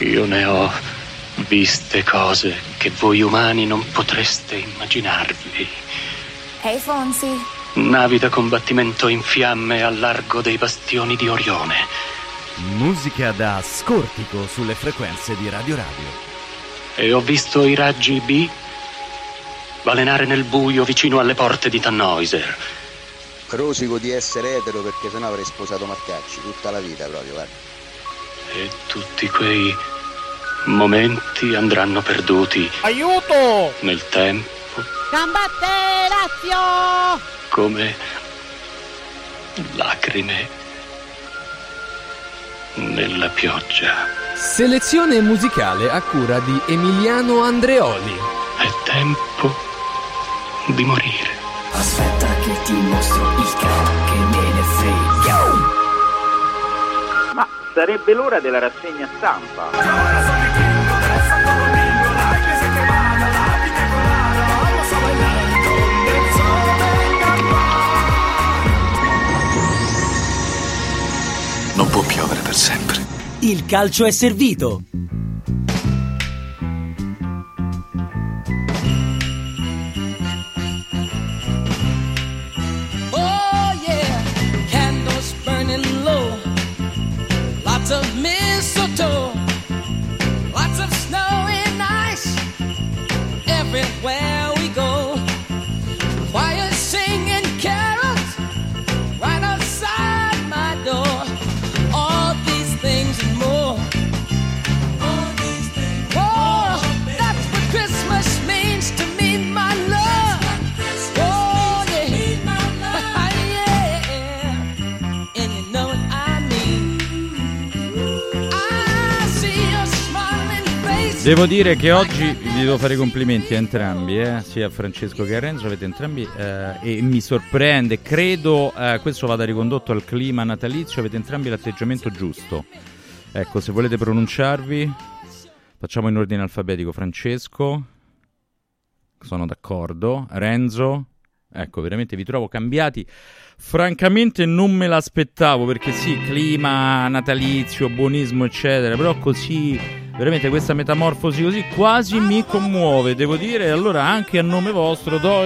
Io ne ho viste cose che voi umani non potreste immaginarvi. Ehi, Fonsi. Navi da combattimento in fiamme al largo dei bastioni di Orione. Musica da scortico sulle frequenze di Radio Radio. E ho visto i raggi B balenare nel buio vicino alle porte di Tannhäuser. Rosico di essere etero perché sennò avrei sposato Marcacci tutta la vita proprio, guarda. E tutti quei momenti andranno perduti. Aiuto! Nel tempo. Combatte Lazio! Come lacrime nella pioggia. Selezione musicale a cura di Emiliano Andreoli. È tempo di morire. Aspetta che ti mostro il che me ne frega. Ma sarebbe l'ora della rassegna stampa. Non può piovere per sempre. Il calcio è servito. Oh yeah, candles burning low, lots of mistletoe, lots of snow and ice, everywhere we go. Choirs singing carols right outside my door. All these things and more. All these things. Oh, that's what Christmas means to me, my love. Oh yeah, yeah. And you know what I mean. I see your smiling face. Devo dire che oggi vi devo fare i complimenti a entrambi, sia a Francesco che a Renzo, avete entrambi, e mi sorprende, credo questo vada ricondotto al clima natalizio, avete entrambi l'atteggiamento giusto. Ecco, se volete pronunciarvi, facciamo in ordine alfabetico. Francesco, sono d'accordo. Renzo, ecco, veramente vi trovo cambiati. Francamente non me l'aspettavo, perché sì, clima natalizio, buonismo eccetera, però così, veramente questa metamorfosi così quasi mi commuove, devo dire. Allora anche a nome vostro do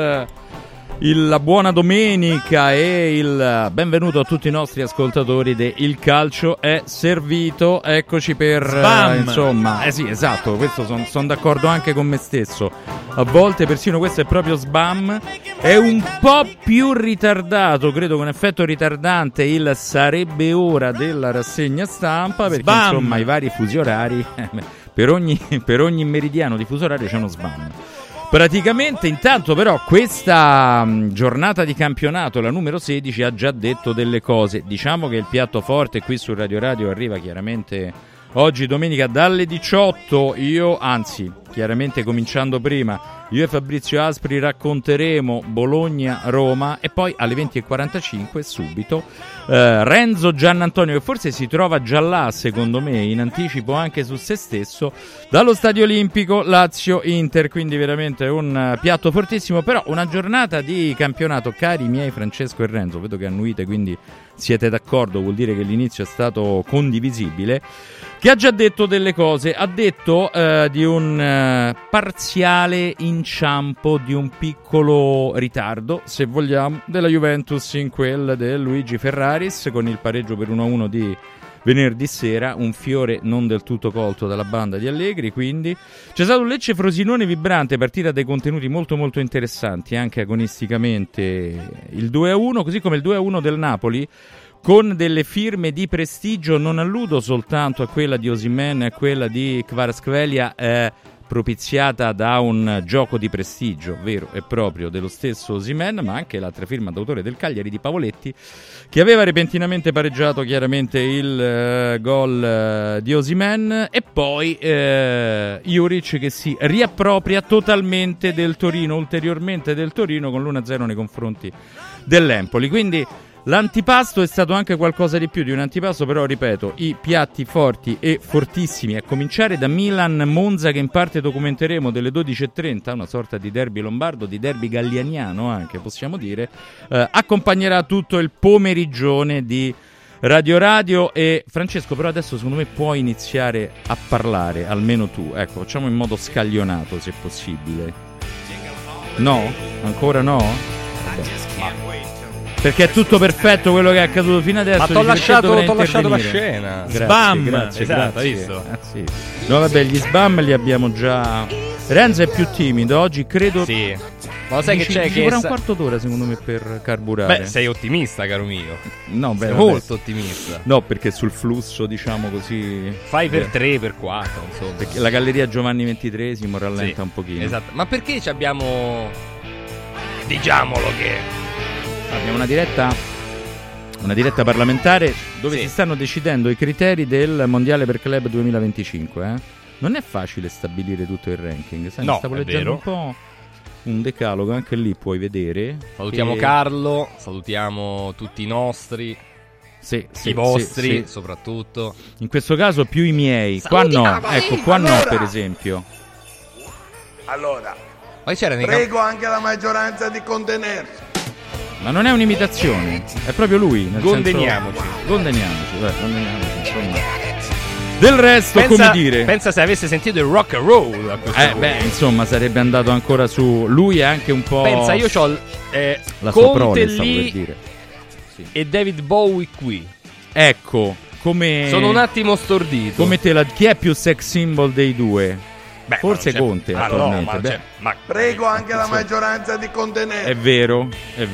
la buona domenica e il benvenuto a tutti i nostri ascoltatori de Il Calcio è Servito. Eccoci per insomma, sì, esatto, questo sono d'accordo anche con me stesso. A volte persino questo è proprio sbam. È un po' più ritardato, credo con effetto ritardante, il sarebbe ora della rassegna stampa, perché insomma i vari fusi orari per ogni meridiano di fuso orario c'è uno sbam. Praticamente, intanto però questa giornata di campionato, la numero 16, ha già detto delle cose. Diciamo che il piatto forte qui su Radio Radio arriva chiaramente oggi domenica dalle 18. Chiaramente cominciando prima, io e Fabrizio Aspri racconteremo Bologna-Roma e poi alle 20:45 subito Renzo Giannantonio, che forse si trova già là secondo me, in anticipo anche su se stesso, dallo Stadio Olimpico Lazio-Inter. Quindi veramente un piatto fortissimo, però una giornata di campionato, cari miei Francesco e Renzo, vedo che annuite, quindi siete d'accordo, vuol dire che l'inizio è stato condivisibile, che ha già detto delle cose. Ha detto di un parziale inciampo, di un piccolo ritardo, se vogliamo, della Juventus in quel del Luigi Ferraris, con il pareggio per 1-1 di venerdì sera, un fiore non del tutto colto dalla banda di Allegri. Quindi c'è stato un Lecce-Frosinone vibrante, partita dai contenuti molto molto interessanti, anche agonisticamente il 2-1, così come il 2-1 del Napoli, con delle firme di prestigio. Non alludo soltanto a quella di Osimhen e a quella di Kvaratskhelia, propiziata da un gioco di prestigio vero e proprio dello stesso Osimhen, ma anche l'altra firma d'autore del Cagliari di Pavoletti, che aveva repentinamente pareggiato chiaramente il gol di Osimhen, e poi Juric che si riappropria totalmente del Torino, ulteriormente del Torino, con l'1-0 nei confronti dell'Empoli. Quindi l'antipasto è stato anche qualcosa di più di un antipasto, però ripeto, i piatti forti e fortissimi, a cominciare da Milan-Monza, che in parte documenteremo, delle 12:30, una sorta di derby lombardo, di derby gallianiano anche possiamo dire, accompagnerà tutto il pomeriggione di Radio. E Francesco, però adesso secondo me puoi iniziare a parlare, almeno tu. Ecco, facciamo in modo scaglionato se possibile. No? Ancora no? Vabbè. Perché è tutto perfetto quello che è accaduto fino adesso. Ma t'ho lasciato la scena. Grazie, esatto, hai grazie. visto? Sì. No, vabbè, gli sbam li abbiamo già. Renzo è più timido oggi, credo. Sì. Ma lo sai che c'è? Ci vorrà un quarto d'ora secondo me per carburare. Beh, sei ottimista, caro mio. No, beh, sei molto ottimista. No, perché sul flusso, diciamo così. Fai per 3, per 4, insomma. Perché la galleria Giovanni XXIII rallenta un pochino. Esatto. Ma perché ci abbiamo. Diciamolo che. Abbiamo una diretta parlamentare dove si stanno decidendo i criteri del Mondiale per Club 2025. Non è facile stabilire tutto il ranking. Sai, no, stavo leggendo un po' un decalogo, anche lì puoi vedere. Salutiamo Carlo, salutiamo tutti i nostri. I vostri soprattutto. In questo caso più i miei. Qua no, ecco, qua no per esempio. Allora, prego anche la maggioranza di contenersi. Ma non è un'imitazione, è proprio lui. Gondeniamoci. Insomma. Del resto, come dire. Pensa se avesse sentito il rock and roll a questo punto. Insomma, sarebbe andato ancora su. Lui è anche un po'. Pensa, io c'ho la Conte stavo lì per dire. Sì. E David Bowie qui. Ecco, come. Sono un attimo stordito. Come chi è più sex symbol dei due? Beh, forse Conte attualmente. Prego anche la maggioranza di contenere. È vero.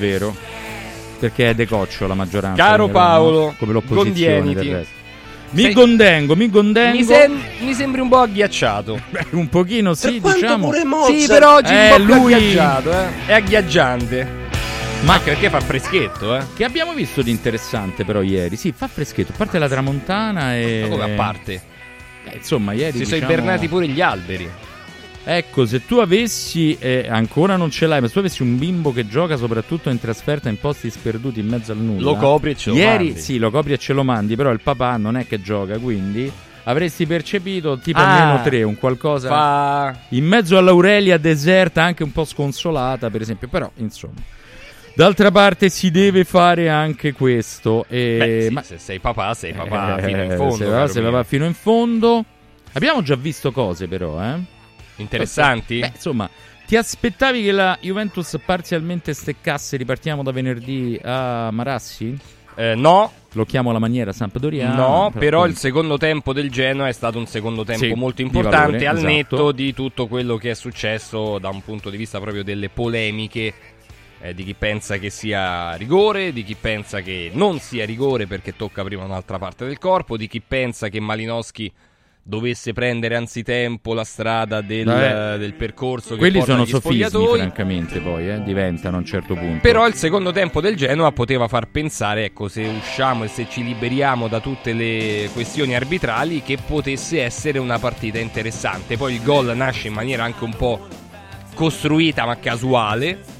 Perché è decoccio la maggioranza. Caro Paolo, come l'opposizione gondieniti. del resto. Mi condengo. Mi sembri un po' agghiacciato. Un pochino sì, diciamo. Sì, però oggi un po' più agghiacciato, È agghiaggiante. Ma anche perché fa freschetto, Che abbiamo visto di interessante però ieri. Sì, fa freschetto, a parte la tramontana e. Ma come a parte? Insomma, ieri si sono ibernati pure gli alberi. Ecco, se tu avessi, ancora non ce l'hai, ma se tu avessi un bimbo che gioca soprattutto in trasferta in posti sperduti in mezzo al nulla, lo copri e ce lo mandi. Ieri sì, lo copri e ce lo mandi, però il papà non è che gioca, quindi avresti percepito tipo almeno 3, un qualcosa in mezzo all'Aurelia deserta, anche un po' sconsolata per esempio, però insomma. D'altra parte si deve fare anche questo. Ma se sei papà fino in fondo. Se papà fino in fondo. Abbiamo già visto cose però, interessanti? Insomma, ti aspettavi che la Juventus parzialmente steccasse? Ripartiamo da venerdì a Marassi? No. Lo chiamo alla maniera sampdoriana. No, però il secondo tempo del Genoa è stato un secondo tempo molto importante, al netto di tutto quello che è successo da un punto di vista proprio delle polemiche. Di chi pensa che sia rigore, di chi pensa che non sia rigore perché tocca prima un'altra parte del corpo, di chi pensa che Malinowski dovesse prendere anzitempo la strada del percorso che quelli porta sono agli sofismi, spogliatoi. Francamente poi diventano a un certo punto. Però il secondo tempo del Genoa poteva far pensare, ecco, se usciamo e se ci liberiamo da tutte le questioni arbitrali, che potesse essere una partita interessante. Poi il gol nasce in maniera anche un po' costruita ma casuale,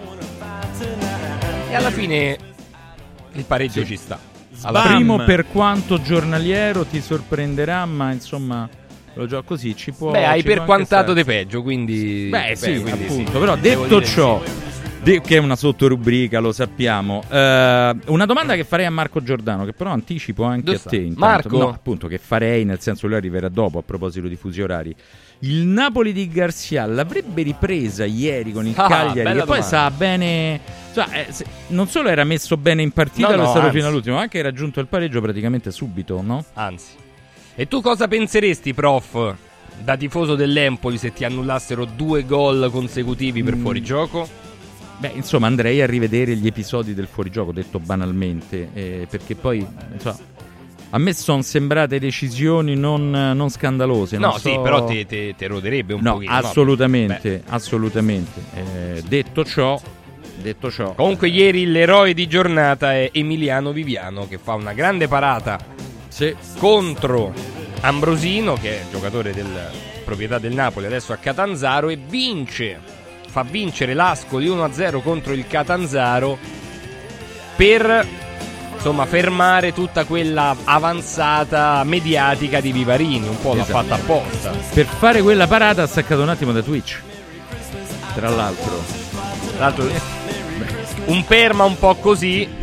e alla fine il pareggio ci sta. Primo per quanto giornaliero ti sorprenderà, ma insomma lo gioco così ci può. Hai perquantato di peggio, quindi. Quindi appunto. Sì. Però detto ciò, che è una sottorubrica, lo sappiamo. Una domanda che farei a Marco Giordano, che però anticipo anche a te. Intanto. Marco? No, appunto, che farei, nel senso lui arriverà dopo a proposito di fusi orari. Il Napoli di Garcia l'avrebbe ripresa ieri con il Cagliari, che poi sa bene. Non solo era messo bene in partita, lo è stato fino all'ultimo, ma anche raggiunto il pareggio praticamente subito, no? Anzi. E tu cosa penseresti, prof, da tifoso dell'Empoli, se ti annullassero 2 gol consecutivi per fuorigioco? Beh, insomma, andrei a rivedere gli episodi del fuorigioco, detto banalmente, perché poi, a me sono sembrate decisioni non scandalose. No, sì, però te roderebbe un pochino. Assolutamente, assolutamente. Detto ciò. Comunque ieri l'eroe di giornata è Emiliano Viviano, che fa una grande parata contro Ambrosino, che è giocatore del proprietà del Napoli, adesso a Catanzaro, e fa vincere l'Ascoli 1-0 contro il Catanzaro per fermare tutta quella avanzata mediatica di Vivarini. Un po' l'ha fatta apposta. Per fare quella parata ha staccato un attimo da Twitch, tra l'altro un perma un po' così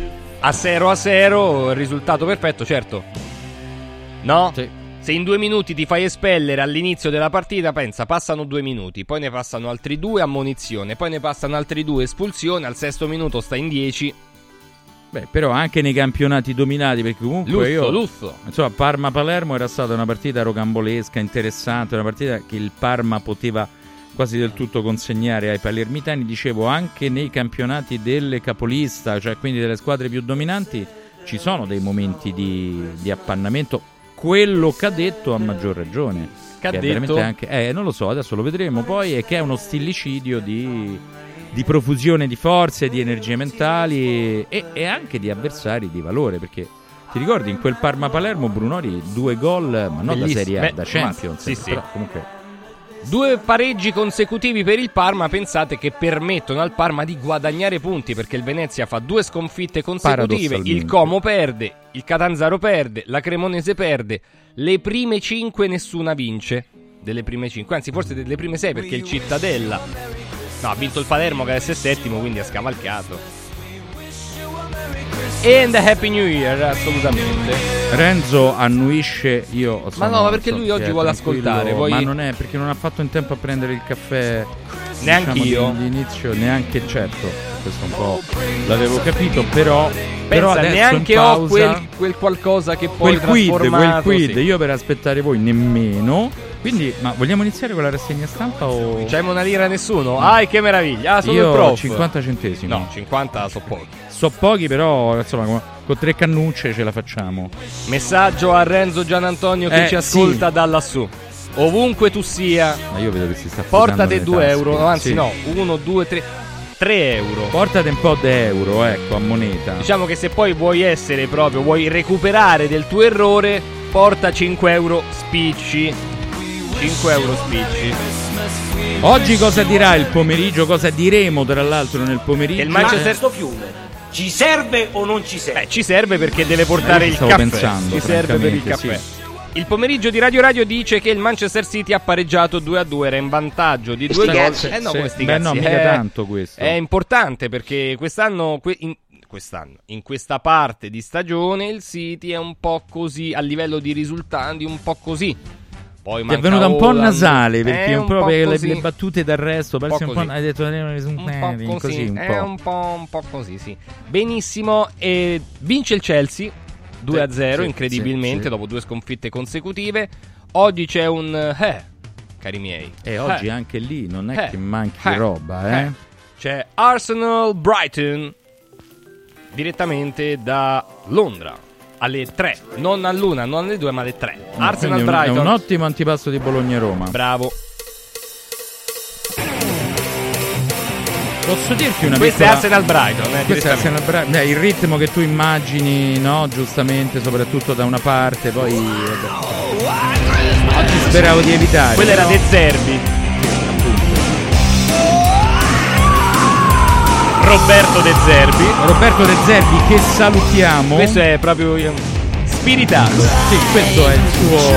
a 0-0, risultato perfetto, certo. No? Sì. Se in 2 minuti ti fai espellere all'inizio della partita, pensa, passano 2 minuti, poi ne passano altri 2 ammonizione, poi ne passano altri 2 espulsione, al 6° minuto sta in 10. Beh, però anche nei campionati dominati, perché comunque Lusso. Insomma, Parma-Palermo era stata una partita rocambolesca, interessante, una partita che il Parma poteva quasi del tutto consegnare ai palermitani. Dicevo, anche nei campionati delle capolista, cioè quindi delle squadre più dominanti, ci sono dei momenti di appannamento. Quello cadetto a maggior ragione. Cadetto? Anche, non lo so, adesso lo vedremo poi, è che è uno stillicidio di profusione di forze, di energie mentali e anche di avversari di valore, perché ti ricordi in quel Parma-Palermo Brunori 2 gol, ma non da Serie A, da Champions, sì. Però comunque 2 pareggi consecutivi per il Parma, pensate che permettono al Parma di guadagnare punti, perché il Venezia fa 2 sconfitte consecutive, il Como perde, il Catanzaro perde, la Cremonese perde, le prime 5 nessuna vince, delle prime 5, anzi forse delle prime 6, perché il Cittadella ha vinto il Palermo che adesso è 7º, quindi ha scavalcato. And Happy New Year, assolutamente. Renzo annuisce, ma no, ma perché lui oggi vuole ascoltare, poi... ma non è perché non ha fatto in tempo a prendere il caffè, neanche io all'inizio, neanche, certo, questo un po' l'avevo capito, però adesso neanche in pausa, ho quel qualcosa che poi quel trasformato, quid, sì. Io per aspettare voi nemmeno. Quindi, ma vogliamo iniziare con la rassegna stampa o... C'è una lira a nessuno? Che meraviglia! Sono io il prof. 50 centesimi. No, 50 so pochi. So pochi, però insomma con 3 cannucce ce la facciamo. Messaggio a Renzo Gianantonio che ci ascolta da lassù. Ovunque tu sia, ma io vedo che si sta portate 2 euro, no, anzi sì. no, 1, 2, 3 euro. Portate un po' di euro, ecco, a moneta. Diciamo che se poi vuoi recuperare del tuo errore, porta 5 euro spicci. 5 euro spicci. Oggi cosa dirà il pomeriggio? Cosa diremo tra l'altro nel pomeriggio? Il Manchester Fiume ci serve o non ci serve? Ci serve perché deve portare il caffè. Pensando, ci serve per il caffè. Sì. Il pomeriggio di Radio dice che il Manchester City ha pareggiato 2-2, era in vantaggio di 2 gol. No, no, mica tanto questo. È importante perché quest'anno in questa parte di stagione il City è un po' così a livello di risultati, un po' così. Poi ti è venuta un po' nasale perché un proprio le battute d'arresto parece un po', hai detto un po' così, sì. Benissimo, e vince il Chelsea 2-0 incredibilmente dopo 2 sconfitte consecutive. Oggi c'è un cari miei. E oggi anche lì non è che manchi roba, C'è Arsenal Brighton direttamente da Londra alle 3, non all'1, non alle 2, ma alle 3. Arsenal Brighton è un ottimo antipasto di Bologna-Roma. Bravo. Posso dirti una Questo è Arsenal Brighton, questo è Arsenal Brighton. Il ritmo che tu immagini, no? Giustamente, soprattutto da una parte, poi oggi speravo di evitare. Quello era De Zerbi. Roberto De Zerbi, che salutiamo. Questo è proprio spiritato. Sì, questo è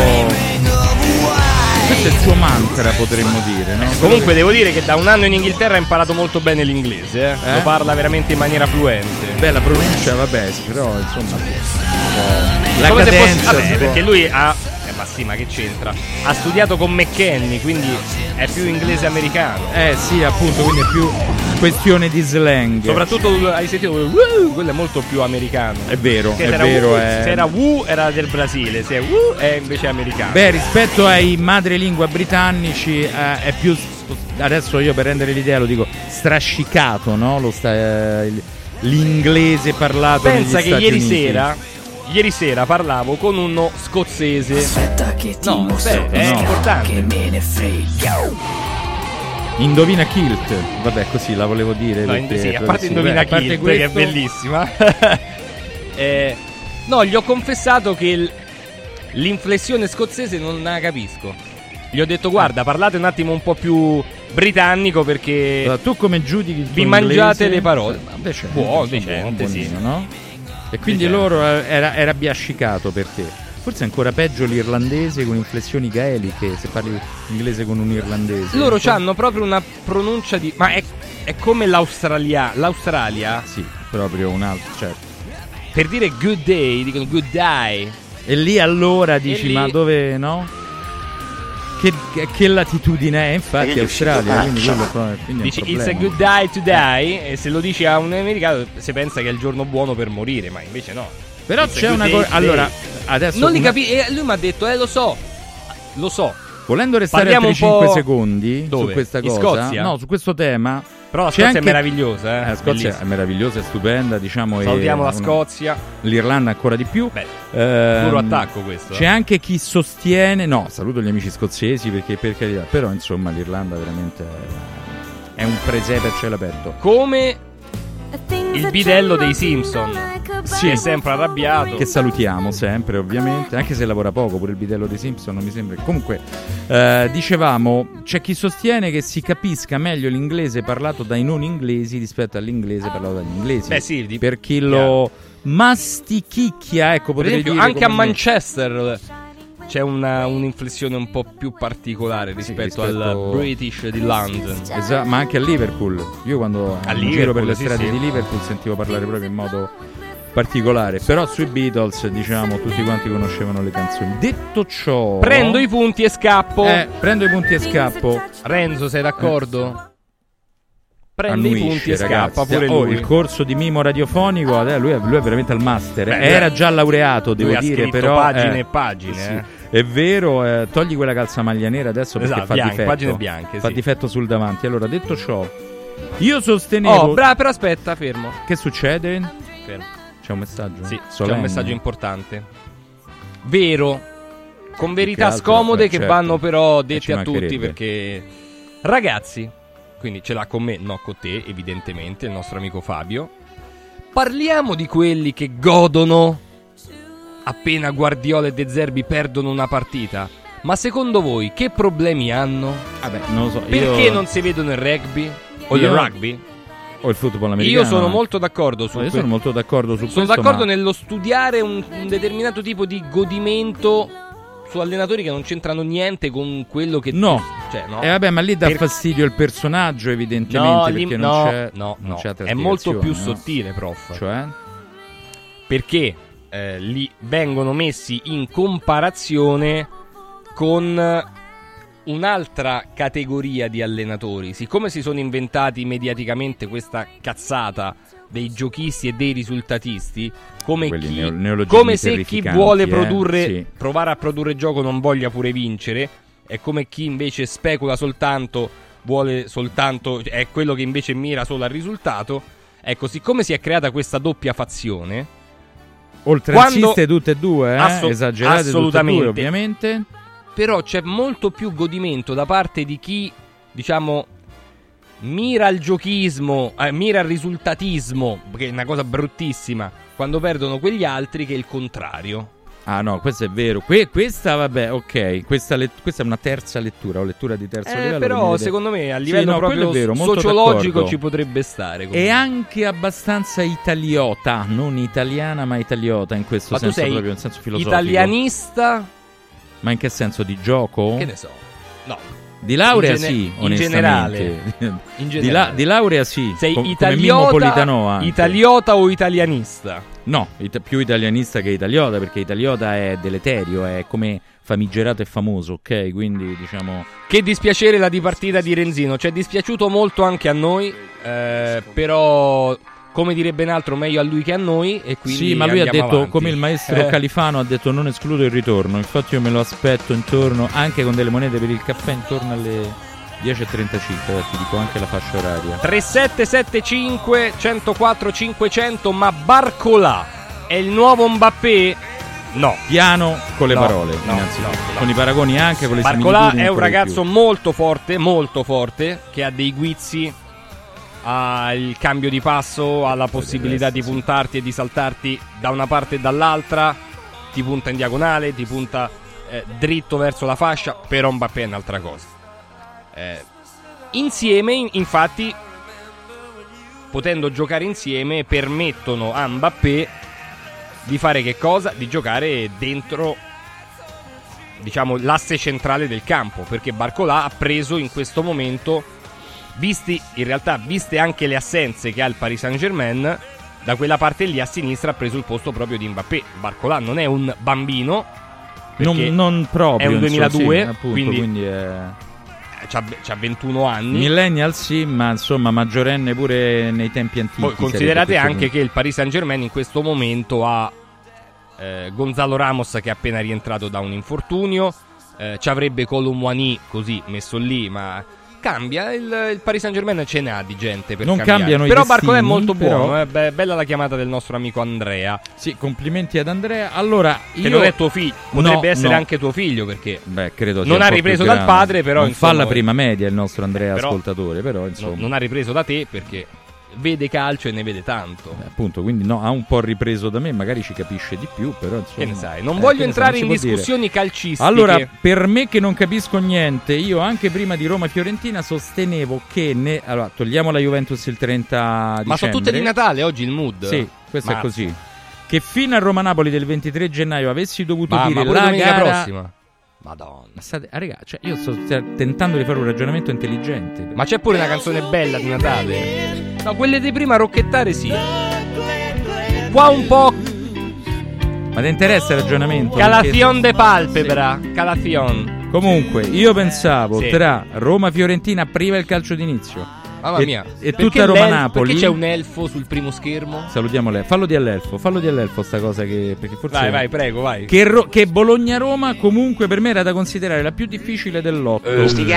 il suo mantra, potremmo dire, no? Comunque devo dire che da un anno in Inghilterra ha imparato molto bene l'inglese, Lo parla veramente in maniera fluente. Beh, la pronuncia, vabbè, però insomma la cadenza perché lui ha ma sì, ma che c'entra? Ha studiato con McKenny, quindi è più inglese americano. Sì, appunto, quindi è più questione di slang. Soprattutto hai sentito quello è molto più americano. È vero, se era Wu era del Brasile, se è Wu è invece americano. Beh, rispetto ai madrelingua britannici è più, adesso io per rendere l'idea lo dico, strascicato, no? L'inglese parlato. Pensa che negli Stati Uniti. Ieri sera parlavo con uno scozzese. Aspetta che ti mostro, è importante. Che me ne frega. Indovina Kilt. Vabbè, così la volevo dire. No, sì, a parte Indovina Kilt, che è bellissima. No, gli ho confessato che l'inflessione scozzese non la capisco. Gli ho detto, guarda, parlate un attimo un po' più britannico perché allora, tu come giudichi il tuo vi mangiate inglese? le parole. Buono, decente, sì. No? E quindi loro era biascicato per te. Forse è ancora peggio l'irlandese con inflessioni gaeliche, se parli inglese con un irlandese. Loro hanno proprio una pronuncia di... Ma è come l'Australia. Sì, proprio un altro, certo. per dire good day dicono good day. E lì allora dici ma dove, no? Che latitudine è? Infatti è Australia, quindi dici it's a good day to die, e se lo dici a un americano si pensa che è il giorno buono per morire, ma invece no. Però c'è una cosa, allora adesso non li capisco, e lui mi ha detto lo so. Volendo restare altri 5 secondi su questa cosa, Scozia? No, su questo tema. Però la Scozia è meravigliosa, La Scozia è meravigliosa, è stupenda, diciamo. Salutiamo la Scozia. L'Irlanda ancora di più. Puro attacco questo. C'è anche chi sostiene, no, saluto gli amici scozzesi perché per carità, però insomma l'Irlanda veramente è un presepe a cielo aperto. Come il bidello dei Simpson, è sempre arrabbiato. Che salutiamo sempre, ovviamente, anche se lavora poco, pure il bidello dei Simpson non mi sembra. Comunque, dicevamo, c'è chi sostiene che si capisca meglio l'inglese parlato dai non inglesi rispetto all'inglese parlato dagli inglesi. Beh sì, per chi lo mastichicchia, ecco, potrei dire. Anche a Manchester c'è un'inflessione un po' più particolare rispetto al British di London. Esatto, ma anche a Liverpool. Io quando giro per le strade di Liverpool sentivo parlare proprio in modo particolare. Però sui Beatles, diciamo, tutti quanti conoscevano le canzoni. Detto ciò, prendo i punti e scappo. Renzo, sei d'accordo? Prende i punti e scappa pure lui. Il corso di mimo radiofonico, lui è veramente al master. Era già laureato, devo dire, però pagine e pagine. Sì. È vero, togli quella calzamaglia nera adesso perché fa difetto. Pagine bianche, fa difetto sul davanti. Allora, detto ciò, io sostenevo. Però aspetta, fermo. Che succede? Fermo. C'è un messaggio? Sì, solenne. C'è un messaggio importante. Vero. Con verità scomode che vanno però dette a tutti, perché ragazzi, quindi ce l'ha con me, no con te, evidentemente, il nostro amico Fabio. Parliamo di quelli che godono appena Guardiola e De Zerbi perdono una partita. Ma secondo voi che problemi hanno? Vabbè, non lo so. Perché non si vedono il rugby? O il rugby? O il football americano? Io sono molto d'accordo su questo. Sono molto d'accordo su questo. Sono d'accordo nello studiare un determinato tipo di godimento su allenatori che non c'entrano niente con quello che vabbè, ma lì dà fastidio il personaggio, evidentemente, perché non c'è è molto più sottile, prof. Cioè? Perché li vengono messi in comparazione con un'altra categoria di allenatori. Siccome si sono inventati mediaticamente questa cazzata dei giochisti e dei risultatisti, come se chi vuole provare a produrre gioco non voglia pure vincere, è come chi invece specula soltanto, vuole soltanto, è quello che invece mira solo al risultato. Ecco, siccome si è creata questa doppia fazione, oltranziste tutte e due, esagerate tutte e due, ovviamente, però c'è molto più godimento da parte di chi, diciamo, mira al giochismo, mira al risultatismo, che è una cosa bruttissima, quando perdono quegli altri, che è il contrario. Ah no, questo è vero. Questa, vabbè, ok, questa è una terza lettura, o lettura di terzo livello. Però secondo me a livello proprio vero, sociologico ci potrebbe stare. Comunque. È anche abbastanza italiota, non italiana ma italiota in questo senso, proprio in senso filosofico. Italianista? Ma in che senso? Di gioco? Che ne so. No. Di laurea sì, onestamente. In generale. Di laurea sì. Sei italiota, italiota o italianista? No, più italianista che italiota, perché italiota è deleterio, è come famigerato e famoso, ok? Quindi diciamo... Che dispiacere la dipartita di Renzino, ci è dispiaciuto molto anche a noi, però... Come dire ben altro, meglio a lui che a noi, e quindi sì, ma lui ha detto, avanti. come il maestro Califano ha detto, non escludo il ritorno. Infatti io me lo aspetto intorno, anche con delle monete per il caffè, intorno alle 10.35, ti dico anche la fascia oraria. 3775 104 500, ma Barcolà è il nuovo Mbappé? No. Piano con le parole, innanzitutto. No. Con i paragoni anche, con le similitudini. Barcolà è un ragazzo molto forte, che ha dei guizzi, ha il cambio di passo, ha la possibilità di puntarti e di saltarti da una parte e dall'altra, ti punta in diagonale, ti punta dritto verso la fascia, però Mbappé è un'altra cosa. Insieme, infatti, potendo giocare insieme, permettono a Mbappé di fare che cosa? Di giocare dentro, diciamo, l'asse centrale del campo, perché Barcolà ha preso in questo momento, viste anche le assenze che ha il Paris Saint-Germain, da quella parte lì a sinistra ha preso il posto proprio di Mbappé. Barcola non è un bambino, non proprio, è un 2002, sì, appunto, quindi c'ha 21 anni. Millennial sì, ma insomma maggiorenne pure nei tempi antichi. Poi considerate anche che il Paris Saint-Germain in questo momento ha Gonzalo Ramos che è appena rientrato da un infortunio, ci avrebbe Kolo Muani così messo lì, ma cambia il Paris Saint-Germain, ce n'ha di gente per non cambiare. Cambiano però i destini, Barcola è molto però... buono, bella la chiamata del nostro amico Andrea. Sì, complimenti ad Andrea. Allora, che non è tuo figlio, potrebbe essere anche tuo figlio, perché credo non ha ripreso dal padre, però non insomma, fa la prima media il nostro Andrea, però, ascoltatore, però insomma non ha ripreso da te perché vede calcio e ne vede tanto. Appunto, quindi ha un po' ripreso da me, magari ci capisce di più, però insomma, che ne sai, non voglio entrare in discussioni calcistiche. Allora, per me che non capisco niente, io anche prima di Roma-Fiorentina sostenevo che allora, togliamo la Juventus il 30 dicembre. Ma sono tutte di Natale oggi il mood? Sì, questo è così. Che fino a Roma-Napoli del 23 gennaio avessi dovuto dire ma la gara prossima. Madonna. Raga, cioè io sto tentando di fare un ragionamento intelligente. Ma c'è pure una canzone bella di Natale? No, quelle di prima rocchettare sì. Qua un po'. Ma ti interessa il ragionamento? Calazion de palpebra. Calazion. Comunque, io pensavo tra Roma-Fiorentina prima il calcio d'inizio. Mamma mia. E tutta Roma-Napoli. Perché c'è un elfo sul primo schermo? Salutiamo lei. Fallo di all'elfo sta cosa che perché forse vai, prego, vai. Che Bologna-Roma comunque per me era da considerare la più difficile dell'otto.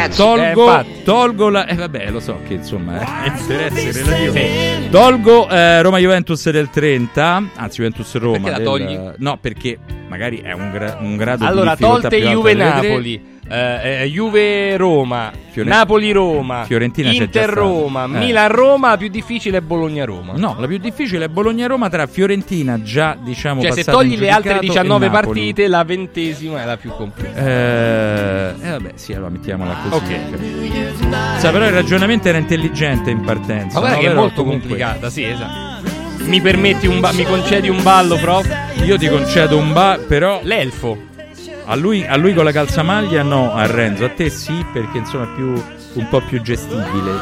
Tolgo la vabbè, lo so che insomma interesse relativo. Sì. Tolgo Roma-Juventus del 30, anzi Juventus-Roma. Perché la togli? No, perché magari è un grado allora, di difficoltà più alto. Allora, tolte Juve-Napoli. Juve-Roma, Napoli-Roma, Fiorentina Inter-Roma, Milan-Roma, la più difficile è Bologna-Roma. No, la più difficile è Bologna-Roma tra Fiorentina già diciamo cioè se togli le altre 19 partite la 20ª è la più complicata. Vabbè sì, allora mettiamola così. Ok. Però il ragionamento era intelligente in partenza. Ma guarda che è molto complicata, sì, esatto. Mi permetti mi concedi un ballo, prof? Io ti concedo un ballo, però l'elfo. A lui con la calzamaglia no, a Renzo, a te sì, perché insomma è un po' più gestibile.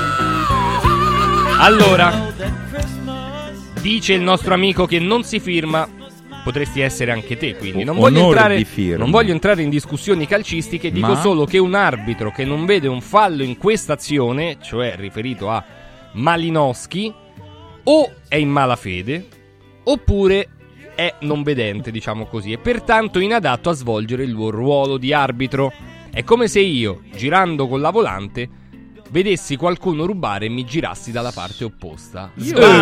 Allora, dice il nostro amico che non si firma, potresti essere anche te, quindi non voglio entrare in discussioni calcistiche, dico solo che un arbitro che non vede un fallo in questa azione, cioè riferito a Malinowski, o è in malafede oppure è non vedente, diciamo così, e pertanto inadatto a svolgere il ruolo di arbitro. È come se io, girando con la volante, vedessi qualcuno rubare e mi girassi dalla parte opposta.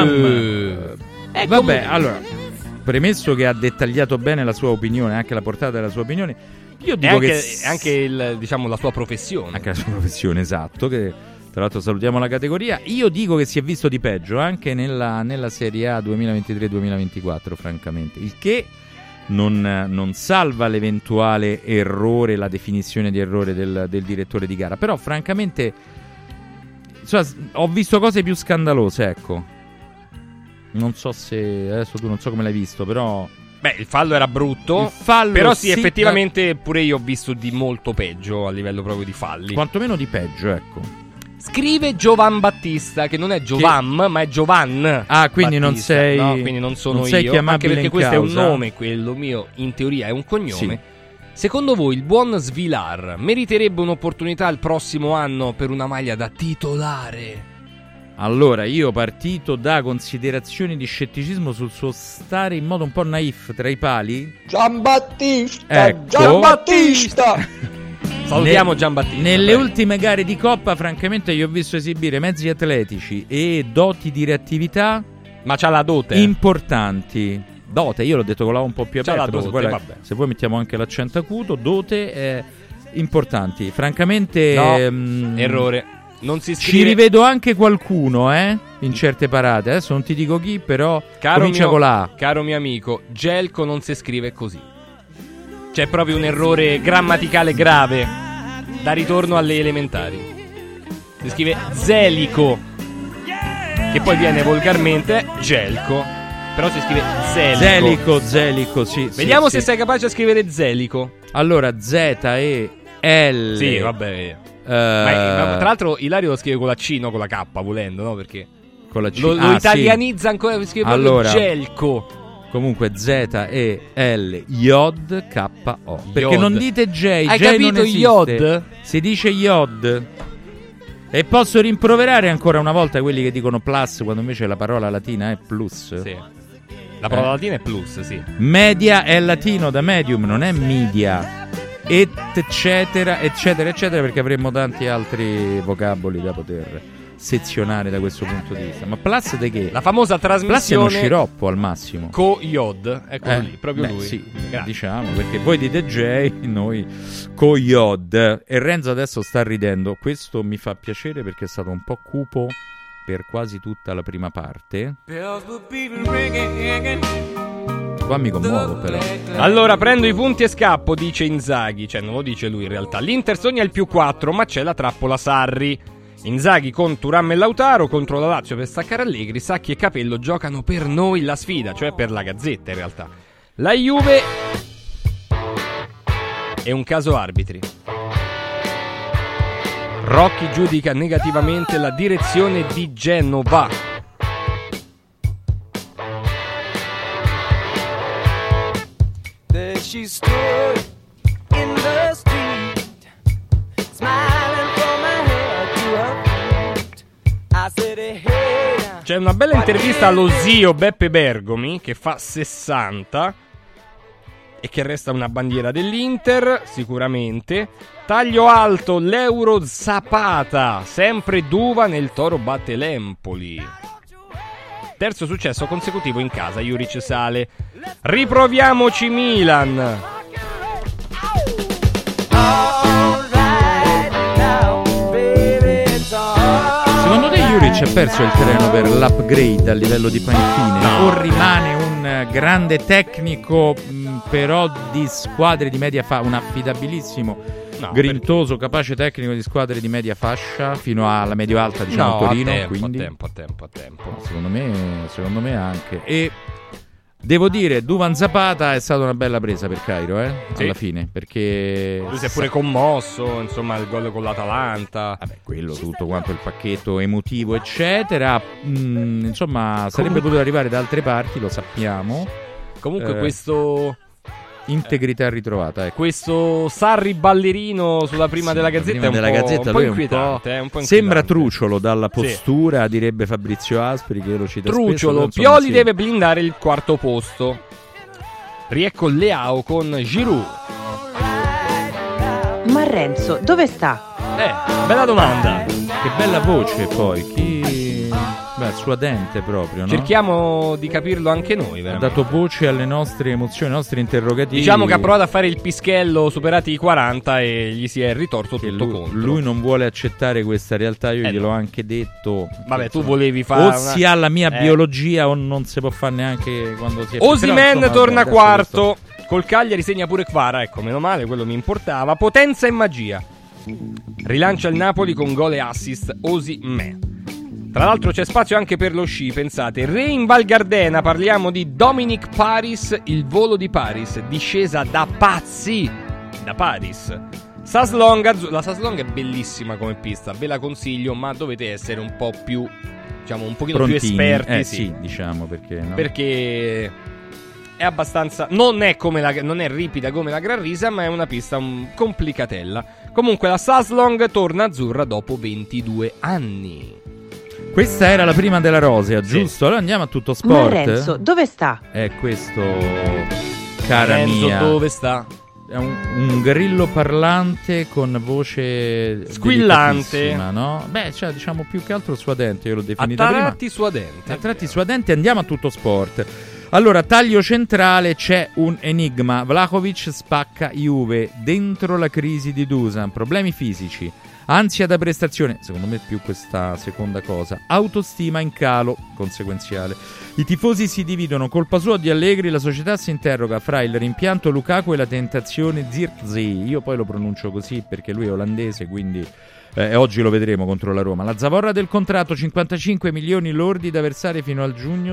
Vabbè, allora, premesso che ha dettagliato bene la sua opinione, anche la portata della sua opinione, io dico anche diciamo la sua professione. Anche la sua professione, esatto, che tra l'altro salutiamo la categoria. Io dico che si è visto di peggio anche nella Serie A 2023-2024, francamente. Il che non salva l'eventuale errore, la definizione di errore del direttore di gara. Però francamente ho visto cose più scandalose, ecco. Non so se adesso tu non so come l'hai visto, però il fallo era brutto, però sì, effettivamente pure io ho visto di molto peggio a livello proprio di falli. Quantomeno di peggio, ecco. Scrive Giovan Battista, che non è Giovan, ma è Giovan. Ah, quindi Battista, non sei, no, quindi non sono sei io, anche perché questo causa. È un nome, quello mio in teoria è un cognome. Sì. Secondo voi il buon Svilar meriterebbe un'opportunità il prossimo anno per una maglia da titolare? Allora, io partito da considerazioni di scetticismo sul suo stare in modo un po' naif tra i pali. Giambattista! Salutiamo Giambattista. Nelle ultime gare di Coppa, francamente, gli ho visto esibire mezzi atletici e doti di reattività. Ma c'ha la dote. Importanti. Dote, io l'ho detto con la un po' più aperta. Se poi mettiamo anche l'accento acuto, dote importanti. Francamente, errore. Non si scrive. Ci rivedo anche qualcuno, in certe parate. Adesso non ti dico chi, però comincia con la A. Caro mio amico, Gelco non si scrive così. C'è proprio un errore grammaticale grave da ritorno alle elementari. Si scrive Zelico, che poi viene volgarmente Gelco, però si scrive Zelico, sì. Vediamo se sei capace a scrivere Zelico. Allora, Z-E-L. Sì, vabbè. Ma tra l'altro Ilario lo scrive con la C, no con la K, volendo, no? Perché Con la C. Lo italianizza sì. ancora, perché allora, Gelco. Comunque Z-E-L-J-K-O. Perché non dite J. Hai J capito? non esiste. Yod? Si dice Yod. E posso rimproverare ancora una volta quelli che dicono plus quando invece la parola latina è plus. Sì. La parola latina è plus, sì. Media è latino da medium, non è media. Eccetera, eccetera, eccetera, perché avremmo tanti altri vocaboli da poter sezionare da questo punto di vista. Ma plus di che? La famosa trasmissione plus è uno sciroppo al massimo. Co-Yod, eccolo lì, proprio lui. Sì, diciamo, perché voi dite J, noi Co-Yod. E Renzo adesso sta ridendo. Questo mi fa piacere perché è stato un po' cupo per quasi tutta la prima parte. Qua mi commuovo però. Allora prendo i punti e scappo, dice Inzaghi. Cioè non lo dice lui in realtà. L'Inter sogna il +4, ma c'è la trappola Sarri. Inzaghi con Thuram e Lautaro contro la Lazio per staccare Allegri. Sacchi e Capello giocano per noi la sfida, cioè per la Gazzetta in realtà. La Juve è un caso arbitri. Rocchi giudica negativamente la direzione di Genova. She stood in the street, smiling from my head to her feet. I said, hey. C'è una bella intervista allo zio Beppe Bergomi che fa 60 e che resta una bandiera dell'Inter, sicuramente. Taglio alto, l'Euro Zapata, sempre Duva nel Toro batte l'Empoli. Terzo successo consecutivo in casa, Juric sale. Riproviamoci Milan. Secondo te Juric ha perso il terreno per l'upgrade a livello di panchine? No. O rimane un grande tecnico però di squadre di media fascia, un affidabilissimo, grintoso, capace tecnico di squadre di media fascia fino alla medio-alta, diciamo, Torino? A quindi tempo. Secondo me anche. E devo dire, Duvan Zapata è stata una bella presa per Cairo, sì. Alla fine, perché lui si è pure commosso, insomma, il gol con l'Atalanta. Vabbè, quello tutto quanto il pacchetto emotivo, eccetera. Insomma, sarebbe potuto arrivare da altre parti, lo sappiamo. Comunque questo integrità ritrovata, questo Sarri ballerino sulla prima della Gazzetta è un po' inquietante, un po' sembra truciolo dalla postura, direbbe Fabrizio Aspri, che lo cita truciolo, spesso. Pioli deve blindare il quarto posto. Riecco Leao con Giroud. Ma Renzo dove sta? Bella domanda. Che bella voce poi, Beh, suadente proprio, no? Cerchiamo di capirlo anche noi, veramente. Ha dato voce alle nostre emozioni, ai nostri interrogativi. Diciamo che ha provato a fare il pischello superati i 40 e gli si è ritorto tutto contro. Lui non vuole accettare questa realtà, io gliel'ho anche detto. Vabbè, tu volevi fare si ha la mia biologia o non si può fare neanche quando si è... Osimhen torna quarto. Col Cagliari segna pure Kvara, ecco, meno male, quello mi importava. Potenza e magia. Rilancia il Napoli con gol e assist Osimhen. Tra l'altro c'è spazio anche per lo sci, pensate. Re in Val Gardena, parliamo di Dominic Paris, il volo di Paris, discesa da pazzi da Paris. Saslong, la Saslong è bellissima come pista, ve la consiglio, ma dovete essere un po' più, diciamo, un pochino prontini, più esperti, sì, diciamo, perché no? Perché è abbastanza, non è ripida come la Gran Risa, ma è una pista complicatella. Comunque la Saslong torna azzurra dopo 22 anni. Questa era la prima della Rosea, giusto? Allora andiamo a Tutto Sport. Ma Renzo, dove sta? È questo, cara Renzo, mia. dove sta? È un grillo parlante con voce squillante, no? Beh, cioè, diciamo più che altro suadente, io l'ho definita a prima. suadente. A tratti suadente, andiamo a Tutto Sport. Allora, taglio centrale, c'è un enigma. Vlahovic spacca Juve dentro la crisi di Dusan, problemi fisici, ansia da prestazione, secondo me più questa seconda cosa, autostima in calo conseguenziale. I tifosi si dividono, colpa sua di Allegri, la società si interroga fra il rimpianto Lukaku e la tentazione Zirkzee. Io poi lo pronuncio così perché lui è olandese, quindi oggi lo vedremo contro la Roma. La zavorra del contratto, 55 milioni lordi da versare fino al giugno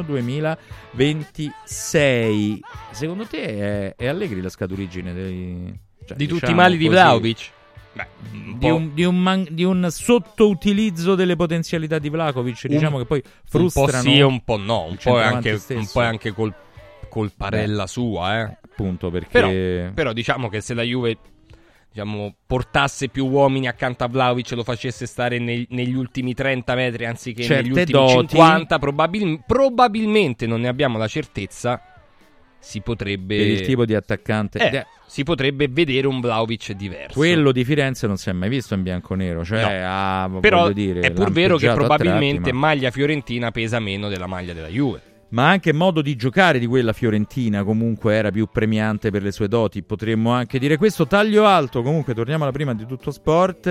2026. Secondo te è Allegri la scaturigine di tutti i mali di Vlahovic? Beh, di un sottoutilizzo delle potenzialità di Vlahovic, diciamo che poi frustrano. Un po' sì, un po' no, un po' è anche colparella sua, appunto, perché però diciamo che se la Juve portasse più uomini accanto a Vlahovic e lo facesse stare negli ultimi 30 metri anziché negli ultimi 50, probabilmente, non ne abbiamo la certezza, si potrebbe, per il tipo di attaccante si potrebbe vedere un Vlahovic diverso. Quello di Firenze non si è mai visto in bianconero, cioè no. Però dire, è pur vero che probabilmente tratti, maglia fiorentina pesa meno della maglia della Juve. Ma anche modo di giocare di quella fiorentina comunque era più premiante per le sue doti, potremmo anche dire questo. Taglio alto, comunque torniamo alla prima di Tutto Sport.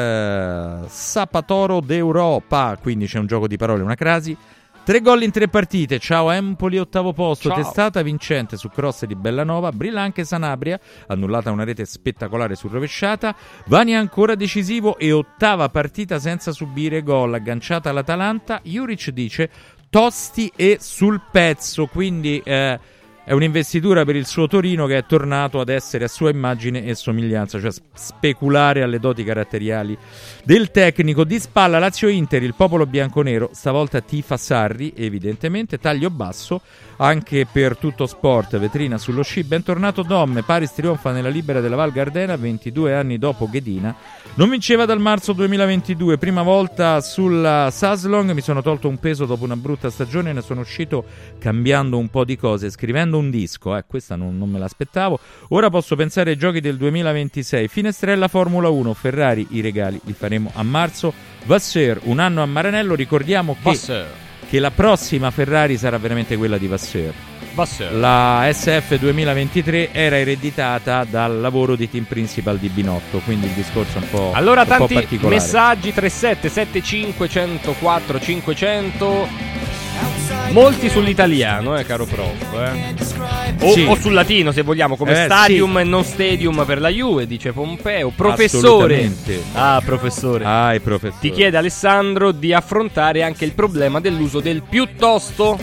Sapatoro d'Europa, quindi c'è un gioco di parole, una crasi. 3 gol in 3 partite, ciao Empoli, 8° posto, ciao. Testata vincente su cross di Bellanova, brilla anche Sanabria, annullata una rete spettacolare su rovesciata, Vani ancora decisivo e 8ª partita senza subire gol, agganciata all'Atalanta. Juric dice tosti e sul pezzo, quindi è un'investitura per il suo Torino che è tornato ad essere a sua immagine e somiglianza, cioè speculare alle doti caratteriali del tecnico. Di spalla Lazio-Inter, il popolo bianconero stavolta tifa Sarri, evidentemente. Taglio basso anche per Tutto Sport, vetrina sullo sci. Bentornato Dom, Paris trionfa nella libera della Val Gardena 22 anni dopo Ghedina. Non vinceva dal marzo 2022, prima volta sulla Saslong, mi sono tolto un peso dopo una brutta stagione e ne sono uscito cambiando un po' di cose, scrivendo un disco, questa non me l'aspettavo. Ora posso pensare ai giochi del 2026, finestrella Formula 1, Ferrari, i regali li faremo a marzo. Vasseur, un anno a Maranello, ricordiamo che la prossima Ferrari sarà veramente quella di Vasseur. La SF 2023 era ereditata dal lavoro di team principal di Binotto, quindi il discorso è un po' allora un po' tanti particolare. Messaggi 3775 104 500, molti sull'italiano, caro prof, o sul latino se vogliamo, come stadium e non stadium per la Juve, dice Pompeo. Professore, professore, il professore ti chiede Alessandro di affrontare anche il problema dell'uso del piuttosto,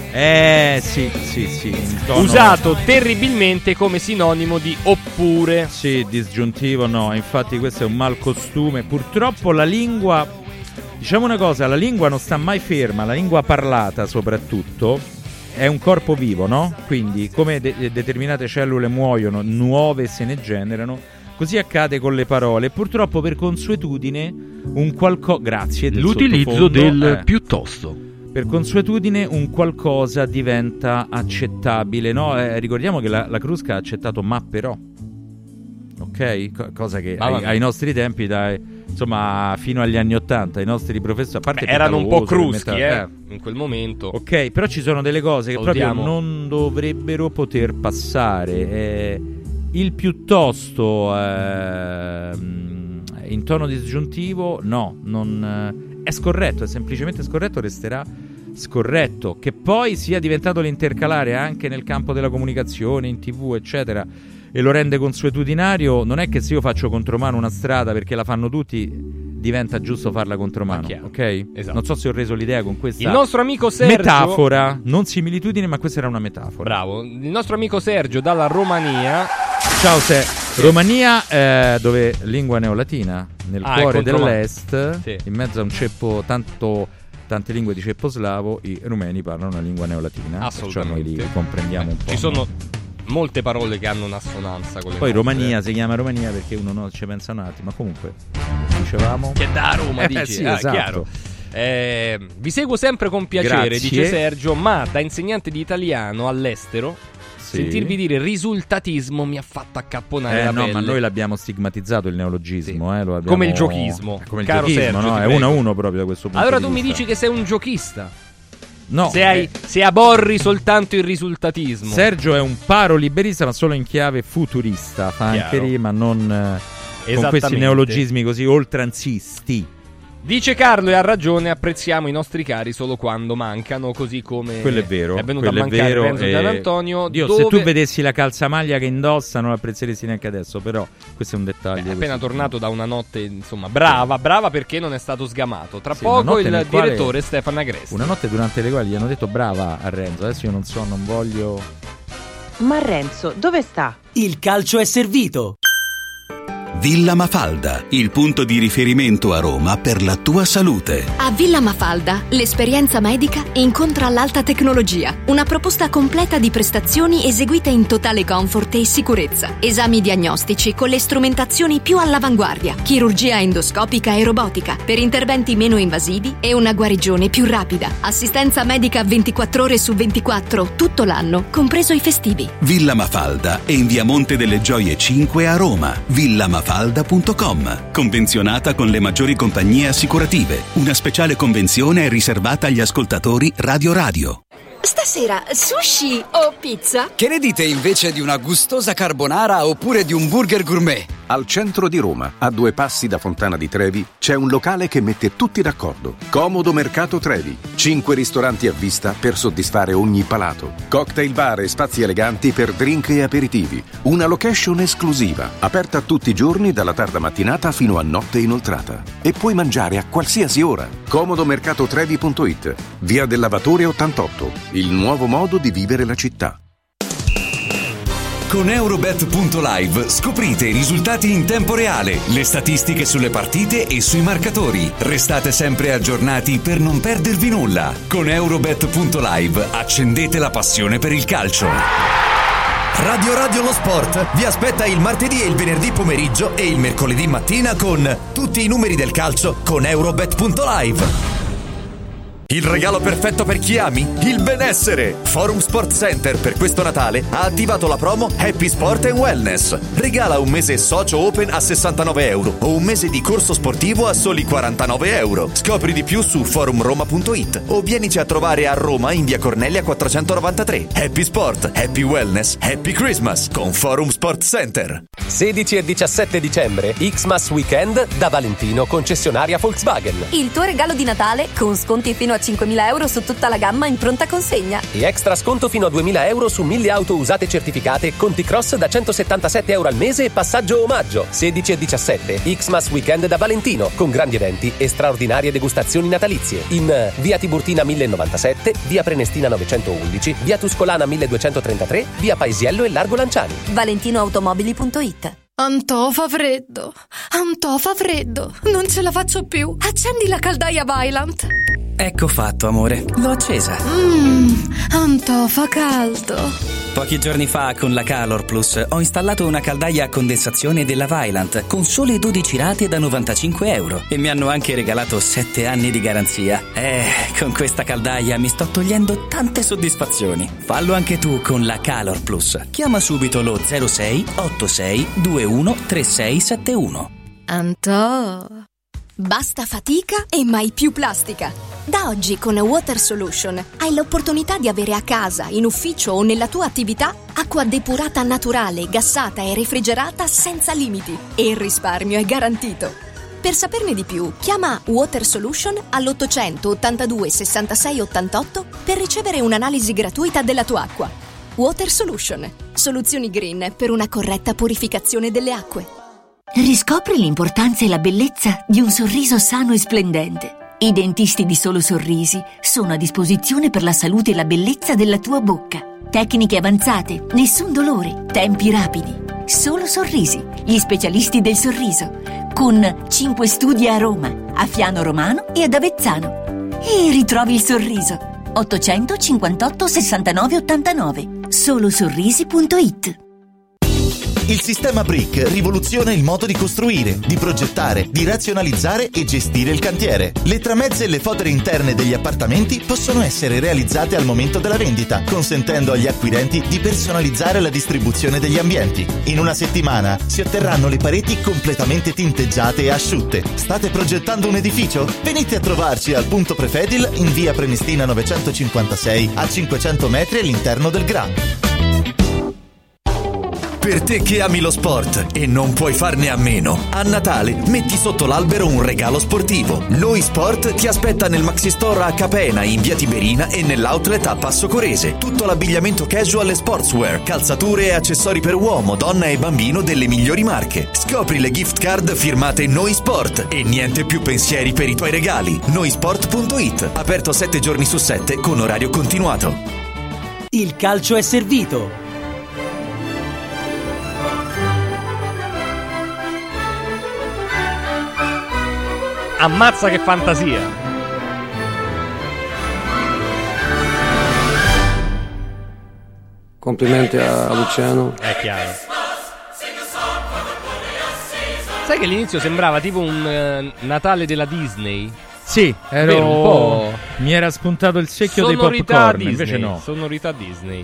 sì, usato terribilmente come sinonimo di oppure. Sì, disgiuntivo no, infatti questo è un malcostume. Purtroppo la lingua, diciamo una cosa, la lingua non sta mai ferma, la lingua parlata soprattutto è un corpo vivo, no? Quindi come determinate cellule muoiono, nuove se ne generano, così accade con le parole. Purtroppo per consuetudine grazie l'utilizzo del piuttosto. Per consuetudine un qualcosa diventa accettabile, no? Ricordiamo che la Crusca ha accettato ma però, ok? Cosa che ai nostri tempi, insomma, fino agli anni 80 i nostri professori, a parte erano un po' cruschi in quel momento. Ok, però ci sono delle cose che proprio non dovrebbero poter passare. Il piuttosto in tono disgiuntivo non è scorretto, è semplicemente scorretto, resterà scorretto. Che poi sia diventato l'intercalare anche nel campo della comunicazione, in TV, eccetera, e lo rende consuetudinario, non è che se io faccio contromano una strada perché la fanno tutti diventa giusto farla contromano, ok? Esatto. Non so se ho reso l'idea con questa il nostro amico Sergio, metafora, non similitudine, ma questa era una metafora. Bravo, il nostro amico Sergio dalla Romania. Ciao Romania, dove lingua neolatina, nel cuore dell'est, in mezzo a un ceppo tante lingue di ceppo slavo, i rumeni parlano una lingua neolatina, assolutamente, perciò noi li comprendiamo un po'. Ci sono molte parole che hanno un'assonanza con le poi nostre. Romania si chiama Romania perché uno non ci pensa un attimo, ma comunque dicevamo che da Roma dici, sì, esatto. Chiaro. Vi seguo sempre con piacere, grazie, dice Sergio, ma da insegnante di italiano all'estero sentirvi dire risultatismo mi ha fatto accapponare la pelle. Ma noi l'abbiamo stigmatizzato il neologismo, lo abbiamo... come il giochismo, come il caro giochismo, Sergio, no? È 1-1 proprio da questo punto allora di tu vista. mi dici che sei un giochista? No, se aborri soltanto il risultatismo. Sergio è un paro liberista, ma solo in chiave futurista, fa anche rima, non con questi neologismi così oltranzisti. Dice Carlo, e ha ragione, apprezziamo i nostri cari solo quando mancano, così come quello è vero, è venuto a mancare Renzo Gianantonio. Dio, se tu vedessi la calzamaglia che indossa non apprezzeresti neanche adesso, però questo è un dettaglio. È appena tornato da una notte, insomma, brava perché non è stato sgamato. Tra poco il direttore Stefano Agresti. Una notte durante le quali gli hanno detto brava a Renzo, adesso io non voglio... Ma Renzo, dove sta? Il calcio è servito! Villa Mafalda, il punto di riferimento a Roma per la tua salute. A Villa Mafalda l'esperienza medica incontra l'alta tecnologia. Una proposta completa di prestazioni eseguite in totale comfort e sicurezza. Esami diagnostici con le strumentazioni più all'avanguardia. Chirurgia endoscopica e robotica per interventi meno invasivi e una guarigione più rapida. Assistenza medica 24 ore su 24 tutto l'anno, compreso i festivi. Villa Mafalda è in via Monte delle Gioie 5 a Roma. villamafalda.com. Convenzionata con le maggiori compagnie assicurative. Una speciale convenzione è riservata agli ascoltatori Radio. Stasera sushi o pizza? Che ne dite invece di una gustosa carbonara oppure di un burger gourmet? Al centro di Roma, a 2 passi da Fontana di Trevi, c'è un locale che mette tutti d'accordo. Comodo Mercato Trevi. 5 ristoranti a vista per soddisfare ogni palato. Cocktail bar e spazi eleganti per drink e aperitivi. Una location esclusiva, aperta tutti i giorni dalla tarda mattinata fino a notte inoltrata. E puoi mangiare a qualsiasi ora. Comodomercatotrevi.it. Via del Lavatore 88. Il nuovo modo di vivere la città. Con Eurobet.live scoprite i risultati in tempo reale, le statistiche sulle partite e sui marcatori. Restate sempre aggiornati per non perdervi nulla. Con Eurobet.live accendete la passione per il calcio. Radio lo Sport vi aspetta il martedì e il venerdì pomeriggio e il mercoledì mattina con tutti i numeri del calcio con Eurobet.live. Il regalo perfetto per chi ami? Il benessere! Forum Sport Center per questo Natale ha attivato la promo Happy Sport and Wellness. Regala un mese socio open a €69 o un mese di corso sportivo a soli €49. Scopri di più su forumroma.it o vienici a trovare a Roma in via Cornelia 493. Happy Sport, Happy Wellness, Happy Christmas con Forum Sport Center. 16 e 17 dicembre, Xmas Weekend da Valentino, concessionaria Volkswagen. Il tuo regalo di Natale con sconti fino a €5.000 su tutta la gamma in pronta consegna. E extra sconto fino a €2.000 su 1000 auto usate certificate con T-Cross da €177 al mese e passaggio omaggio. 16 e 17, Xmas Weekend da Valentino, con grandi eventi e straordinarie degustazioni natalizie. In via Tiburtina 1097, via Prenestina 911, via Tuscolana 1233, via Paesiello e Largo Lanciani. ValentinoAutomobili.it. Antò fa freddo, non ce la faccio più. Accendi la caldaia Vaillant. Ecco fatto, amore, l'ho accesa. Antò fa caldo. Pochi giorni fa con la Calor Plus ho installato una caldaia a condensazione della Vaillant con sole 12 rate da €95 e mi hanno anche regalato 7 anni di garanzia. Con questa caldaia mi sto togliendo tante soddisfazioni. Fallo anche tu con la Calor Plus. Chiama subito lo 06 86 21 3671. Antò. Basta fatica e mai più plastica. Da oggi con Water Solution hai l'opportunità di avere a casa, in ufficio o nella tua attività acqua depurata naturale, gassata e refrigerata senza limiti. E il risparmio è garantito. Per saperne di più, chiama Water Solution all'800 82 66 88 per ricevere un'analisi gratuita della tua acqua. Water Solution. Soluzioni green per una corretta purificazione delle acque. Riscopri l'importanza e la bellezza di un sorriso sano e splendente. I dentisti di Solo Sorrisi sono a disposizione per la salute e la bellezza della tua bocca. Tecniche avanzate, nessun dolore, tempi rapidi. Solo Sorrisi, gli specialisti del sorriso, con 5 studi a Roma, a Fiano Romano e ad Avezzano. E ritrovi il sorriso. 858 69 89. Solosorrisi.it. Il sistema Brick rivoluziona il modo di costruire, di progettare, di razionalizzare e gestire il cantiere. Le tramezze e le fodere interne degli appartamenti possono essere realizzate al momento della vendita, consentendo agli acquirenti di personalizzare la distribuzione degli ambienti. In una settimana si otterranno le pareti completamente tinteggiate e asciutte. State progettando un edificio? Venite a trovarci al punto Prefedil in via Prenestina 956 a 500 metri all'interno del GRA. Per te che ami lo sport e non puoi farne a meno, a Natale metti sotto l'albero un regalo sportivo. Noi Sport ti aspetta nel Maxi Store a Capena in via Tiberina e nell'outlet a Passo Corese. Tutto l'abbigliamento casual e sportswear, calzature e accessori per uomo, donna e bambino delle migliori marche. Scopri le gift card firmate Noi Sport e niente più pensieri per i tuoi regali. Noisport.it, aperto 7 giorni su 7 con orario continuato. Il calcio è servito. Ammazza che fantasia. Complimenti a Luciano. È chiaro. Sai che all'inizio sembrava tipo un Natale della Disney? Sì, Vero, un po'. Mi era spuntato il secchio dei Sonorità popcorn, Disney, invece no. Sonorità Disney.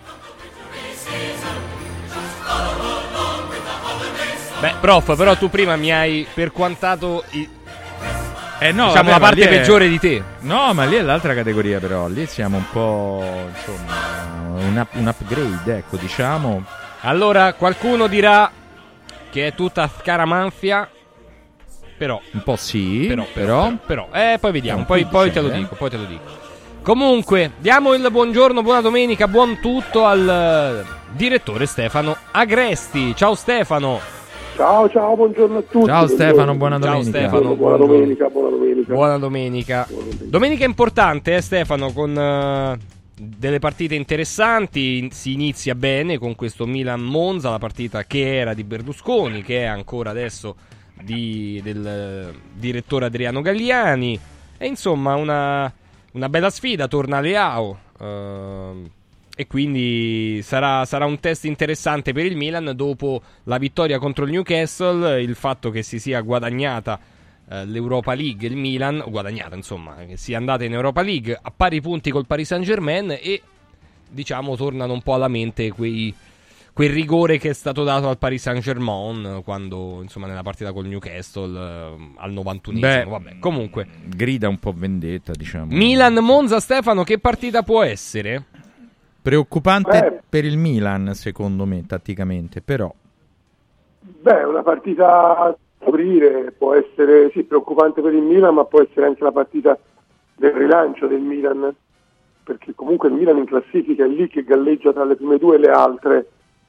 Beh, prof, però tu prima mi hai perquantato no, diciamo vabbè, la parte è... peggiore di te. No, ma lì è l'altra categoria, però lì siamo un po', insomma, un upgrade, ecco, diciamo. Allora, qualcuno dirà che è tutta scaramanfia, però un po' sì, però poi vediamo, poi te lo dico. Comunque, diamo il buongiorno, buona domenica, buon tutto al direttore Stefano Agresti. Ciao Stefano. Ciao, buongiorno a tutti. Ciao Stefano, buona domenica. Ciao Stefano, buona domenica. Buona domenica. Domenica importante, Stefano, con delle partite interessanti. Si inizia bene con questo Milan-Monza, la partita che era di Berlusconi, che è ancora adesso del direttore Adriano Galliani. E insomma una bella sfida, torna Leao. E quindi sarà un test interessante per il Milan dopo la vittoria contro il Newcastle, il fatto che si sia guadagnata l'Europa League, il Milan, che sia andata in Europa League a pari punti col Paris Saint-Germain, e diciamo tornano un po' alla mente quel rigore che è stato dato al Paris Saint-Germain quando, insomma, nella partita col Newcastle al 91esimo. Vabbè, comunque grida un po' vendetta, diciamo. Milan-Monza, Stefano, che partita può essere? Preoccupante per il Milan, secondo me, tatticamente, però. Una partita a aprire può essere preoccupante per il Milan, ma può essere anche la partita del rilancio del Milan, perché comunque il Milan in classifica è lì che galleggia tra le prime due e le altre.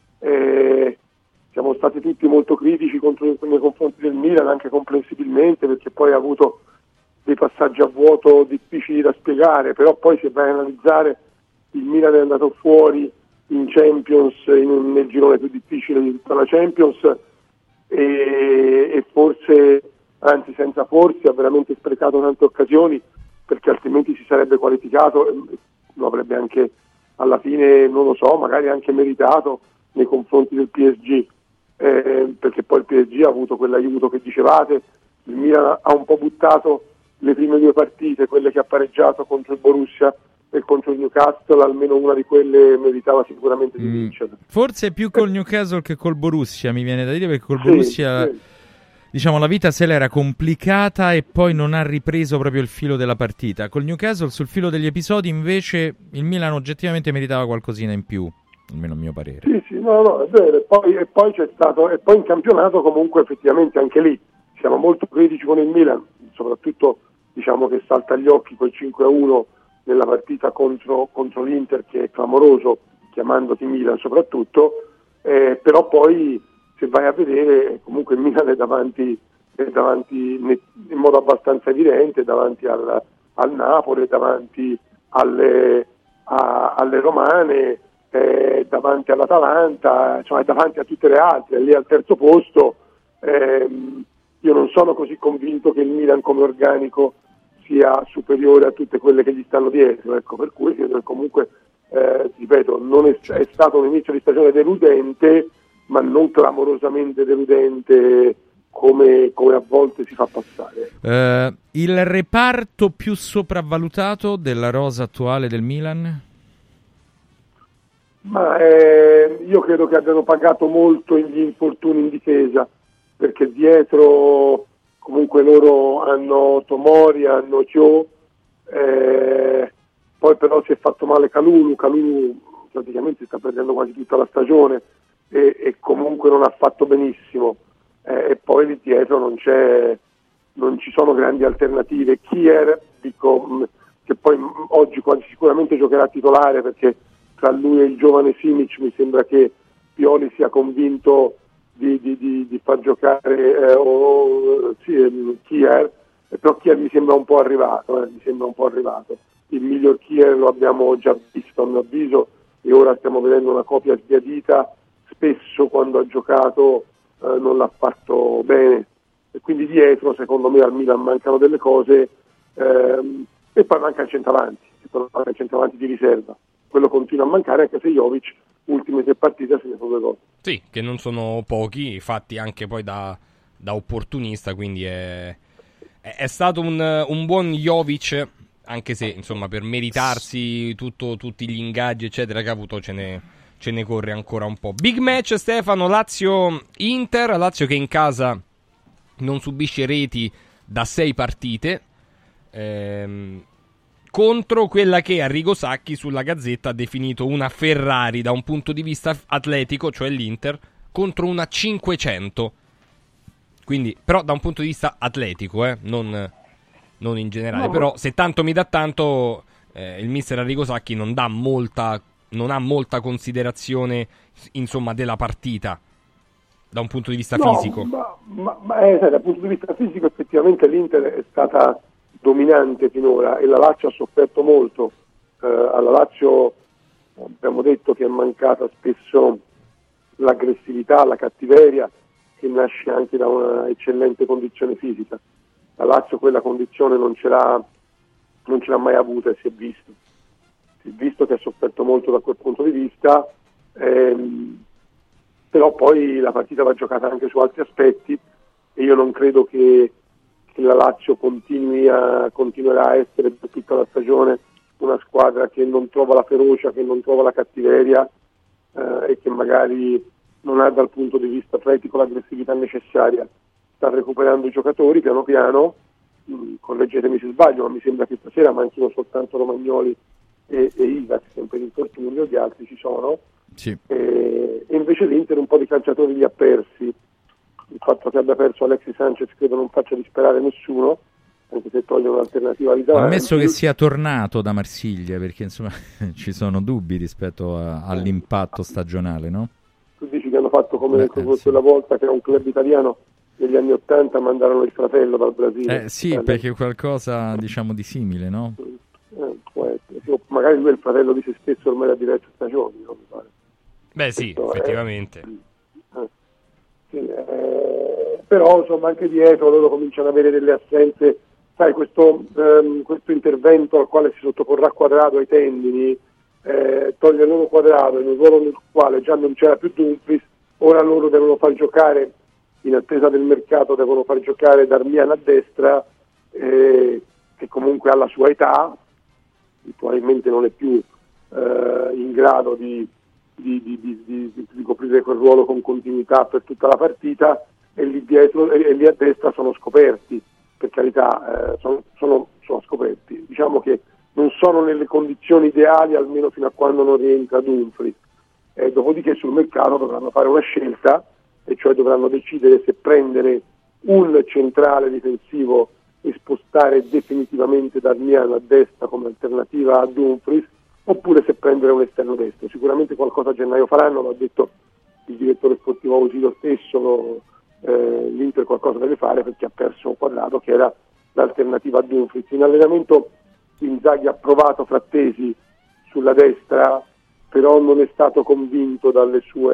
Siamo stati tutti molto critici nei confronti del Milan, anche comprensibilmente, perché poi ha avuto dei passaggi a vuoto difficili da spiegare, però poi se vai a analizzare il Milan è andato fuori in Champions nel girone più difficile di tutta la Champions e forse, anzi senza forse, ha veramente sprecato tante occasioni, perché altrimenti si sarebbe qualificato, lo avrebbe anche alla fine, non lo so, magari anche meritato nei confronti del PSG, perché poi il PSG ha avuto quell'aiuto che dicevate. Il Milan ha un po' buttato le prime due partite, quelle che ha pareggiato contro il Borussia e contro il Newcastle, almeno una di quelle meritava sicuramente di vincere. Forse più col Newcastle che col Borussia, mi viene da dire, perché col Borussia diciamo la vita se l'era complicata e poi non ha ripreso proprio il filo della partita. Col Newcastle sul filo degli episodi invece il Milan oggettivamente meritava qualcosina in più, almeno a mio parere. No, è vero. E poi c'è stato, e poi in campionato comunque effettivamente anche lì siamo molto critici con il Milan, soprattutto diciamo che salta agli occhi quel 5-1 nella partita contro l'Inter, che è clamoroso, chiamandoti Milan soprattutto, però poi se vai a vedere comunque il Milan è davanti in modo abbastanza evidente, davanti al Napoli, davanti alle Romane, davanti all'Atalanta, cioè davanti a tutte le altre, lì al terzo posto. Io non sono così convinto che il Milan come organico sia superiore a tutte quelle che gli stanno dietro, ecco, per cui credo che comunque, ripeto, non è stato un inizio di stagione deludente, ma non clamorosamente deludente come a volte si fa passare. Il reparto più sopravvalutato della rosa attuale del Milan? Ma io credo che abbiano pagato molto gli infortuni in difesa, perché dietro comunque loro hanno Tomori, hanno Chio, poi però si è fatto male Kalulu praticamente sta perdendo quasi tutta la stagione e comunque non ha fatto benissimo, e poi lì dietro non ci sono grandi alternative. Kier, dico, che poi oggi quasi sicuramente giocherà titolare, perché tra lui e il giovane Simic mi sembra che Pioli sia convinto di far giocare Kier, però Kier mi sembra un po' arrivato, il miglior Kier lo abbiamo già visto a mio avviso, e ora stiamo vedendo una copia sbiadita. Spesso quando ha giocato non l'ha fatto bene, e quindi dietro secondo me al Milan mancano delle cose, e poi manca il centravanti di riserva, quello continua a mancare, anche se Jovic ultime 3 partite ha segnato 2 gol. Sì, che non sono pochi, fatti anche poi da opportunista, quindi è stato un buon Jovic, anche se insomma per meritarsi tutti gli ingaggi eccetera che ha avuto ce ne corre ancora un po'. Big match, Stefano, Lazio-Inter, Lazio che in casa non subisce reti da 6 partite, contro quella che Arrigo Sacchi sulla Gazzetta ha definito una Ferrari da un punto di vista atletico, cioè l'Inter, contro una 500. Quindi, però da un punto di vista atletico, non in generale. No, però se tanto mi dà tanto, il mister Arrigo Sacchi non ha molta considerazione, insomma, della partita da un punto di vista fisico. Dal punto di vista fisico effettivamente l'Inter è stata dominante finora e la Lazio ha sofferto molto. Alla Lazio abbiamo detto che è mancata spesso l'aggressività, la cattiveria, che nasce anche da una eccellente condizione fisica. La Lazio quella condizione non ce l'ha mai avuta e si è visto che ha sofferto molto da quel punto di vista, però poi la partita va giocata anche su altri aspetti e io non credo che la Lazio continuerà a essere per tutta la stagione una squadra che non trova la ferocia, che non trova la cattiveria e che magari non ha dal punto di vista atletico l'aggressività necessaria. Sta recuperando i giocatori piano piano, correggetemi se sbaglio, ma mi sembra che stasera manchino soltanto Romagnoli e Isaac, sempre in infortunio, gli altri ci sono. Sì. E invece l'Inter un po' di calciatori li ha persi. Il fatto che abbia perso Alexis Sanchez credo non faccia disperare nessuno, anche se toglie un'alternativa di davanti. Ammesso che sia tornato da Marsiglia, perché insomma ci sono dubbi rispetto all'impatto stagionale, no? Tu dici che hanno fatto come quella volta che era un club italiano negli anni '80, mandarono il fratello dal Brasile. Sì, perché qualcosa diciamo di simile, no? Può essere. Magari lui è il fratello di se stesso ormai da diverse stagioni, no? Mi pare. Beh sì, questo effettivamente. Però insomma anche dietro loro cominciano ad avere delle assenze, sai, questo intervento al quale si sottoporrà Quadrado ai tendini, toglie loro Quadrado in un ruolo nel quale già non c'era più Dumfries, ora loro devono far giocare, in attesa del mercato, devono far giocare Darmian a destra, che comunque alla sua età probabilmente non è più in grado di coprire quel ruolo con continuità per tutta la partita, e lì dietro e lì a destra sono scoperti, per carità, sono scoperti, diciamo che non sono nelle condizioni ideali almeno fino a quando non rientra Dumfries, dopodiché sul mercato dovranno fare una scelta, e cioè dovranno decidere se prendere un centrale difensivo e spostare definitivamente Darmian a destra come alternativa a Dumfries, oppure se prendere un esterno destro. Sicuramente qualcosa a gennaio faranno, l'ha detto il direttore sportivo Ausilio stesso, l'Inter qualcosa deve fare perché ha perso Quadrado che era l'alternativa a Dumfries. In allenamento Inzaghi ha provato Frattesi sulla destra, però non è stato convinto da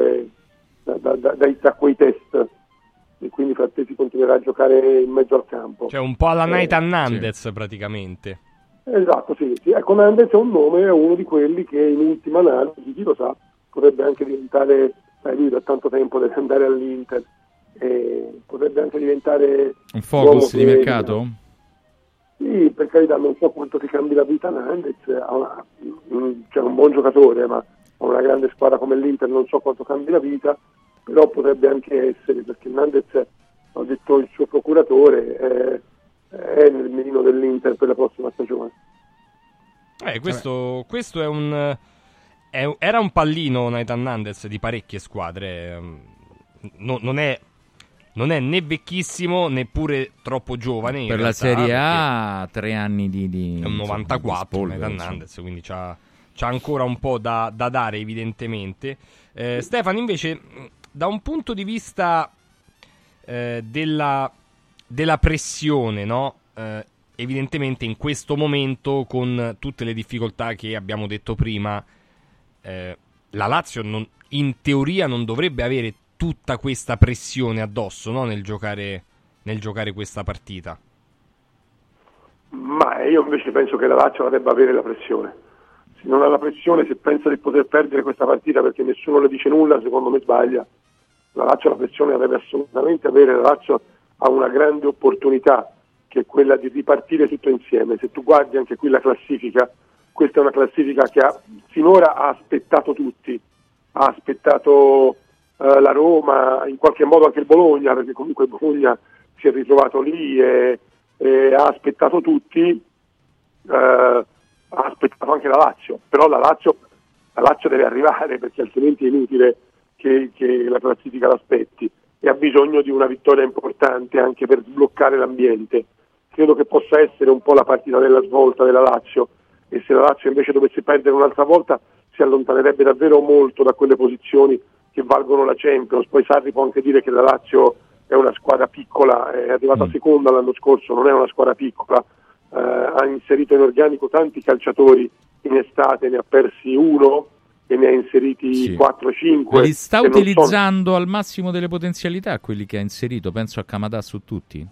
quei test, e quindi Frattesi continuerà a giocare in mezzo al campo. Cioè un po' alla Nathan Nandez praticamente. Esatto, sì. Ecco, Nandez è un nome, è uno di quelli che in ultima analisi, chi lo sa, potrebbe anche diventare, lui da tanto tempo deve andare all'Inter, potrebbe anche diventare un focus di mercato? Sì, per carità, non so quanto ti cambi la vita Nandez, c'è un buon giocatore, ma ha una grande squadra come l'Inter, non so quanto cambi la vita, però potrebbe anche essere, perché Nandez, ha detto il suo procuratore, è nel mirino dell'Inter per la prossima stagione. Questo è era un pallino Nathan Nandez di parecchie squadre. Non è né vecchissimo neppure troppo giovane per la Serie A, 3 anni di è un 94 Nathan Nandez, quindi c'ha ancora un po' da dare evidentemente. Stefano, invece, da un punto di vista della pressione, no? Evidentemente in questo momento, con tutte le difficoltà che abbiamo detto prima, la Lazio in teoria non dovrebbe avere tutta questa pressione addosso, no? Nel giocare nel giocare questa partita? Ma io invece penso che la Lazio debba avere la pressione. Se non ha la pressione, se pensa di poter perdere questa partita perché nessuno le dice nulla, secondo me sbaglia. La Lazio la pressione la deve assolutamente avere. La Lazio ha una grande opportunità, che è quella di ripartire tutto insieme. Se tu guardi anche qui la classifica, questa è una classifica che finora ha aspettato tutti, ha aspettato la Roma, in qualche modo anche il Bologna, perché comunque il Bologna si è ritrovato lì e ha aspettato tutti, ha aspettato anche la Lazio, però la Lazio deve arrivare, perché altrimenti è inutile che la classifica l'aspetti, e ha bisogno di una vittoria importante anche per sbloccare l'ambiente. Credo che possa essere un po' la partita della svolta della Lazio, e se la Lazio invece dovesse perdere un'altra volta si allontanerebbe davvero molto da quelle posizioni che valgono la Champions. Poi Sarri può anche dire che la Lazio è una squadra piccola, è arrivata seconda l'anno scorso, non è una squadra piccola, ha inserito in organico tanti calciatori in estate, ne ha persi uno e ne ha inseriti 4-5. Li sta utilizzando al massimo delle potenzialità quelli che ha inserito, penso a Kamada su tutti.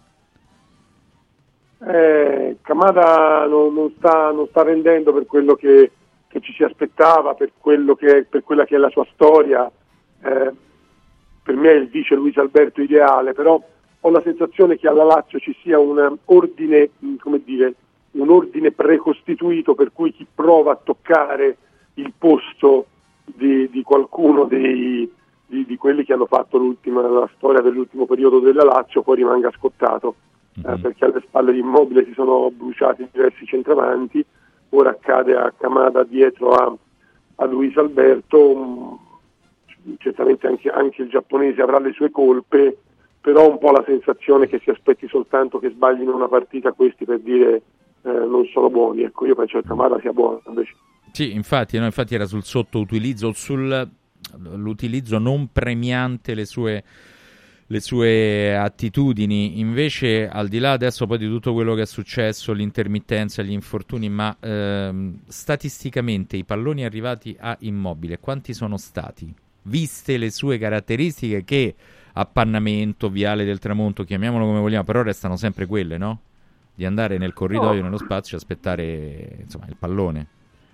Kamada non sta rendendo per quello che ci si aspettava, per quella che è la sua storia. Per me è il vice Luis Alberto ideale, però ho la sensazione che alla Lazio ci sia un ordine precostituito, per cui chi prova a toccare il posto di qualcuno di quelli che hanno fatto la storia dell'ultimo periodo della Lazio poi rimanga scottato, perché alle spalle di Immobile si sono bruciati diversi centravanti. Ora accade a Kamada dietro a Luis Alberto. Certamente anche il giapponese avrà le sue colpe, però ho un po' la sensazione che si aspetti soltanto che sbaglino una partita questi per dire non sono buoni. Ecco, io penso che Kamada sia buono invece. Sì, infatti era sul sottoutilizzo, sull'utilizzo non premiante le sue attitudini. Invece, al di là adesso poi di tutto quello che è successo, l'intermittenza, gli infortuni, ma statisticamente i palloni arrivati a Immobile quanti sono stati? Viste le sue caratteristiche, che appannamento, viale del tramonto, chiamiamolo come vogliamo, però restano sempre quelle, no? Di andare nel corridoio, nello spazio, aspettare il pallone.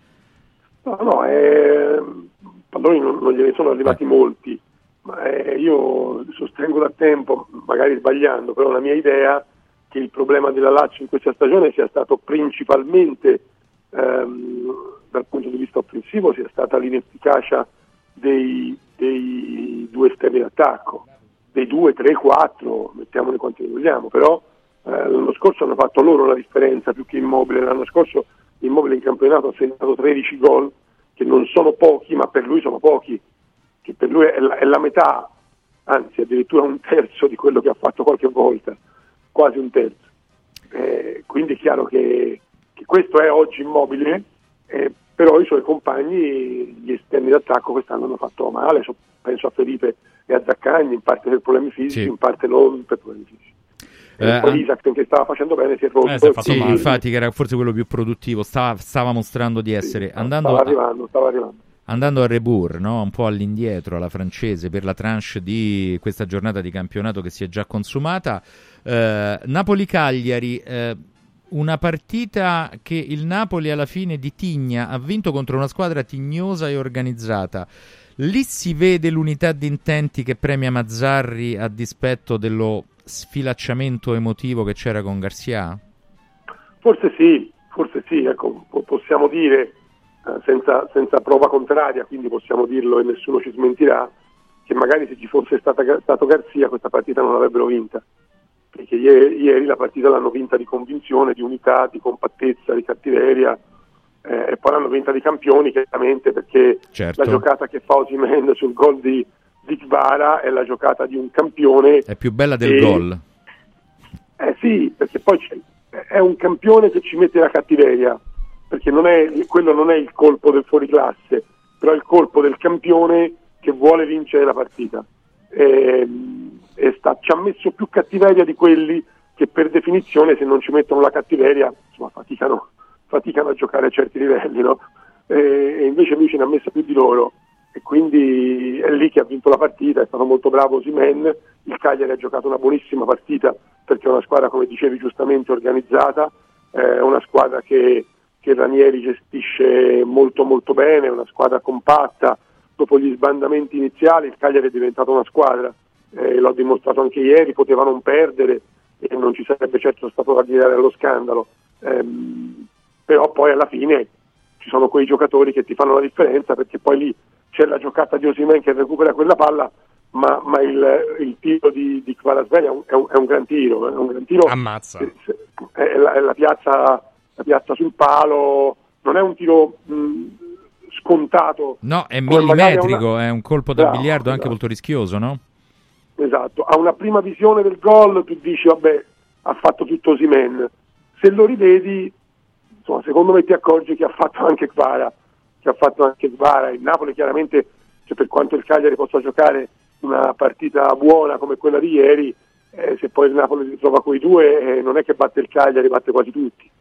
Palloni non gliene sono arrivati molti, ma io sostengo da tempo, magari sbagliando, però la mia idea è che il problema della Lazio in questa stagione sia stato principalmente dal punto di vista offensivo, sia stata l'inefficacia dei due esterni d'attacco, dei 2, 3, 4, mettiamone quanti ne vogliamo, però l'anno scorso hanno fatto loro la differenza più che Immobile. L'anno scorso Immobile in campionato ha segnato 13 gol, che non sono pochi, ma per lui sono pochi, che per lui è la metà, anzi addirittura un terzo di quello che ha fatto qualche volta, quasi un terzo. Quindi è chiaro che questo è oggi Immobile, però i suoi compagni, gli esterni d'attacco, quest'anno hanno fatto male. Penso a Felipe e a Zaccagni, in parte per problemi fisici, in parte non per problemi fisici. Poi Isaac, che stava facendo bene, si è rotto. Sì, infatti, che era forse quello più produttivo, stava mostrando di essere. Stava arrivando. Andando a rebours, no? Un po' all'indietro, alla francese, per la tranche di questa giornata di campionato che si è già consumata. Napoli-Cagliari, una partita che il Napoli alla fine di tigna ha vinto contro una squadra tignosa e organizzata. Lì si vede l'unità di intenti che premia Mazzarri a dispetto dello sfilacciamento emotivo che c'era con Garcia? Forse sì, ecco, possiamo dire senza prova contraria, quindi possiamo dirlo e nessuno ci smentirà, che magari se ci fosse stato Garcia questa partita non l'avrebbero vinta, perché ieri la partita l'hanno vinta di convinzione, di unità, di compattezza, di cattiveria, e poi l'hanno vinta di campioni, chiaramente, perché la giocata che fa Osimhen sul gol di Kvara è la giocata di un campione. È più bella del gol. Sì, perché poi è un campione che ci mette la cattiveria, perché quello non è il colpo del fuoriclasse, però è il colpo del campione che vuole vincere la partita. Ci ha messo più cattiveria di quelli che per definizione, se non ci mettono la cattiveria, insomma, faticano a giocare a certi livelli, no? E invece lui ce ne ha messa più di loro, e quindi è lì che ha vinto la partita. È stato molto bravo Osimhen. Il Cagliari ha giocato una buonissima partita, perché è una squadra, come dicevi giustamente, organizzata, è una squadra che Ranieri gestisce molto molto bene, è una squadra compatta. Dopo gli sbandamenti iniziali il Cagliari è diventato una squadra, l'ho dimostrato anche ieri, poteva non perdere e non ci sarebbe certo stato da gridare allo scandalo, però poi alla fine ci sono quei giocatori che ti fanno la differenza, perché poi lì c'è la giocata di Osimhen che recupera quella palla, ma il tiro di Kvaratskhelia è un gran tiro, è un gran tiro, ammazza, è la piazza sul palo, non è un tiro scontato, no, è millimetrico, è un colpo da biliardo anche molto rischioso, no? Esatto, a una prima visione del gol tu dici vabbè, ha fatto tutto Osimhen, se lo rivedi insomma, secondo me ti accorgi che ha fatto anche Kvara, il Napoli chiaramente, cioè, per quanto il Cagliari possa giocare una partita buona come quella di ieri, se poi il Napoli si trova coi due, non è che batte il Cagliari, batte quasi tutti,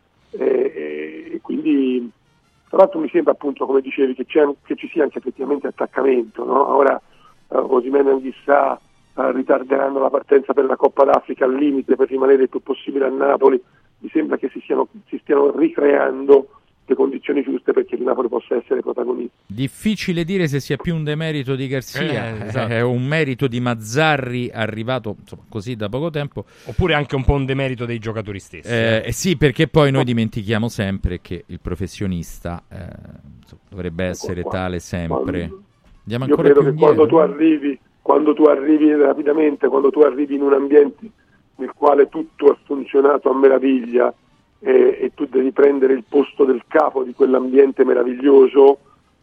quindi tra l'altro mi sembra appunto, come dicevi, che ci sia anche effettivamente attaccamento, no? Ora Osimhen e Anghissà ritarderanno la partenza per la Coppa d'Africa al limite per rimanere il più possibile a Napoli. Mi sembra che si stiano ricreando le condizioni giuste perché il Napoli possa essere protagonista. Difficile dire se sia più un demerito di Garcia, esatto. È un merito di Mazzarri arrivato insomma, così da poco tempo, oppure anche un po' un demerito dei giocatori stessi. Sì, perché poi noi dimentichiamo sempre che il professionista dovrebbe essere tale sempre. Andiamo Io ancora credo più che quando tu arrivi rapidamente, quando tu arrivi in un ambiente nel quale tutto è funzionato a meraviglia e tu devi prendere il posto del capo di quell'ambiente meraviglioso,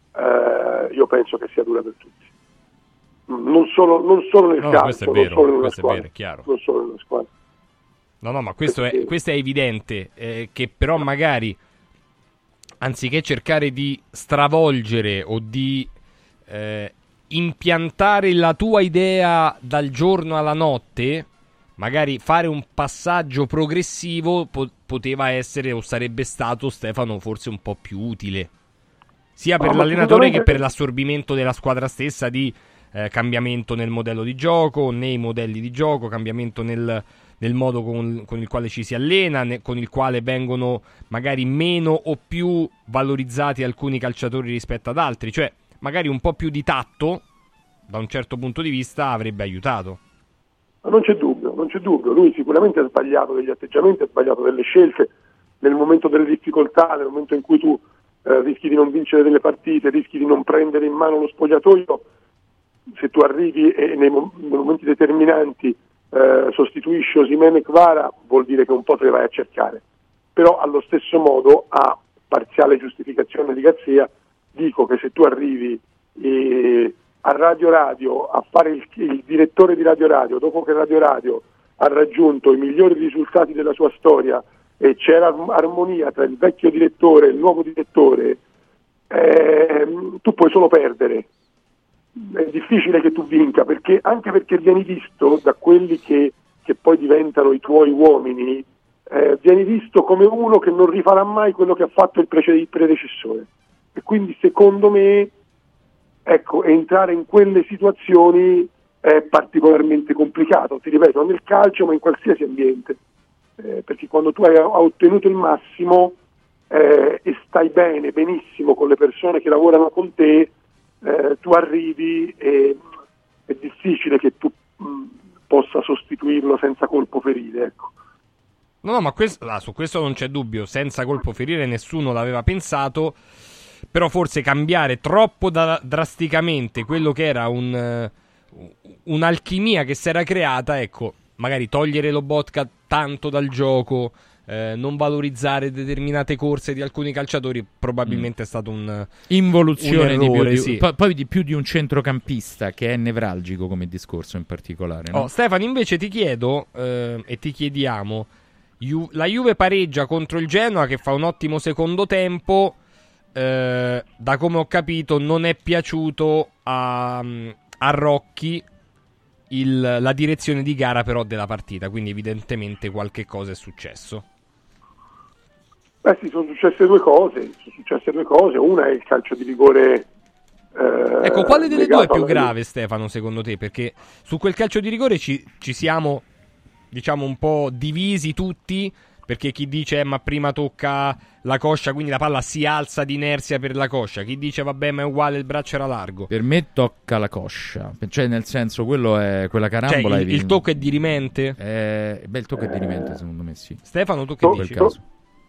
io penso che sia dura per tutti. Non solo nel calcio, questo è vero, non solo in una questo squadra, è vero, è chiaro. non solo in una squadra. No, ma questo è evidente, che però magari anziché cercare di stravolgere o di impiantare la tua idea dal giorno alla notte, magari fare un passaggio progressivo poteva essere o sarebbe stato, Stefano, forse un po' più utile, sia per l'allenatore che per l'assorbimento della squadra stessa, di cambiamento nel modello di gioco, nei modelli di gioco, cambiamento nel modo con il quale ci si allena, con il quale vengono magari meno o più valorizzati alcuni calciatori rispetto ad altri, cioè magari un po' più di tatto da un certo punto di vista avrebbe aiutato. Ma non c'è dubbio, lui sicuramente ha sbagliato degli atteggiamenti, ha sbagliato delle scelte nel momento delle difficoltà, nel momento in cui tu rischi di non vincere delle partite, rischi di non prendere in mano lo spogliatoio. Se tu arrivi e nei momenti determinanti sostituisci Osimhen e Kvara, vuol dire che un po' te le vai a cercare. Però allo stesso modo, a parziale giustificazione di Garzia, dico che se tu arrivi a Radio a fare il direttore di Radio, dopo che Radio ha raggiunto i migliori risultati della sua storia e c'era armonia tra il vecchio direttore e il nuovo direttore, tu puoi solo perdere. È difficile che tu vinca, anche perché vieni visto da quelli che poi diventano i tuoi uomini, vieni visto come uno che non rifarà mai quello che ha fatto il predecessore, e quindi secondo me, ecco, entrare in quelle situazioni è particolarmente complicato, ti ripeto, nel calcio ma in qualsiasi ambiente, perché quando tu hai ottenuto il massimo e stai benissimo con le persone che lavorano con te, tu arrivi e è difficile che tu possa sostituirlo senza colpo ferire, ecco. No, ma su questo non c'è dubbio, senza colpo ferire nessuno l'aveva pensato, però forse cambiare troppo drasticamente quello che era un'alchimia che si era creata, ecco, magari togliere Lobotka tanto dal gioco, non valorizzare determinate corse di alcuni calciatori, probabilmente è stato involuzione un errore, poi di più di un centrocampista che è nevralgico come discorso in particolare, no? Stefano, invece ti chiedo e ti chiediamo, la Juve pareggia contro il Genoa che fa un ottimo secondo tempo, da come ho capito non è piaciuto a Rocchi la direzione di gara però della partita, quindi evidentemente qualche cosa è successo. Sì, sono successe due cose. Una è il calcio di rigore. Ecco, quale delle due è più grave, Stefano, secondo te? Perché su quel calcio di rigore ci siamo diciamo un po' divisi tutti, perché chi dice ma prima tocca la coscia, quindi la palla si alza di inerzia per la coscia, chi dice vabbè ma è uguale, il braccio era largo. Per me tocca la coscia, cioè nel senso quello è quella carambola, cioè, il tocco è dirimente? Il tocco è dirimente, secondo me sì. Stefano, tu che dici? Io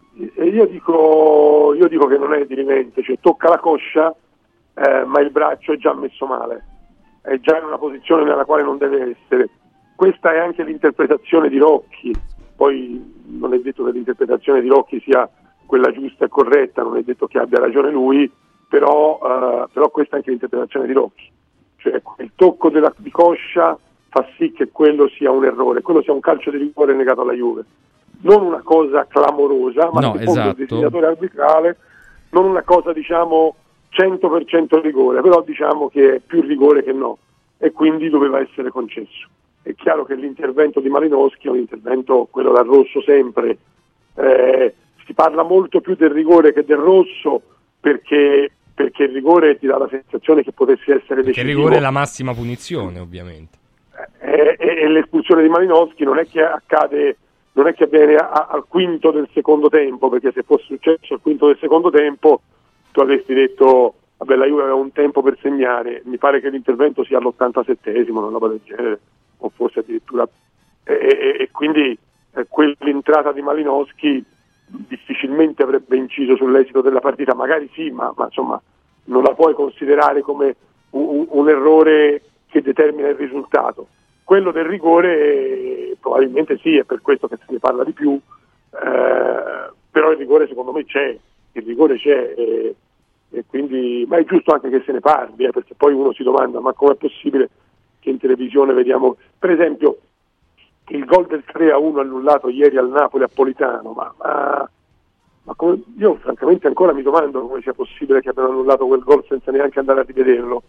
dico che non è dirimente, cioè tocca la coscia, ma il braccio è già messo male, è già in una posizione nella quale non deve essere. Questa è anche l'interpretazione di Rocchi, poi non è detto che l'interpretazione di Rocchi sia quella giusta e corretta, non è detto che abbia ragione lui, però questa è anche l'interpretazione di Rocchi, cioè il tocco di coscia fa sì che quello sia un errore, quello sia un calcio di rigore negato alla Juve, non una cosa clamorosa, ma secondo il designatore arbitrale non una cosa diciamo 100% rigore, però diciamo che è più rigore che no, e quindi doveva essere concesso. È chiaro che l'intervento di Malinowski è un intervento, quello dal rosso sempre, si parla molto più del rigore che del rosso, perché il rigore ti dà la sensazione che potesse essere decisivo. Il rigore è la massima punizione, ovviamente. E l'espulsione di Malinowski non è che avviene al quinto del secondo tempo, perché se fosse successo al quinto del secondo tempo tu avresti detto vabbè, la Juve aveva un tempo per segnare, mi pare che l'intervento sia all'87esimo, una roba del genere, o forse addirittura, e quindi quell'entrata di Malinowski difficilmente avrebbe inciso sull'esito della partita, magari sì, ma insomma non la puoi considerare come un errore che determina il risultato. Quello del rigore probabilmente sì, è per questo che se ne parla di più, però il rigore secondo me c'è, e quindi, ma è giusto anche che se ne parli, perché poi uno si domanda ma com'è possibile che in televisione vediamo, per esempio, il gol del 3-1 annullato ieri al Napoli a Politano, ma come, io francamente ancora mi domando come sia possibile che abbiano annullato quel gol senza neanche andare a rivederlo.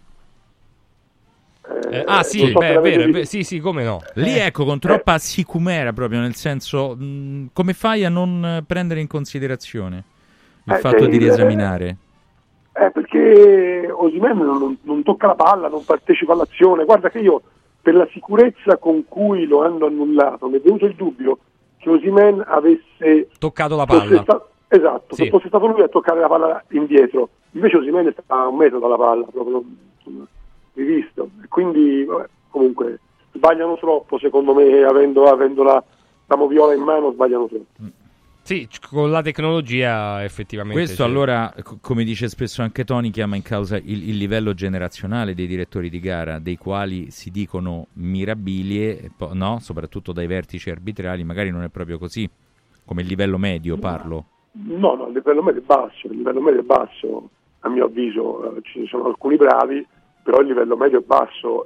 Sì, so è vero, sì, come no. Lì ecco, con troppa sicumera, proprio nel senso, come fai a non prendere in considerazione il fatto di riesaminare? Perché Osimhen non tocca la palla, non partecipa all'azione. Guarda che io, per la sicurezza con cui lo hanno annullato, mi è venuto il dubbio che Osimhen avesse toccato la palla. Esatto, se fosse stato lui a toccare la palla indietro. Invece Osimhen sta a un metro dalla palla, proprio rivisto. E quindi, comunque, sbagliano troppo, secondo me, avendo la moviola in mano, sbagliano troppo. Sì, con la tecnologia effettivamente. Questo allora, come dice spesso anche Tony, chiama in causa il livello generazionale dei direttori di gara, dei quali si dicono mirabili, no? Soprattutto dai vertici arbitrali, magari non è proprio così, come il livello medio parlo. No, il livello medio è basso, a mio avviso, ci sono alcuni bravi, però il livello medio è basso.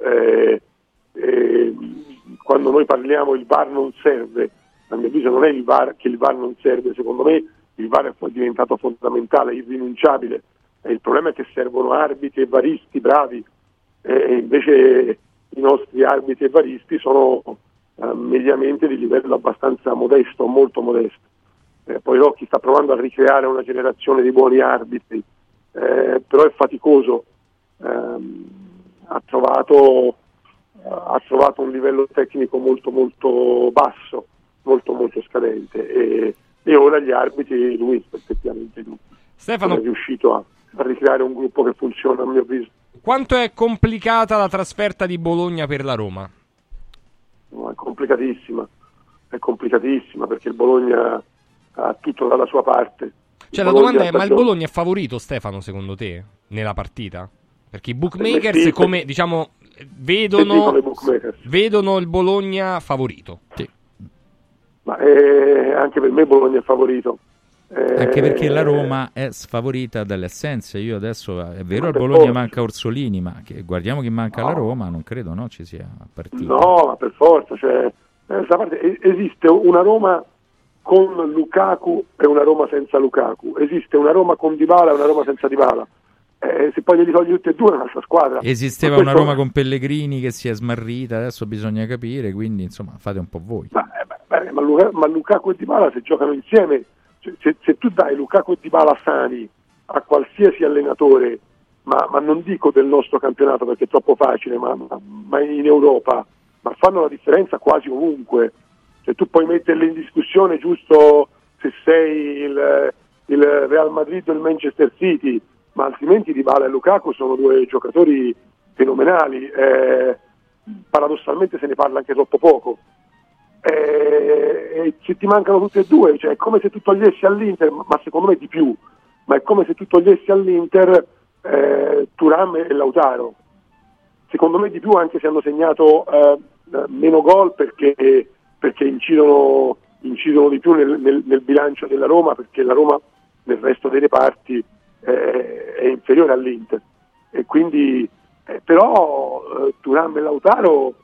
Quando noi parliamo il VAR non serve, a mio avviso non è il VAR che il VAR non serve, secondo me il VAR è diventato fondamentale, irrinunciabile, e il problema è che servono arbitri e varisti bravi, e invece i nostri arbitri e varisti sono mediamente di livello abbastanza modesto, molto modesto. Poi Rocchi sta provando a ricreare una generazione di buoni arbitri, però è faticoso, ha trovato un livello tecnico molto molto basso, molto molto scadente, e ora gli arbitri, lui effettivamente Stefano, non è riuscito a ricreare un gruppo che funziona, a mio avviso. Quanto è complicata la trasferta di Bologna per la Roma? No, è complicatissima perché il Bologna ha tutto dalla sua parte. Cioè la domanda è, ma il Bologna è favorito, Stefano, secondo te, nella partita? Perché i bookmakers, come diciamo, vedono il Bologna favorito. Sì. Ma anche per me Bologna è favorito. Anche perché la Roma è sfavorita dalle assenze. Io adesso, è vero, al Bologna manca Orsolini, ma guardiamo chi manca alla Roma, non credo ci sia partita. No, ma per forza, cioè, esiste una Roma con Lukaku e una Roma senza Lukaku, esiste una Roma con Dybala e una Roma senza Dybala. Se poi glieli togli tutti e due è un'altra squadra. Esisteva una Roma con Pellegrini che si è smarrita, adesso bisogna capire, quindi insomma fate un po' voi. Ma Lukaku e Dybala se giocano insieme, se tu dai Lukaku e Dybala sani a qualsiasi allenatore, ma non dico del nostro campionato perché è troppo facile, ma in Europa, ma fanno la differenza quasi ovunque. Cioè, tu puoi metterle in discussione giusto se sei il Real Madrid o il Manchester City, ma altrimenti Dybala e Lukaku sono due giocatori fenomenali. Paradossalmente se ne parla anche troppo poco. E se ti mancano tutti e due, cioè è come se tu togliessi all'Inter, ma secondo me di più, ma è come se tu togliessi all'Inter Thuram e Lautaro. Secondo me di più, anche se hanno segnato meno gol perché incidono di più nel bilancio della Roma, perché la Roma nel resto dei reparti è inferiore all'Inter, e quindi però Thuram e Lautaro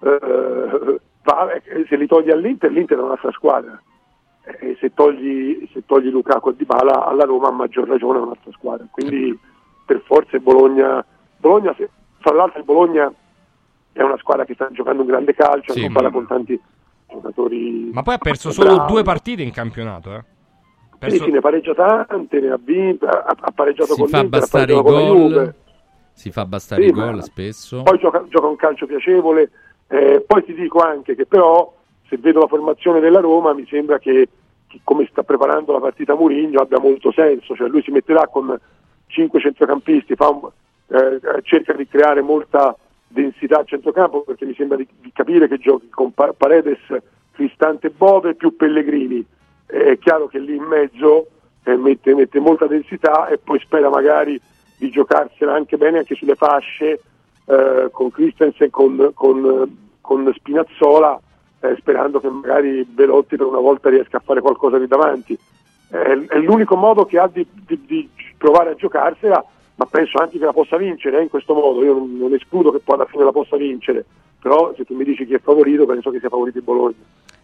se li togli all'Inter, l'Inter è un'altra squadra, e se togli Lukaku e Dybala alla Roma, a maggior ragione è un'altra squadra, quindi per forza Bologna, fra l'altro il Bologna è una squadra che sta giocando un grande calcio, sì, con tanti giocatori, ma poi ha perso solo 2 partite in campionato, Sì, ne pareggia tante, ne ha vinto, ha pareggiato con l'Inter, ha pareggiato con la Juve. Si fa bastare i gol spesso. Poi gioca un calcio piacevole. Poi ti dico anche che però, se vedo la formazione della Roma, mi sembra che come sta preparando la partita Mourinho abbia molto senso. Cioè lui si metterà con 5 centrocampisti, cerca di creare molta densità a centrocampo, perché mi sembra di capire che giochi con Paredes, Cristante, Bove più Pellegrini. È chiaro che lì in mezzo mette molta densità, e poi spera magari di giocarsela anche bene anche sulle fasce, con Christensen, con Spinazzola, sperando che magari Belotti per una volta riesca a fare qualcosa di davanti. È l'unico modo che ha di provare a giocarsela, ma penso anche che la possa vincere in questo modo. Io non escludo che poi alla fine la possa vincere, però se tu mi dici chi è favorito, penso che sia favorito il Bologna.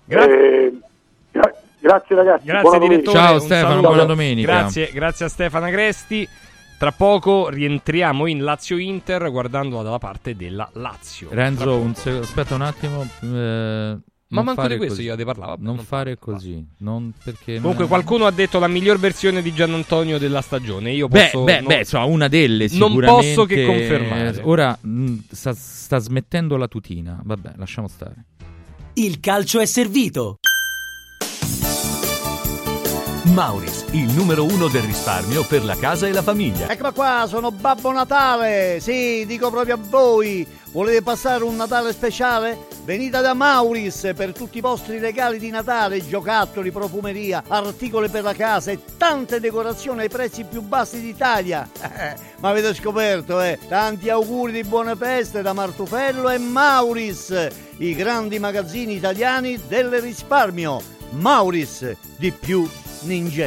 Grazie ragazzi, grazie direttore, ciao Stefano, buona domenica. Grazie a Stefano Agresti. Tra poco rientriamo in Lazio-Inter guardandola dalla parte della Lazio. Renzo, aspetta un attimo. Ma manco di questo io ne parlavo. Non fare così. Comunque qualcuno ha detto la miglior versione di Gianantonio della stagione. Io posso una delle sicuramente. Non posso che confermare. Ora sta smettendo la tutina. Vabbè, lasciamo stare. Il calcio è servito. Mauris, il numero 1 del risparmio per la casa e la famiglia. Eccola qua, sono Babbo Natale. Sì, dico proprio a voi. Volete passare un Natale speciale? Venite da Mauris per tutti i vostri regali di Natale, giocattoli, profumeria, articoli per la casa e tante decorazioni ai prezzi più bassi d'Italia. Ma avete scoperto, Tanti auguri di buone feste da Martufello e Mauris, i grandi magazzini italiani del risparmio. Mauris, di più ninja.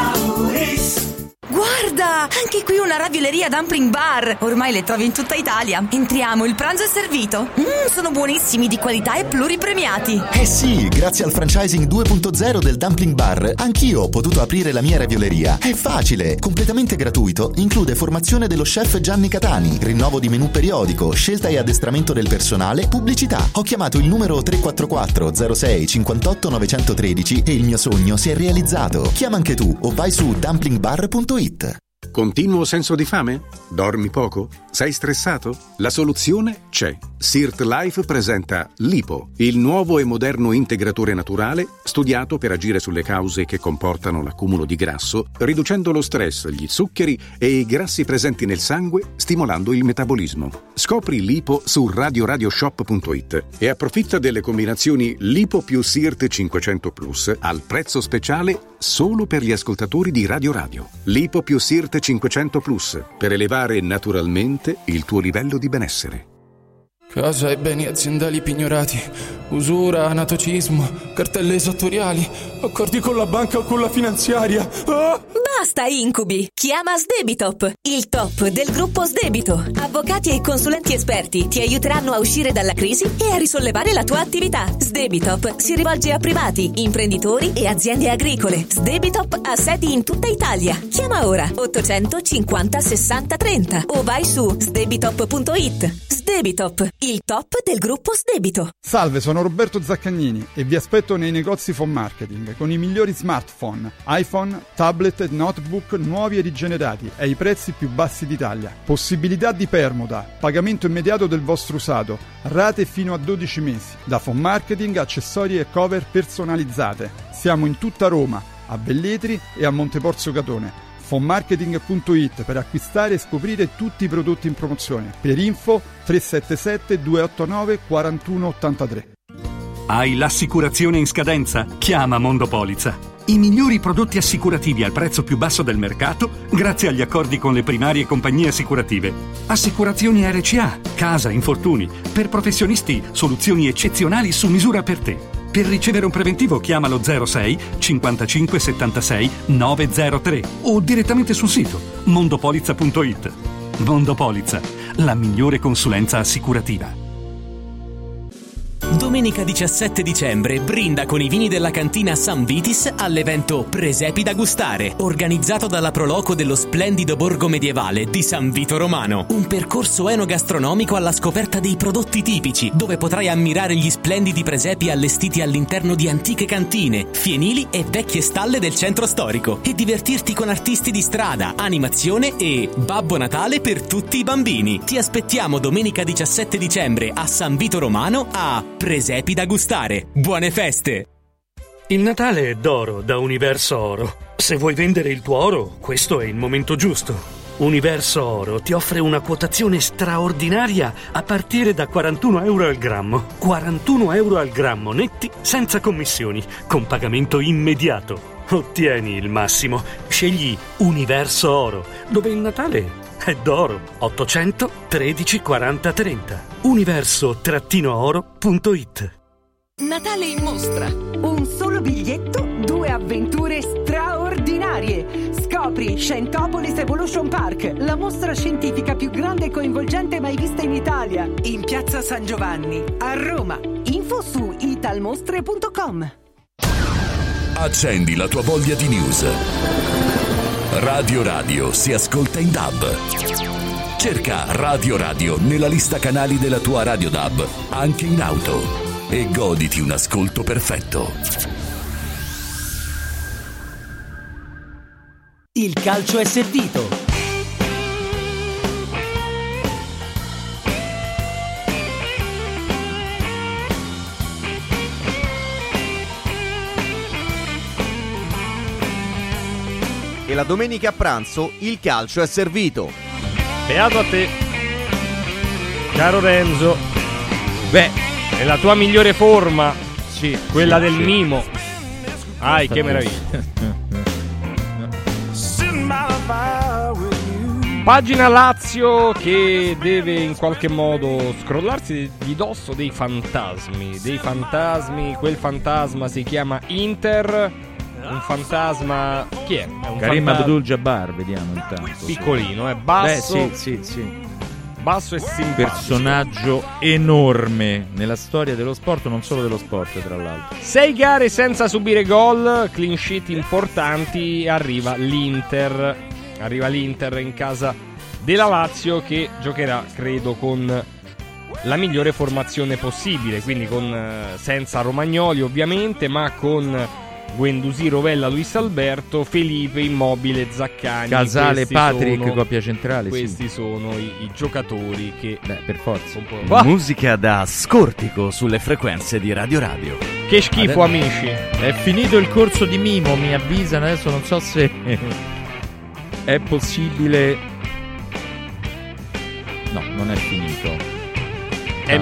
Mauris. Guarda, anche qui una ravioleria Dumpling Bar. Ormai le trovi in tutta Italia. Entriamo, il pranzo è servito. Sono buonissimi, di qualità e pluripremiati. Sì, grazie al franchising 2.0 del Dumpling Bar, anch'io ho potuto aprire la mia ravioleria. È facile, completamente gratuito, include formazione dello chef Gianni Catani, rinnovo di menù periodico, scelta e addestramento del personale, pubblicità. Ho chiamato il numero 344 06 58 913 e il mio sogno si è realizzato. Chiama anche tu o vai su dumplingbar.it. Continuo senso di fame? Dormi poco? Sei stressato? La soluzione c'è. Sirt Life presenta Lipo, il nuovo e moderno integratore naturale studiato per agire sulle cause che comportano l'accumulo di grasso, riducendo lo stress, gli zuccheri e i grassi presenti nel sangue, stimolando il metabolismo. Scopri Lipo su radioradioshop.it e approfitta delle combinazioni Lipo più Sirt 500 Plus al prezzo speciale solo per gli ascoltatori di Radio Radio. Lipo più Sirt 500 Plus per elevare naturalmente il tuo livello di benessere. Casa e beni aziendali pignorati, usura, anatocismo, cartelle esattoriali, accordi con la banca o con la finanziaria. Basta incubi! Chiama Sdebitop, il top del gruppo Sdebito. Avvocati e consulenti esperti ti aiuteranno a uscire dalla crisi e a risollevare la tua attività. Sdebitop si rivolge a privati, imprenditori e aziende agricole. Sdebitop ha sedi in tutta Italia. Chiama ora 850 60 30 o vai su sdebitop.it. Sdebitop, il top del gruppo Sdebito. Salve, sono Roberto Zaccagnini e vi aspetto nei negozi Phone Marketing con i migliori smartphone, iPhone, tablet e notebook nuovi e rigenerati ai prezzi più bassi d'Italia. Possibilità di permuta, pagamento immediato del vostro usato, rate fino a 12 mesi. Da Phone Marketing, accessori e cover personalizzate. Siamo in tutta Roma, a Velletri e a Monteporzio Catone. Fonmarketing.it per acquistare e scoprire tutti i prodotti in promozione. Per info 377 289 4183. Hai l'assicurazione in scadenza? Chiama Mondopolizza. I migliori prodotti assicurativi al prezzo più basso del mercato grazie agli accordi con le primarie compagnie assicurative. Assicurazioni RCA, casa, infortuni. Per professionisti, soluzioni eccezionali su misura per te. Per ricevere un preventivo chiamalo 06 55 76 903 o direttamente sul sito mondopolizza.it. Mondopolizza, la migliore consulenza assicurativa. Domenica 17 dicembre brinda con i vini della cantina San Vitis all'evento Presepi da gustare, organizzato dalla Proloco dello splendido borgo medievale di San Vito Romano. Un percorso enogastronomico alla scoperta dei prodotti tipici, dove potrai ammirare gli splendidi presepi allestiti all'interno di antiche cantine, fienili e vecchie stalle del centro storico e divertirti con artisti di strada, animazione e Babbo Natale per tutti i bambini. Ti aspettiamo domenica 17 dicembre a San Vito Romano a Presepi da gustare. Buone feste! Il Natale è d'oro da Universo Oro. Se vuoi vendere il tuo oro, questo è il momento giusto. Universo Oro ti offre una quotazione straordinaria a partire da 41 euro al grammo. 41 euro al grammo netti, senza commissioni, con pagamento immediato. Ottieni il massimo. Scegli Universo Oro, dove il Natale è d'oro. 800 13 40 30. universo-oro.it. Natale in mostra. Un solo biglietto, 2 avventure straordinarie. Scopri Scientopolis Evolution Park, la mostra scientifica più grande e coinvolgente mai vista in Italia, in piazza San Giovanni, a Roma. Info su italmostre.com. Accendi la tua voglia di news. Radio Radio si ascolta in DAB. Cerca Radio Radio nella lista canali della tua Radio DAB, anche in auto, e goditi un ascolto perfetto. Il calcio è servito. E la domenica a pranzo il calcio è servito. Beato a te, caro Renzo. Beh, è la tua migliore forma, sì, quella del mimo. Ai, che meraviglia. Pagina Lazio che deve in qualche modo scrollarsi di dosso dei fantasmi. Quel fantasma si chiama Inter. Un fantasma. Chi è? È un Karim Abdul-Jabbar, vediamo intanto. Piccolino, è basso. Sì. Basso e simpatico. Personaggio enorme nella storia dello sport, non solo dello sport, tra l'altro. 6 gare senza subire gol, clean sheet importanti. Arriva l'Inter in casa della Lazio, che giocherà, credo, con la migliore formazione possibile, quindi senza Romagnoli ovviamente, ma con Guendouzi, Rovella, Luis Alberto, Felipe, Immobile, Zaccagni, Casale, Patrick, coppia centrale. Questi sono i giocatori che, per forza, musica da scortico sulle frequenze di Radio Radio. Che schifo, amici. È finito il corso di mimo, mi avvisano, adesso non so se è possibile. No, non è finito. È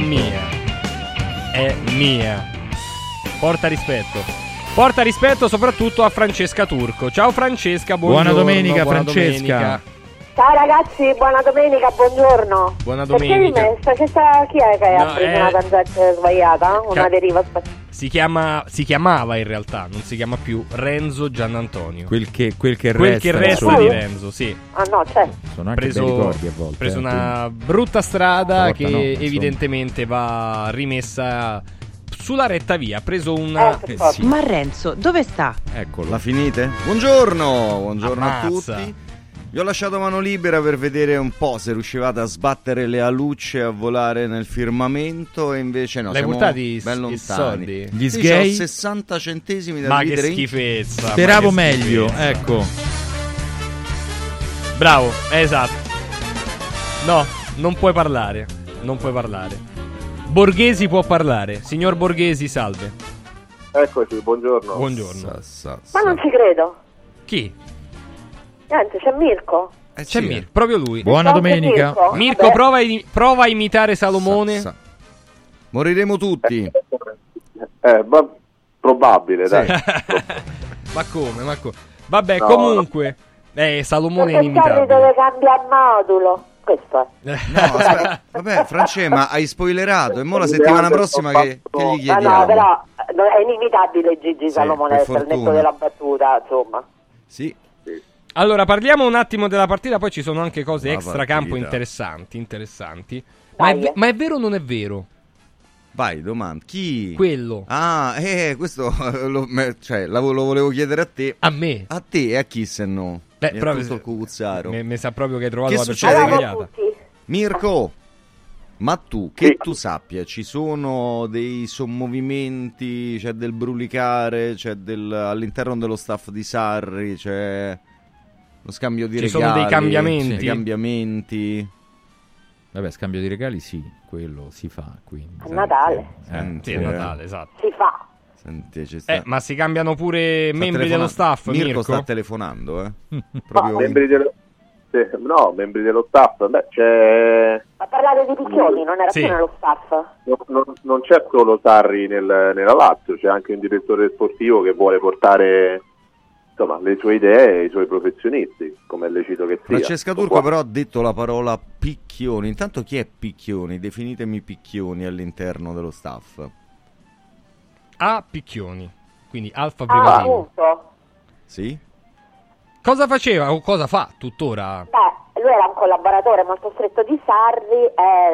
mia. Porta rispetto soprattutto a Francesca Turco. Ciao Francesca, buongiorno. Buona domenica, Francesca. Domenica. Ciao ragazzi, buona domenica, buongiorno. Buona domenica. Perché chi è che ha preso una tangente sbagliata? Una deriva sbagliata? Si chiamava in realtà, non si chiama più Renzo Giannantonio. Quel che resta di Renzo, sì. Ah no, certo. Sono anche bei ricordi a volte. Ha preso una brutta strada che evidentemente va rimessa sulla retta via. Ha preso una sì. Ma Renzo, dove sta? Eccolo. La finite? Buongiorno a tutti. Vi ho lasciato mano libera per vedere un po' se riuscivate a sbattere le alucce, a volare nel firmamento, e invece no, L'hai siamo buttati ben i lontani. soldi? Gli Sì, sgay? c'ho 60 centesimi da Ma che ridere schifezza. Speravo ma che meglio, schifezza. ecco. Bravo, esatto. No, non puoi parlare. Non puoi parlare. Borghesi può parlare. Signor Borghesi, salve. Eccoci, buongiorno. Buongiorno. Ma non ci credo. Chi? Niente, c'è Mirko. C'è Mirko, proprio lui. Buona domenica. Mirko, prova a imitare Salomone. Moriremo tutti. Ma probabile, dai. Ma come? Vabbè, No, comunque. Salomone è Perché Sarri inimitabile. deve cambiare modulo. Questo è. Vabbè, France, ma hai spoilerato. E mo la settimana prossima che gli Ma chiediamo? no, però è inimitabile Gigi Salomone, per per netto fortuna. della battuta, insomma. Sì. Allora, parliamo un attimo della partita, poi ci sono anche cose La extracampo partita. interessanti. Ma è vero o non è vero? Vai, domanda. Chi? Quello. Ah, questo lo volevo chiedere a te. A me? A te e a chi se no? Beh, Mi è proprio tutto il cucuzzaro. Mi sa proprio che hai trovato Che la succede? persona sbagliata. Mirko, ma tu, che tu sappia, ci sono dei sommovimenti, c'è del brulicare, c'è all'interno dello staff di Sarri, c'è lo scambio di Ci regali, sono dei cambiamenti? dei cambiamenti. Vabbè, scambio di regali sì, quello si fa, quindi. A Natale. Senti, Sì, è Natale, esatto. Si fa. Senti, ci sta. Ma si cambiano pure Sta membri telefonando. dello staff, Mirko sta telefonando, Proprio... membri dello staff. Beh, c'è... Ma parlare di Picchioni, non era più nello staff? Non c'è solo Sarri nella Lazio, c'è anche un direttore sportivo che vuole portare, insomma, le sue idee e i suoi professionisti, come è lecito che sia. Francesca Turco però ha detto la parola Picchioni. Intanto chi è Picchioni? Definitemi Picchioni all'interno dello staff. A Picchioni, quindi Alfa Privatino. Sì? Cosa faceva o cosa fa tuttora? Beh, lui era un collaboratore molto stretto di Sarri,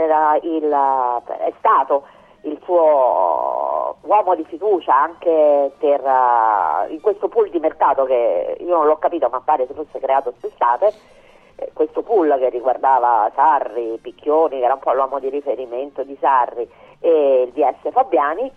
è stato il suo uomo di fiducia anche per in questo pool di mercato che io non l'ho capito, ma pare si fosse creato quest'estate, questo pool che riguardava Sarri, Picchioni, che era un po' l'uomo di riferimento di Sarri, e il DS Fabiani.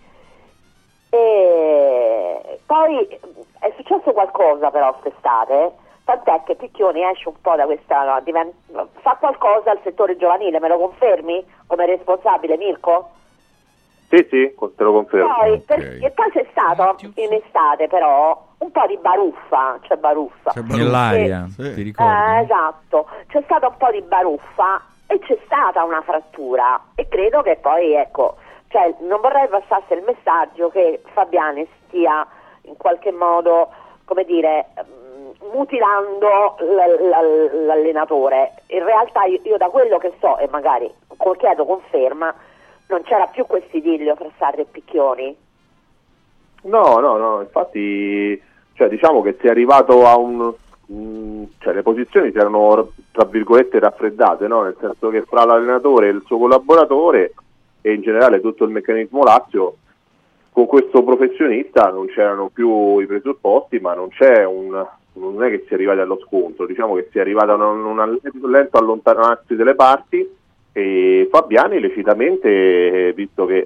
E poi è successo qualcosa però quest'estate, tant'è che Picchioni esce un po' da questa, fa qualcosa al settore giovanile, me lo confermi come responsabile, Mirko? Sì, te lo confermo. Poi, e poi c'è stato in estate però un po' di baruffa, Nell'aria, ti ricordi? Esatto, c'è stata un po' di baruffa e c'è stata una frattura, e credo che poi, ecco, cioè non vorrei passasse il messaggio che Fabiani stia in qualche modo, come dire, mutilando l'allenatore. In realtà io da quello che so, e magari chiedo conferma, non c'era più questo idillio fra Sarri e Picchioni. No, infatti, cioè, diciamo che si è arrivato a cioè le posizioni si erano, tra virgolette, raffreddate, no? Nel senso che fra l'allenatore e il suo collaboratore e in generale tutto il meccanismo Lazio, con questo professionista non c'erano più i presupposti, ma non è che si è arrivati allo scontro, diciamo che si è arrivato a un lento allontanarsi delle parti, e Fabiani lecitamente, visto che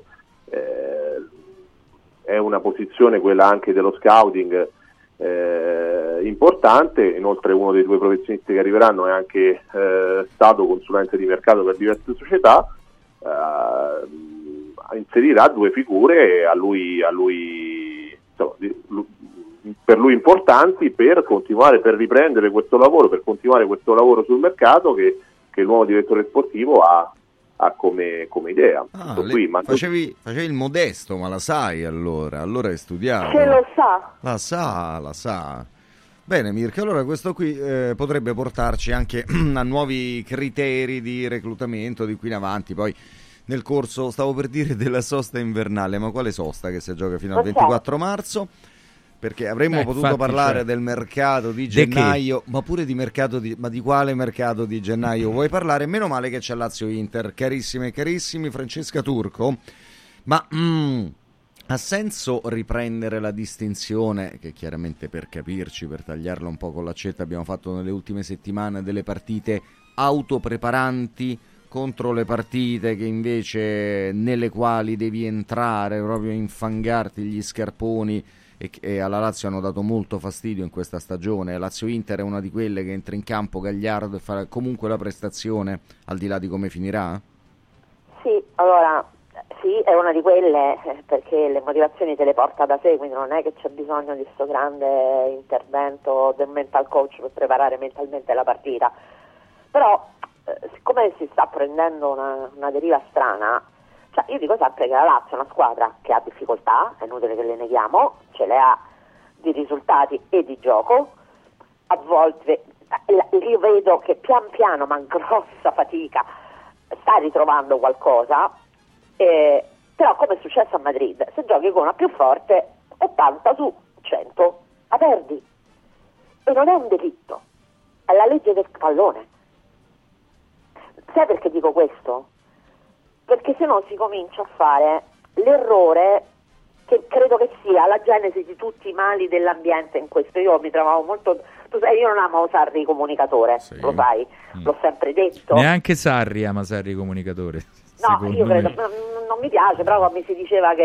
è una posizione quella anche dello scouting importante, inoltre uno dei due professionisti che arriveranno è anche stato consulente di mercato per diverse società, inserirà due figure per lui importanti per riprendere questo lavoro, per continuare questo lavoro sul mercato che il nuovo direttore sportivo ha come idea. Facevi il modesto, ma la sai allora hai studiato. Ce lo sa. La sa. Bene Mirko, allora questo qui potrebbe portarci anche a nuovi criteri di reclutamento di qui in avanti, poi nel corso, stavo per dire, della sosta invernale, ma quale sosta che si gioca fino al 24 marzo? Perché avremmo potuto parlare del mercato di gennaio, ma pure di ma di quale mercato di gennaio vuoi parlare? Meno male che c'è Lazio Inter, carissime e carissimi, Francesca Turco, ma Ha senso riprendere la distinzione, che chiaramente per capirci, per tagliarla un po' con l'accetta, abbiamo fatto nelle ultime settimane, delle partite autopreparanti contro le partite che invece nelle quali devi entrare, proprio infangarti gli scarponi, e alla Lazio hanno dato molto fastidio in questa stagione. Lazio-Inter è una di quelle che entra in campo gagliardo e fa comunque la prestazione, al di là di come finirà? Sì, allora... Sì, è una di quelle, perché le motivazioni te le porta da sé, quindi non è che c'è bisogno di questo grande intervento del mental coach per preparare mentalmente la partita. Però, siccome si sta prendendo una deriva strana, cioè io dico sempre che la Lazio è una squadra che ha difficoltà, è inutile che le neghiamo, ce le ha di risultati e di gioco, a volte io vedo che pian piano, ma grossa fatica, sta ritrovando qualcosa. Però come è successo a Madrid, se giochi con una più forte 80 su 100 la perdi, e non è un delitto, è la legge del pallone. Sai perché dico questo? Perché se no si comincia a fare l'errore che credo che sia la genesi di tutti i mali dell'ambiente in questo. Io mi trovavo molto, tu sai, io non amo Sarri comunicatore, sì. Lo sai, l'ho sempre detto. Neanche Sarri ama Sarri comunicatore. No, io credo, non mi piace, però mi si diceva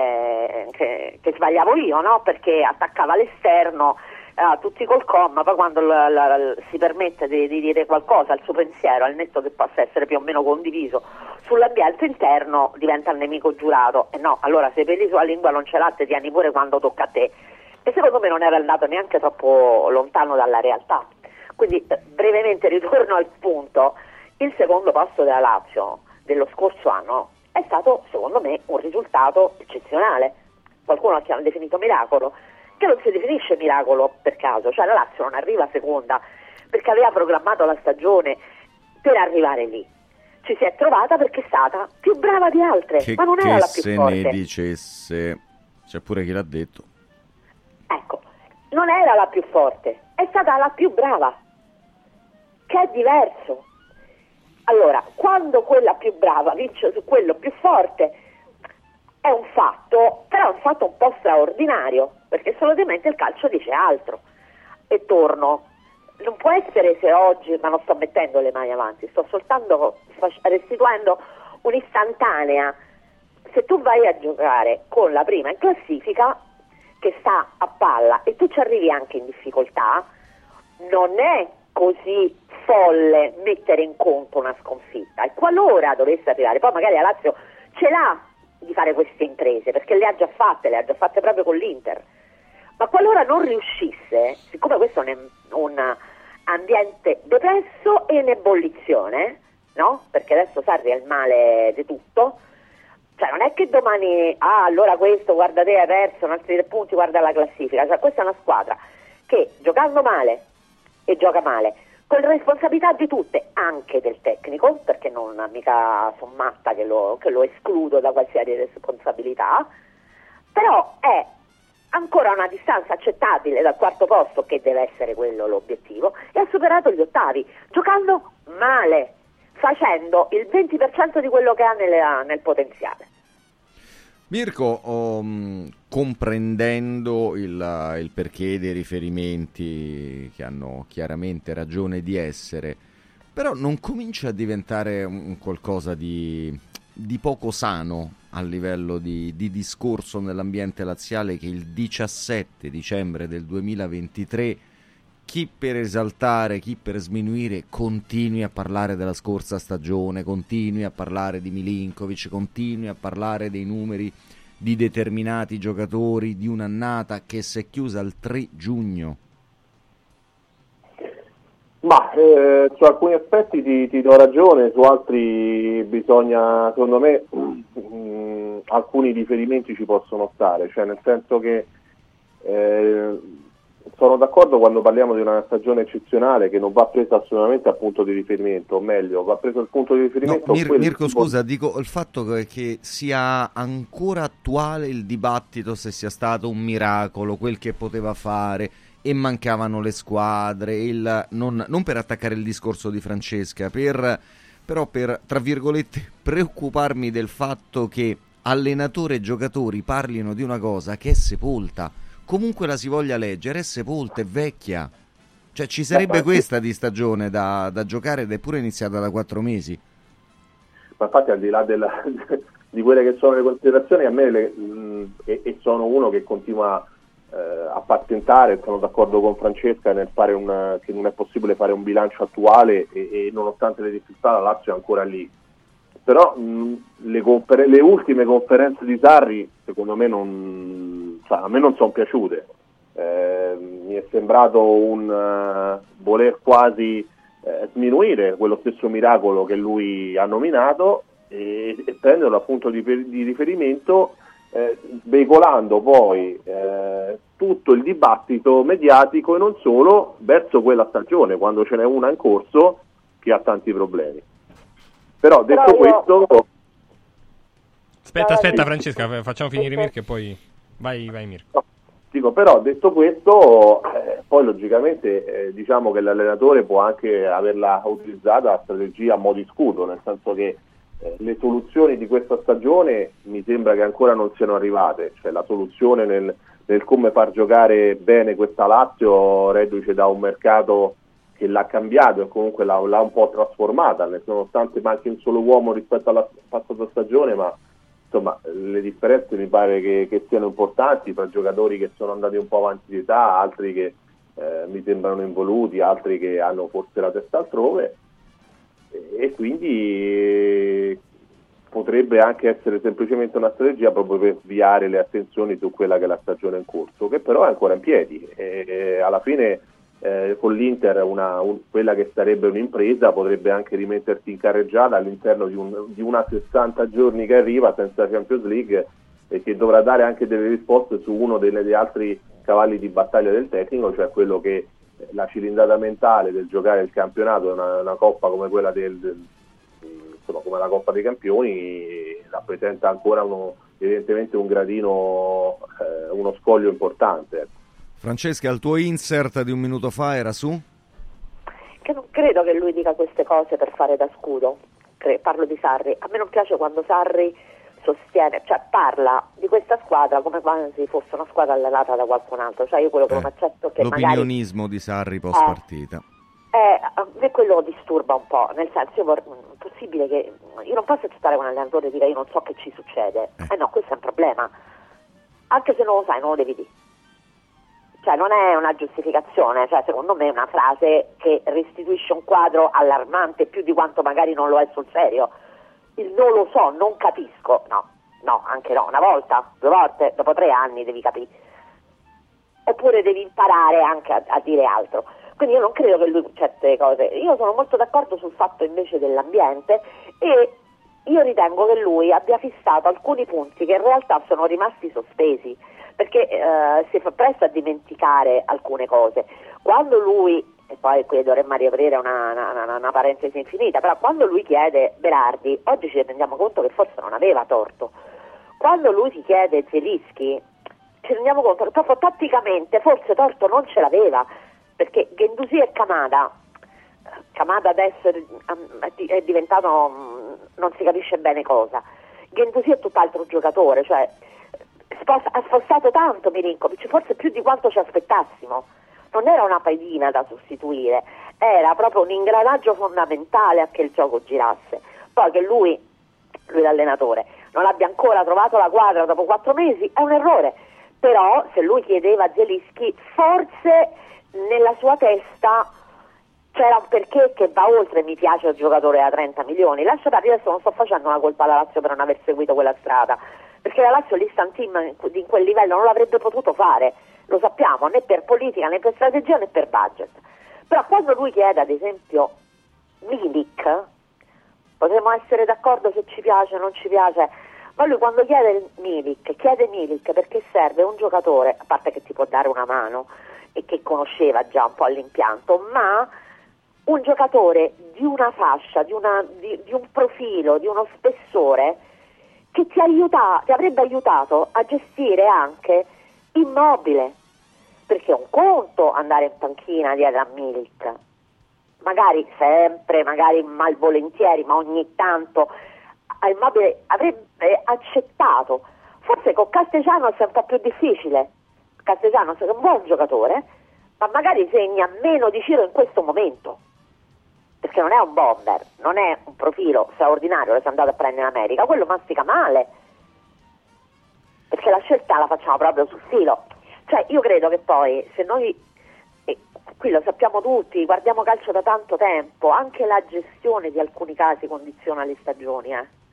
che sbagliavo io, no? Perché attaccava l'esterno, tutti col comma, poi quando si permette di dire qualcosa, il suo pensiero, al netto che possa essere più o meno condiviso, sull'ambiente interno diventa il nemico giurato. E no, allora se i peli sulla lingua non ce l'ha, te tieni pure quando tocca a te. E secondo me non era andato neanche troppo lontano dalla realtà. Quindi brevemente ritorno al punto, il secondo posto della Lazio dello scorso anno è stato, secondo me, un risultato eccezionale. Qualcuno ha definito miracolo, che non si definisce miracolo per caso, cioè la Lazio non arriva seconda perché aveva programmato la stagione per arrivare lì, ci si è trovata perché è stata più brava di altre, ma non era la più forte. Che se ne dicesse, c'è pure chi l'ha detto. Ecco, non era la più forte, è stata la più brava, che è diverso. Allora, quando quella più brava vince su quello più forte è un fatto, però è un fatto un po' straordinario, perché solitamente il calcio dice altro. E torno, non può essere se oggi, ma non sto mettendo le mani avanti, sto soltanto restituendo un'istantanea. Se tu vai a giocare con la prima in classifica, che sta a palla, e tu ci arrivi anche in difficoltà, non è così folle mettere in conto una sconfitta. E qualora dovesse arrivare, poi magari la Lazio ce l'ha di fare queste imprese, perché le ha già fatte proprio con l'Inter, ma qualora non riuscisse, siccome questo è un ambiente depresso e in ebollizione, no? Perché adesso Sarri è il male di tutto, cioè non è che domani allora questo, guarda te, hai perso, altri 3 punti, guarda la classifica. Cioè questa è una squadra che giocando male, e gioca male, con responsabilità di tutte, anche del tecnico, perché non mica sono matta che lo escludo da qualsiasi responsabilità, però è ancora a una distanza accettabile dal quarto posto, che deve essere quello l'obiettivo, e ha superato gli ottavi, giocando male, facendo il 20% di quello che ha nel potenziale. Mirko, comprendendo il perché dei riferimenti che hanno chiaramente ragione di essere, però non comincia a diventare un qualcosa di poco sano a livello di discorso nell'ambiente laziale, che il 17 dicembre del 2023 chi per esaltare, chi per sminuire continui a parlare della scorsa stagione, continui a parlare di Milinkovic, continui a parlare dei numeri di determinati giocatori di un'annata che si è chiusa il 3 giugno? Ma su alcuni aspetti ti do ragione, su altri bisogna, secondo me, alcuni riferimenti ci possono stare, cioè nel senso che sono d'accordo quando parliamo di una stagione eccezionale che non va presa assolutamente a punto di riferimento, o meglio, va preso il punto di riferimento. No, Mirko, scusa, dico il fatto che sia ancora attuale il dibattito se sia stato un miracolo quel che poteva fare e mancavano le squadre, non per attaccare il discorso di Francesca, però per, tra virgolette, preoccuparmi del fatto che allenatore e giocatori parlino di una cosa che è sepolta, comunque la si voglia leggere, è sepolta, è vecchia. Cioè ci sarebbe questa di stagione da giocare ed è pure iniziata da 4 mesi. Ma infatti al di là di quelle che sono le considerazioni, a me e sono uno che continua a patentare, sono d'accordo con Francesca nel fare che non è possibile fare un bilancio attuale e nonostante le difficoltà la Lazio è ancora lì. Però le ultime conferenze di Sarri secondo me a me non sono piaciute. Mi è sembrato un voler quasi sminuire quello stesso miracolo che lui ha nominato e prenderlo appunto di riferimento, veicolando poi tutto il dibattito mediatico e non solo verso quella stagione, quando ce n'è una in corso che ha tanti problemi. Però detto questo... Aspetta Francesca, facciamo finire Mirko e poi vai Mirko. Dico, però detto questo, poi logicamente diciamo che l'allenatore può anche averla utilizzata la strategia a mo' di scudo, nel senso che le soluzioni di questa stagione mi sembra che ancora non siano arrivate, cioè la soluzione nel come far giocare bene questa Lazio reduce da un mercato che l'ha cambiato e comunque l'ha un po' trasformata, nonostante manchi un solo uomo rispetto alla passata stagione, ma insomma le differenze mi pare che siano importanti tra giocatori che sono andati un po' avanti di età, altri che mi sembrano involuti, altri che hanno forse la testa altrove, e quindi potrebbe anche essere semplicemente una strategia proprio per sviare le attenzioni su quella che è la stagione in corso, che però è ancora in piedi e alla fine con l'Inter quella che sarebbe un'impresa potrebbe anche rimettersi in carreggiata all'interno di una 60 giorni che arriva senza Champions League e che dovrà dare anche delle risposte su uno degli altri cavalli di battaglia del tecnico, cioè quello che la cilindrata mentale del giocare il campionato, una coppa come quella come la Coppa dei Campioni, rappresenta ancora evidentemente un gradino, uno scoglio importante. Francesca, il tuo insert di un minuto fa era su? Che non credo che lui dica queste cose per fare da scudo. Parlo di Sarri. A me non piace quando Sarri sostiene, cioè parla di questa squadra come quasi fosse una squadra allenata da qualcun altro. Cioè io quello che non accetto che l'opinionismo di Sarri post partita. A me quello disturba un po', nel senso è possibile che io non posso accettare che un allenatore dica io non so che ci succede. No, questo è un problema. Anche se non lo sai, non lo devi dire. Cioè non è una giustificazione, cioè secondo me è una frase che restituisce un quadro allarmante più di quanto magari non lo è sul serio. Il non lo so, non capisco, no, anche no, una volta, 2 volte, dopo 3 anni devi capire. Oppure devi imparare anche a dire altro. Quindi io non credo che lui certe cose, io sono molto d'accordo sul fatto invece dell'ambiente e io ritengo che lui abbia fissato alcuni punti che in realtà sono rimasti sospesi, perché si fa presto a dimenticare alcune cose. Quando lui, e poi qui dovremmo riaprire una parentesi infinita, però quando lui chiede Berardi, oggi ci rendiamo conto che forse non aveva torto. Quando lui si chiede Zielinski, ci rendiamo conto che proprio tatticamente forse torto non ce l'aveva, perché Guendouzi e Kamada adesso è diventato non si capisce bene cosa. Guendouzi è tutt'altro giocatore, cioè ha sforzato tanto Milinkovic, forse più di quanto ci aspettassimo. Non era una pedina da sostituire, era proprio un ingranaggio fondamentale a che il gioco girasse. Poi che lui l'allenatore, non abbia ancora trovato la quadra dopo 4 mesi è un errore, però se lui chiedeva a Zielinski forse nella sua testa c'era un perché che va oltre mi piace il giocatore da 30 milioni. Lascia perdere, adesso non sto facendo una colpa alla Lazio per non aver seguito quella strada, perché la Lazio l'Instant Team di quel livello non l'avrebbe potuto fare, lo sappiamo, né per politica, né per strategia, né per budget. Però quando lui chiede ad esempio Milik, potremmo essere d'accordo se ci piace o non ci piace, ma lui quando chiede Milik perché serve un giocatore, a parte che ti può dare una mano e che conosceva già un po' l'impianto, ma un giocatore di una fascia, di un profilo, di uno spessore che ti avrebbe aiutato a gestire anche Immobile, perché è un conto andare in panchina dietro a Milik, magari sempre, magari malvolentieri, ma ogni tanto a Immobile avrebbe accettato. Forse con Castellanos è un po' più difficile. Castellanos è un buon giocatore, ma magari segna meno di Ciro in questo momento, perché non è un bomber, non è un profilo straordinario che si è andato a prendere in America, quello mastica male, perché la scelta la facciamo proprio sul filo. Cioè io credo che poi, se noi, qui lo sappiamo tutti, guardiamo calcio da tanto tempo, anche la gestione di alcuni casi condiziona le stagioni,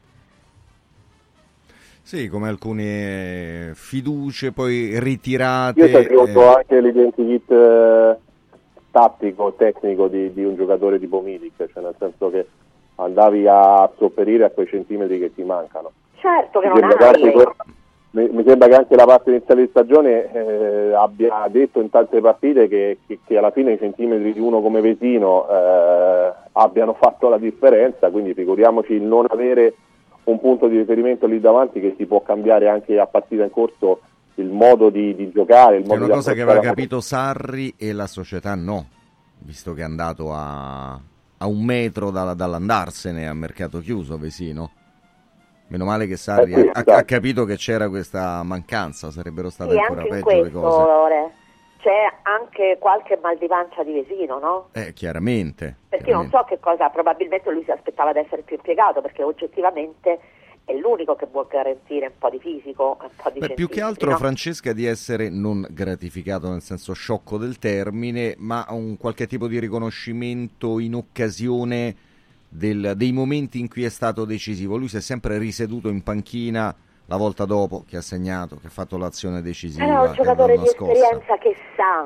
Sì, come alcune fiducie poi ritirate. Io ti conto anche l'identikit tattico, tecnico di un giocatore tipo Milik, cioè nel senso che andavi a sopperire a quei centimetri che ti mancano. Certo che non hai. Mi sembra che anche la parte iniziale di stagione abbia detto in tante partite che alla fine i centimetri di uno come Vesino abbiano fatto la differenza, quindi figuriamoci il non avere un punto di riferimento lì davanti che si può cambiare anche a partita in corso il modo di giocare. Il modo è una cosa che aveva capito Sarri e la società no, visto che è andato a 1 metro dall'andarsene a mercato chiuso Vesino. Meno male che Sarri ha capito che c'era questa mancanza, sarebbero state ancora peggio le cose. C'è anche qualche mal di pancia di Vesino, no? Chiaramente. Perché non so che cosa, probabilmente lui si aspettava di essere più impiegato, perché oggettivamente è l'unico che può garantire un po' di fisico, un po' di più che altro, no? Francesca, di essere non gratificato nel senso sciocco del termine, ma un qualche tipo di riconoscimento in occasione dei momenti in cui è stato decisivo. Lui si è sempre riseduto in panchina la volta dopo che ha segnato, che ha fatto l'azione decisiva. Era un giocatore di esperienza che sa,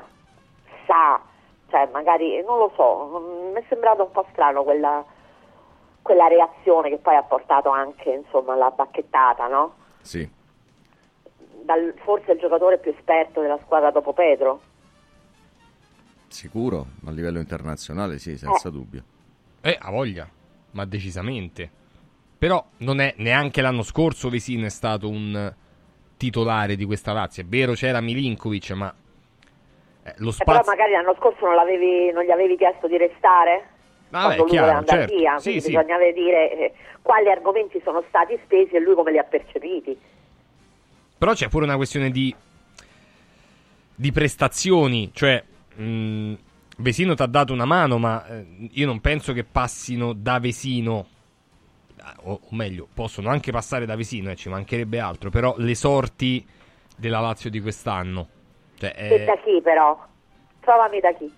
cioè magari, non lo so, mi è sembrato un po' strano quella reazione che poi ha portato anche, insomma, alla bacchettata, no? Sì. Forse il giocatore più esperto della squadra dopo Pedro. Sicuro, a livello internazionale sì, senza dubbio. Ha voglia, ma decisamente. Però non è neanche l'anno scorso Vesino è stato un titolare di questa Lazio. È vero, c'era Milinkovic, ma lo spazio... Però magari l'anno scorso non gli avevi chiesto di restare? Vabbè, è chiaro, andare via, sì, sì. Bisogna dire quali argomenti sono stati spesi e lui come li ha percepiti. Però c'è pure una questione di prestazioni, cioè Vesino ti ha dato una mano, ma io non penso che passino da Vesino, o meglio, possono anche passare da Vesino, ci mancherebbe altro, però le sorti della Lazio di quest'anno. Cioè, e da chi però? Trovami da chi?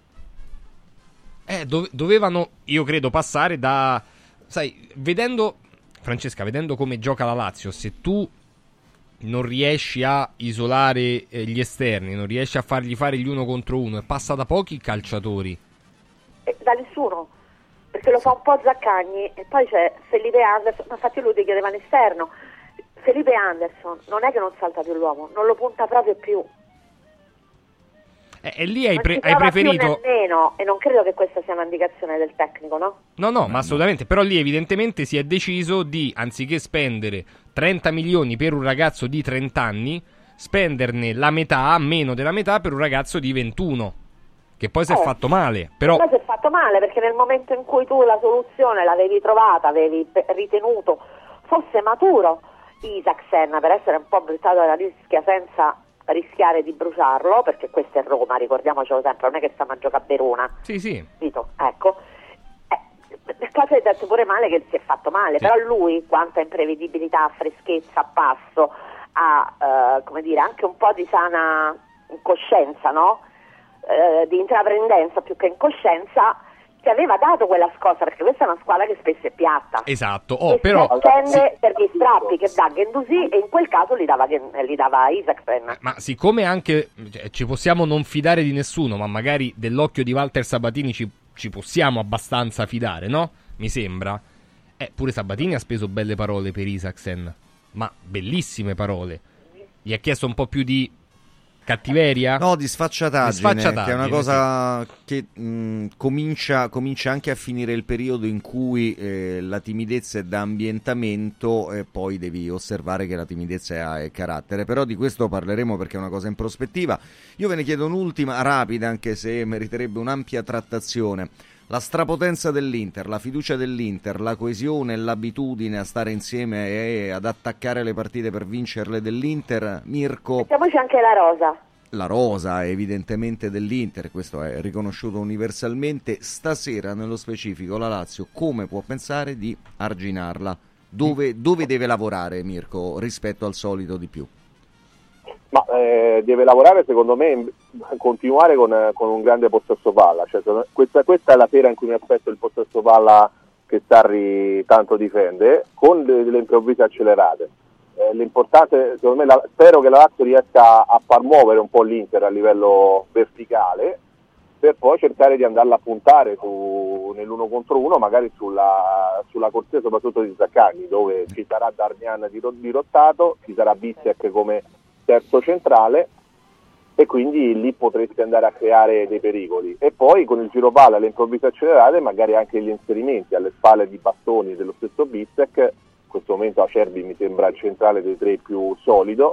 Dovevano, io credo, passare da... Sai, Francesca, vedendo come gioca la Lazio, se tu non riesci a isolare gli esterni, non riesci a fargli fare gli 1 contro 1 e passa da pochi calciatori. Da nessuno, perché lo fa un po' Zaccagni e poi c'è Felipe Anderson, ma infatti lui ti chiedeva in esterno. Felipe Anderson non è che non salta più l'uomo, non lo punta proprio più. E lì hai preferito... più nemmeno, e non credo che questa sia un'indicazione del tecnico, no? No, ma assolutamente. Però lì evidentemente si è deciso di, anziché spendere 30 milioni per un ragazzo di 30 anni, spenderne la metà, meno della metà, per un ragazzo di 21, che poi si è fatto male. Però si è fatto male, perché nel momento in cui tu la soluzione l'avevi trovata, avevi ritenuto fosse maturo Isaksen per essere un po' buttato alla rischia senza rischiare di bruciarlo, perché questo è Roma, ricordiamocelo sempre, non è che stiamo a giocare a Verona. Sì. Vito, ecco. Poi hai detto pure male che si è fatto male, sì. Però lui, quanta imprevedibilità, freschezza, passo, ha come dire, anche un po' di sana incoscienza, no? Di intraprendenza più che incoscienza, ti aveva dato quella scossa, perché questa è una squadra che spesso è piatta. Esatto, però scende per gli strappi che dà Guendouzi, e in quel caso li dava Isaksen. Ma siccome anche ci possiamo non fidare di nessuno, ma magari dell'occhio di Walter Sabatini ci possiamo abbastanza fidare, no? Mi sembra. Pure Sabatini ha speso belle parole per Isaksen, ma bellissime parole. Gli ha chiesto un po' più di cattiveria? No, di sfacciataggine, che è una cosa che comincia anche a finire il periodo in cui la timidezza è da ambientamento, e poi devi osservare che la timidezza è carattere. Però di questo parleremo, perché è una cosa in prospettiva. Io ve ne chiedo un'ultima rapida, anche se meriterebbe un'ampia trattazione. la strapotenza dell'Inter, la fiducia dell'Inter, la coesione e l'abitudine a stare insieme e ad attaccare le partite per vincerle dell'Inter, Mirko... Mettiamoci anche la rosa. La rosa evidentemente dell'Inter, questo è riconosciuto universalmente. Stasera nello specifico la Lazio come può pensare di arginarla? Dove deve lavorare, Mirko, rispetto al solito di più? Ma deve lavorare, secondo me, continuare con un grande possesso palla. Cioè, questa è la sera in cui mi aspetto il possesso palla che Sarri tanto difende, con delle improvvise accelerate. L'importante, secondo me, spero che la Lazio riesca a far muovere un po' l'Inter a livello verticale, per poi cercare di andarla a puntare nell'uno contro uno, magari sulla corsia soprattutto di Zaccagni, dove ci sarà Darmian dirottato, ci sarà Bissek come terzo centrale, e quindi lì potresti andare a creare dei pericoli. E poi con il giro palla, le improvvise accelerate, magari anche gli inserimenti alle spalle di Bastoni dello stesso Bissek. In questo momento Acerbi mi sembra il centrale dei tre più solido.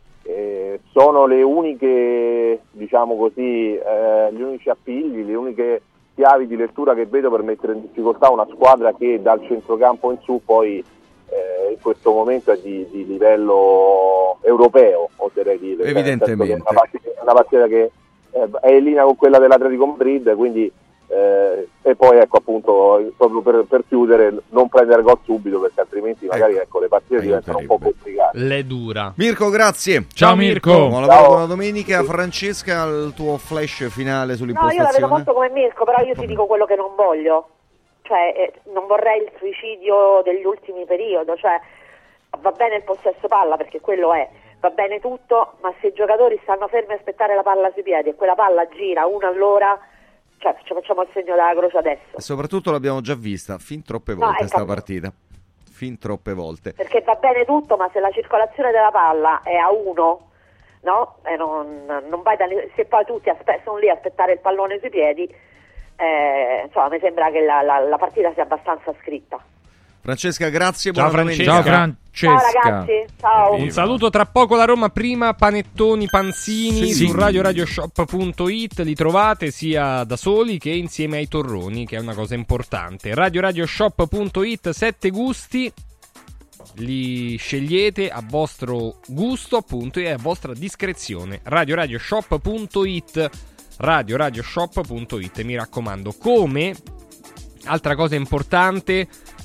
Sono le uniche, diciamo così, gli unici appigli, le uniche chiavi di lettura che vedo per mettere in difficoltà una squadra che dal centrocampo in su poi in questo momento è di livello europeo, oserei dire. Evidentemente. È una partita che è in linea con quella dell'Atletico Madrid, quindi e poi ecco, appunto, proprio per chiudere, non prendere gol subito, perché altrimenti magari le partite diventano un po' complicate. Le dura. Mirko, grazie. Ciao Mirko. Buon lavoro, buona domenica. Francesca, il tuo flash finale sull'impostazione? No, io la vedo molto come Mirko, però io ti dico quello che non voglio. Cioè, non vorrei il suicidio degli ultimi periodi. Cioè, va bene il possesso palla, perché quello è, va bene tutto, ma se i giocatori stanno fermi a aspettare la palla sui piedi e quella palla gira una all'ora, cioè ci facciamo il segno della croce adesso. E soprattutto l'abbiamo già vista fin troppe volte questa partita. Fin troppe volte. Perché va bene tutto, ma se la circolazione della palla è a uno, no? E non vai se poi tutti sono lì a aspettare il pallone sui piedi, insomma, mi sembra che la partita sia abbastanza scritta. Francesca, grazie. Ciao Francesca. Ciao ragazzi, ciao. Un saluto, tra poco la Roma, prima panettoni panzini su radioshop.it, li trovate sia da soli che insieme ai torroni, che è una cosa importante. radioshop.it, 7 gusti, li scegliete a vostro gusto, appunto, e a vostra discrezione. radioshop.it, radioshop.it, mi raccomando. Come altra cosa importante,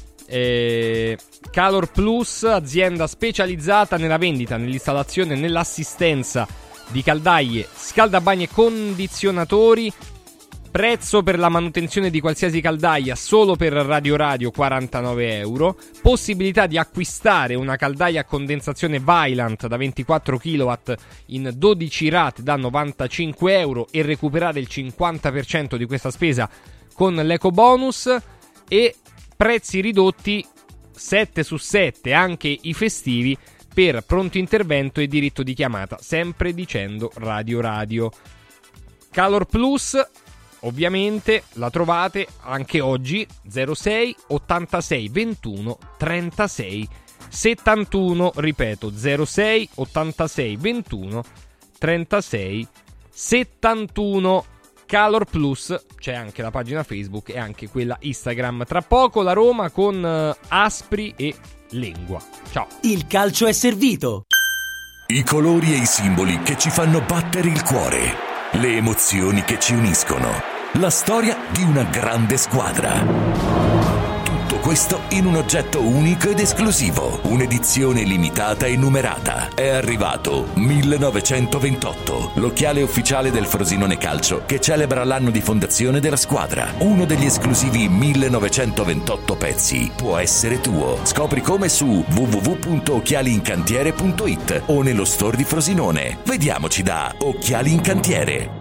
Calor Plus, azienda specializzata nella vendita, nell'installazione e nell'assistenza di caldaie, scaldabagni e condizionatori. Prezzo per la manutenzione di qualsiasi caldaia solo per Radio 49 euro. Possibilità di acquistare una caldaia a condensazione Vaillant da 24 kW in 12 rate da 95 euro e recuperare il 50% di questa spesa con l'eco bonus. E prezzi ridotti 7 su 7, anche i festivi, per pronto intervento e diritto di chiamata, sempre dicendo Radio. Calor Plus, ovviamente, la trovate anche oggi, 06 86 21 36 71, ripeto, 06 86 21 36 71. Calor Plus, c'è anche la pagina Facebook e anche quella Instagram. Tra poco la Roma con Aspri e Lengua. Ciao. Il calcio è servito. I colori e i simboli che ci fanno battere il cuore, le emozioni che ci uniscono, la storia di una grande squadra. Tutto questo in un oggetto unico ed esclusivo, un'edizione limitata e numerata. È arrivato 1928, l'occhiale ufficiale del Frosinone Calcio, che celebra l'anno di fondazione della squadra. Uno degli esclusivi 1928 pezzi può essere tuo. Scopri come su www.occhialiincantiere.it o nello store di Frosinone. Vediamoci da Occhiali in Cantiere.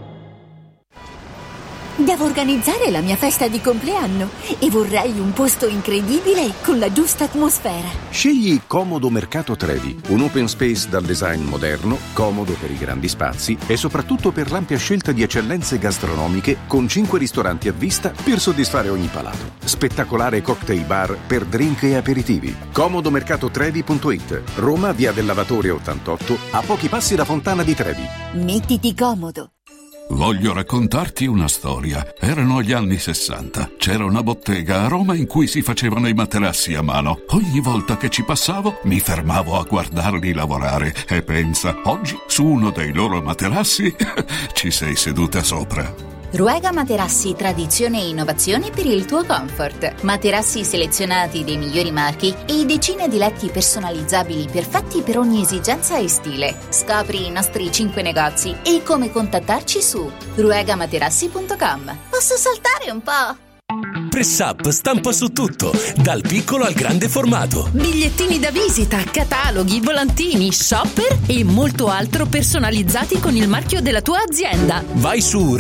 Devo organizzare la mia festa di compleanno e vorrei un posto incredibile con la giusta atmosfera. Scegli Comodo Mercato Trevi, un open space dal design moderno, comodo per i grandi spazi e soprattutto per l'ampia scelta di eccellenze gastronomiche con 5 ristoranti a vista per soddisfare ogni palato. Spettacolare cocktail bar per drink e aperitivi. Comodomercatotrevi.it, Roma, via del Lavatore 88, a pochi passi da Fontana di Trevi. Mettiti comodo. Voglio raccontarti una storia. Erano gli anni 60. C'era una bottega a Roma in cui si facevano i materassi a mano. Ogni volta che ci passavo mi fermavo a guardarli lavorare e pensa, oggi su uno dei loro materassi ci sei seduta sopra. Ruega Materassi, tradizione e innovazione per il tuo comfort. Materassi selezionati dei migliori marchi e decine di letti personalizzabili perfetti per ogni esigenza e stile. Scopri i nostri 5 negozi e come contattarci su ruegamaterassi.com. Posso saltare un po'? Press Up stampa su tutto, dal piccolo al grande formato. Bigliettini da visita, cataloghi, volantini, shopper e molto altro personalizzati con il marchio della tua azienda. Vai su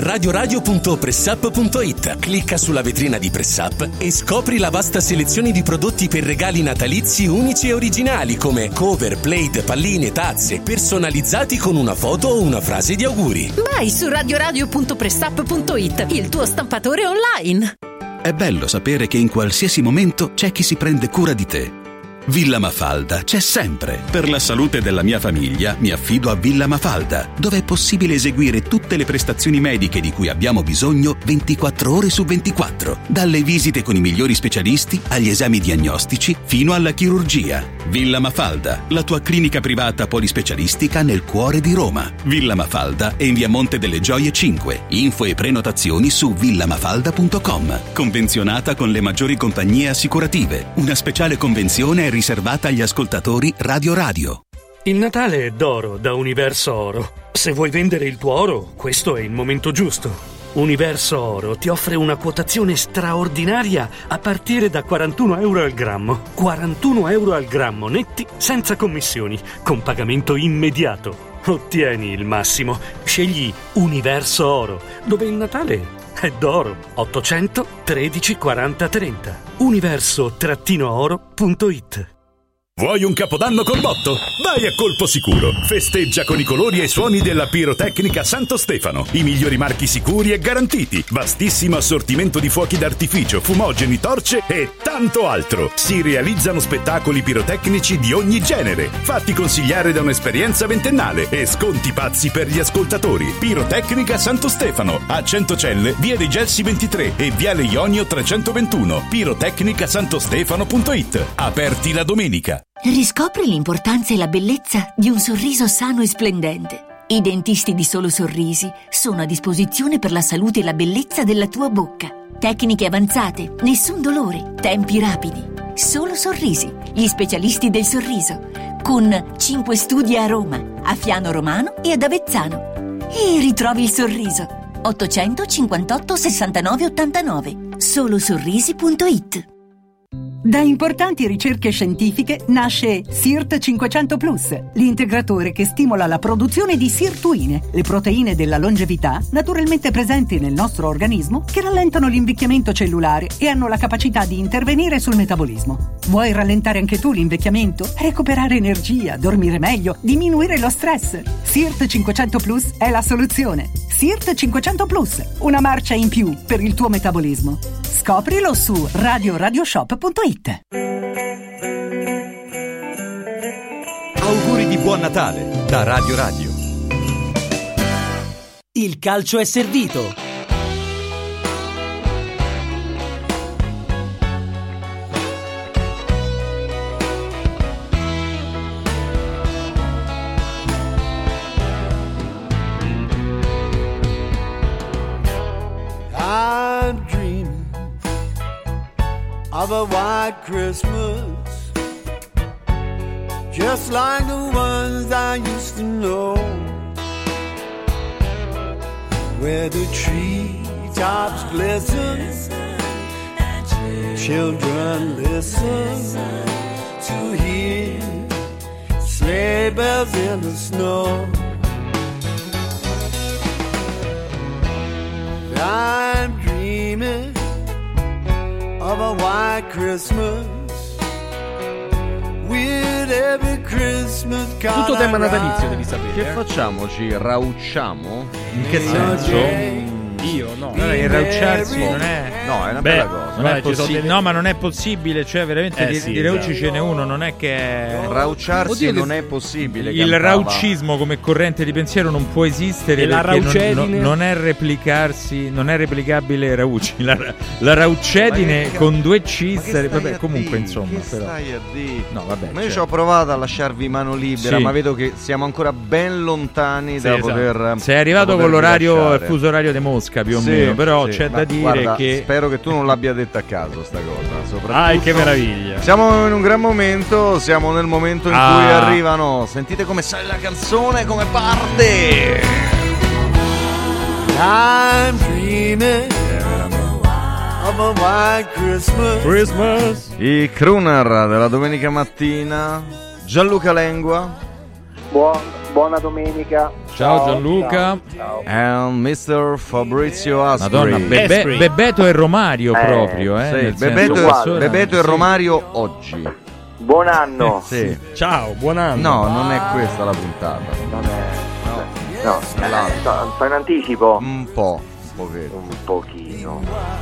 radioradio.pressup.it, clicca sulla vetrina di Press Up e scopri la vasta selezione di prodotti per regali natalizi unici e originali come cover, plate, palline, tazze, personalizzati con una foto o una frase di auguri. Vai su radioradio.pressup.it, il tuo stampatore online. È bello sapere che in qualsiasi momento c'è chi si prende cura di te. Villa Mafalda c'è sempre. Per la salute della mia famiglia mi affido a Villa Mafalda, dove è possibile eseguire tutte le prestazioni mediche di cui abbiamo bisogno 24 ore su 24. Dalle visite con i migliori specialisti agli esami diagnostici fino alla chirurgia. Villa Mafalda, la tua clinica privata polispecialistica nel cuore di Roma. Villa Mafalda è in via Monte delle Gioie 5. Info e prenotazioni su villamafalda.com. Convenzionata con le maggiori compagnie assicurative. Una speciale convenzione è riservata agli ascoltatori Radio. Il Natale è d'oro da Universo Oro. Se vuoi vendere il tuo oro, questo è il momento giusto. Universo Oro ti offre una quotazione straordinaria a partire da €41 al grammo. €41 al grammo netti, senza commissioni, con pagamento immediato. Ottieni il massimo. Scegli Universo Oro, dove il Natale è d'oro. 800 13 40 30. Universo-oro.it. Vuoi un capodanno col botto? Vai a Colpo Sicuro. Festeggia con i colori e i suoni della pirotecnica Santo Stefano. I migliori marchi sicuri e garantiti. Vastissimo assortimento di fuochi d'artificio, fumogeni, torce e tanto altro. Si realizzano spettacoli pirotecnici di ogni genere. Fatti consigliare da un'esperienza ventennale e sconti pazzi per gli ascoltatori. Pirotecnica Santo Stefano. A Centocelle, via dei Gelsi 23 e viale Ionio 321. pirotecnicasantostefano.it. Aperti la domenica. Riscopri l'importanza e la bellezza di un sorriso sano e splendente. I dentisti di Solo Sorrisi sono a disposizione per la salute e la bellezza della tua bocca. Tecniche avanzate, nessun dolore, tempi rapidi. Solo Sorrisi, gli specialisti del sorriso, con 5 studi a Roma, a Fiano Romano e ad Avezzano. E ritrovi il sorriso. 858 69 89. Solosorrisi.it. Da importanti ricerche scientifiche nasce SIRT 500 Plus, l'integratore che stimola la produzione di sirtuine, le proteine della longevità naturalmente presenti nel nostro organismo che rallentano l'invecchiamento cellulare e hanno la capacità di intervenire sul metabolismo. Vuoi rallentare anche tu l'invecchiamento? Recuperare energia, dormire meglio, diminuire lo stress? SIRT 500 Plus è la soluzione. SIRT 500 Plus, una marcia in più per il tuo metabolismo. Scoprilo su radioshop.it. Auguri di buon Natale da Radio. Il calcio è servito. I'm dreaming of a white Christmas, just like the ones I used to know, where the treetops glisten, children listen to hear sleigh bells in the snow. I'm dreaming of a white Christmas with every Christmas card. Tutto tema I natalizio write. devi sapere. Che facciamo? Ci raucciamo? In che senso? Io no. Allora, irraucciarsi non è. No, è una bella cosa. Non è no, ma non è possibile, cioè veramente di Raucci ce n'è uno, non è che raucciarsi non è possibile. Il rauccismo come corrente di pensiero non può esistere e perché non è replicarsi, non è replicabile Raucci. La raucedine con 2 C vabbè, comunque insomma, però. No, vabbè. Ma io ci ho provato a lasciarvi mano libera, ma vedo che siamo ancora ben lontani da poter. Sei arrivato con l'orario, il fuso orario di Mosca più o meno, però c'è da dire che spero che tu non l'abbia detta a caso sta cosa. Che meraviglia. Siamo in un gran momento, siamo nel momento in cui arrivano. Sentite come sale la canzone, come parte. I'm dreaming of a white Christmas. I crooner della domenica mattina, Gianluca Lengua. Buona domenica. Ciao Gianluca. Ciao. And Mr. Fabrizio Aspri. Madonna, Bebeto e Romario proprio, sì, Bebeto e Romario oggi. Buon anno. Sì. Ciao, buon anno. No, non è questa la puntata. Non è. No, sta in anticipo. Un po', un pochino.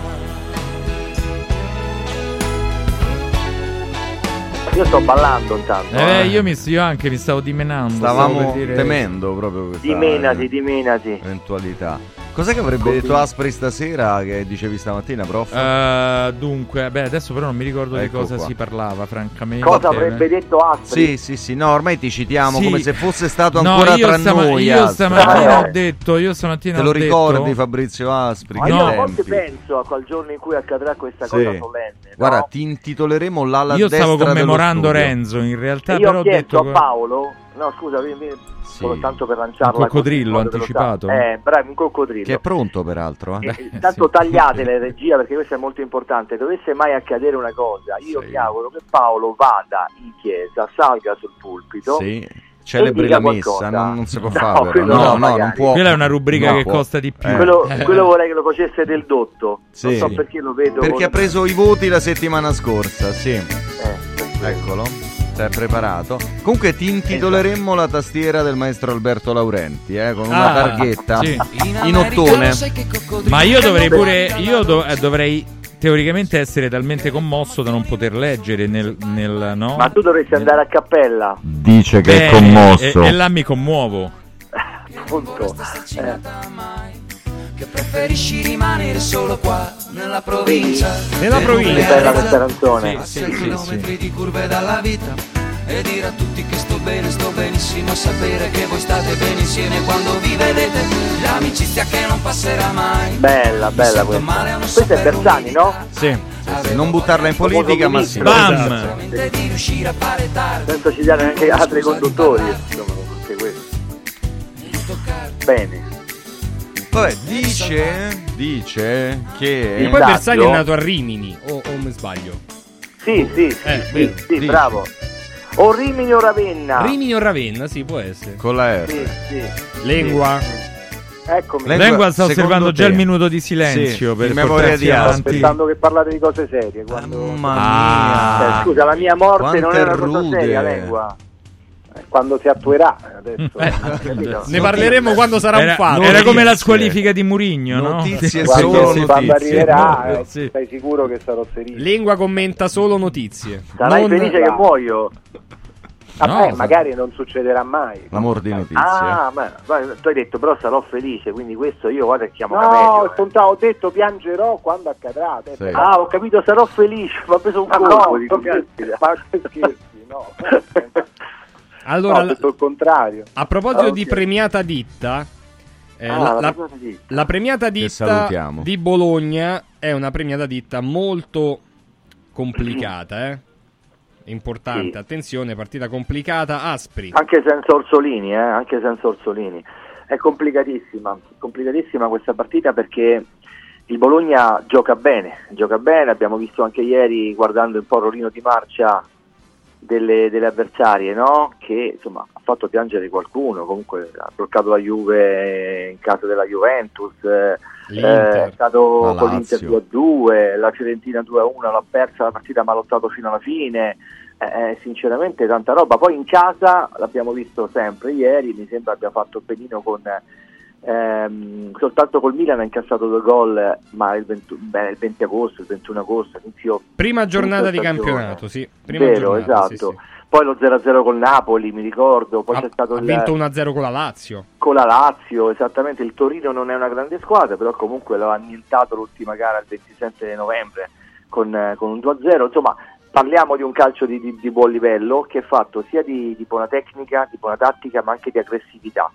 Io sto ballando intanto. Io anche mi stavo dimenando. Stavamo temendo proprio questa dimenati. eventualità. Cos'è che avrebbe detto Aspri stasera che dicevi stamattina, prof? Dunque, adesso però non mi ricordo di cosa si parlava, francamente. Cosa avrebbe detto Aspri? Sì, no, ormai ti citiamo come se fosse stato ancora tra noi. Io stamattina ho detto, Te lo ricordi Fabrizio Aspri? Ma io a volte penso a quel giorno in cui accadrà questa cosa solenne. Guarda, ti intitoleremo l'ala destra. Io stavo commemorando Renzo, in realtà, però ho detto a Paolo. No, scusa, soltanto per lanciarla. Un coccodrillo anticipato. Bravi, un coccodrillo. Che è pronto peraltro. Intanto tagliate le regia perché questo è molto importante. Dovesse mai accadere una cosa, io mi auguro che Paolo vada in chiesa, salga sul pulpito. Celebri la messa, non si può fare. No, non può. Quella è una rubrica che costa di più. Quello vorrei che lo facesse del dotto. Non so perché lo vedo. Perché ha preso i voti la settimana scorsa, Eccolo. Sei preparato? Comunque ti intitoleremmo la tastiera del maestro Alberto Laurenti, con una targhetta in ottone. Ma io dovrei dovrei teoricamente essere talmente commosso da non poter leggere nel no? Ma tu dovresti andare a cappella. Dice che è commosso. E là mi commuovo. Appunto. Che preferisci rimanere solo qua nella provincia. È bella questa canzone. Chilometri di curve dalla vita e dire a tutti che sto bene, sto benissimo, sapere che voi state bene insieme quando vi vedete, l'amicizia che non passerà mai. Bella questa. Questa è Bersani, no? Sì. Non buttarla in politica, ma sì. Bam! Senza citare anche altri conduttori, insomma, tutte queste. Bene. Vabbè, dice che e poi Bersani è nato a Rimini o mi sbaglio? Sì, bravo. O Rimini o Ravenna. Rimini o Ravenna, sì, può essere. Con la R. Sì. Lengua. Eccomi. Lengua sta osservando già il minuto di silenzio per memoria di avanti. Aspettando che parlate di cose serie. Mamma mia. Scusa, la mia morte non è una cosa seria, Lengua. Quando si attuerà adesso, ne parleremo quando sarà un fatto. Era come la squalifica di Mourinho, notizie quando arriverà, sei sicuro che sarò felice. Lengua commenta solo notizie. Sarai felice che muoio. Magari non succederà mai. L'amor di notizie. Tu hai detto però sarò felice, quindi questo io vado e chiamo Camelio. No, ho detto piangerò quando accadrà. Ho capito, sarò felice, mi ha preso un colpo di ma scherzi, no. Allora, tutto il contrario. A proposito di premiata ditta, la premiata ditta di Bologna è una premiata ditta molto complicata, importante, attenzione, partita complicata, Aspri. Anche senza Orsolini, è complicatissima questa partita perché il Bologna gioca bene, abbiamo visto anche ieri guardando un po' il rollino di marcia delle avversarie, no? Che insomma ha fatto piangere qualcuno, comunque ha bloccato la Juve in casa della Juventus, è stato con l'Inter 2-2, la Fiorentina 2-1, l'ha persa la partita ma ha lottato fino alla fine, sinceramente tanta roba. Poi in casa l'abbiamo visto sempre ieri, mi sembra abbia fatto benino con soltanto col Milan ha incassato 2 gol, ma il 20 agosto, il 21 agosto, prima giornata di campionato, sì. Vero, esatto. Sì. Poi lo 0-0 col Napoli, mi ricordo, poi c'è stato ha vinto 1-0 con la Lazio. Con la Lazio, esattamente. Il Torino non è una grande squadra, però comunque l'ha annientato l'ultima gara il 27 novembre con un 2-0. Insomma, parliamo di un calcio di buon livello, che è fatto sia di buona tecnica, di buona tattica, ma anche di aggressività.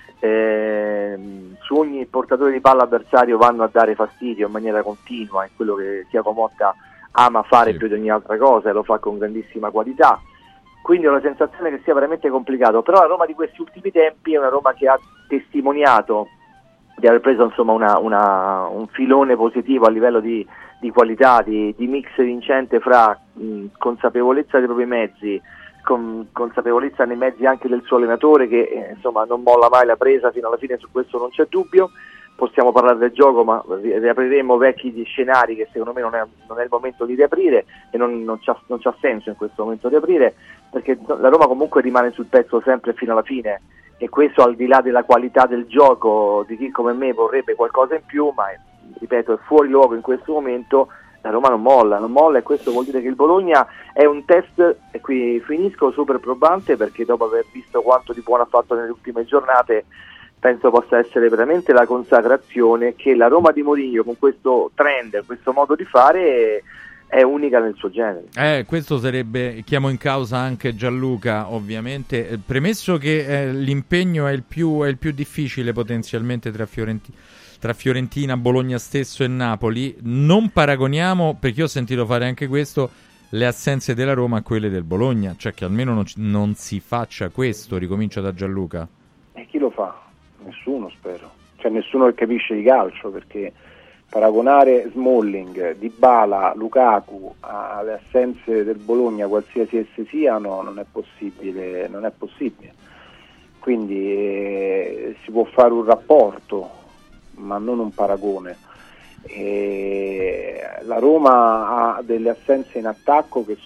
Su ogni portatore di palla avversario vanno a dare fastidio in maniera continua, è quello che Thiago Motta ama fare più di ogni altra cosa, e lo fa con grandissima qualità. Quindi ho la sensazione che sia veramente complicato, però la Roma di questi ultimi tempi è una Roma che ha testimoniato di aver preso insomma un filone positivo a livello di qualità, di mix vincente fra consapevolezza dei propri mezzi, consapevolezza nei mezzi anche del suo allenatore, che insomma non molla mai la presa fino alla fine, su questo non c'è dubbio. Possiamo parlare del gioco, ma riapriremo vecchi scenari che secondo me non è il momento di riaprire, e non c'ha senso in questo momento riaprire, perché la Roma comunque rimane sul pezzo sempre fino alla fine, e questo al di là della qualità del gioco di chi come me vorrebbe qualcosa in più, ma ripeto, è fuori luogo in questo momento. La Roma non molla, e questo vuol dire che il Bologna è un test, e qui finisco, super probante, perché dopo aver visto quanto di buono ha fatto nelle ultime giornate, penso possa essere veramente la consacrazione che la Roma di Mourinho, con questo trend, questo modo di fare, è unica nel suo genere. Questo sarebbe, chiamo in causa anche Gianluca, ovviamente, premesso che l'impegno è il più difficile potenzialmente tra Fiorentina, Bologna stesso e Napoli. Non paragoniamo, perché io ho sentito fare anche questo, le assenze della Roma a quelle del Bologna, cioè che almeno non si faccia questo. Ricomincio da Gianluca. E chi lo fa? Nessuno, spero. Cioè nessuno che capisce di calcio, perché paragonare Smalling, Dybala, Lukaku alle assenze del Bologna, qualsiasi esse siano, non è possibile. Quindi si può fare un rapporto, ma non un paragone. La Roma ha delle assenze in attacco che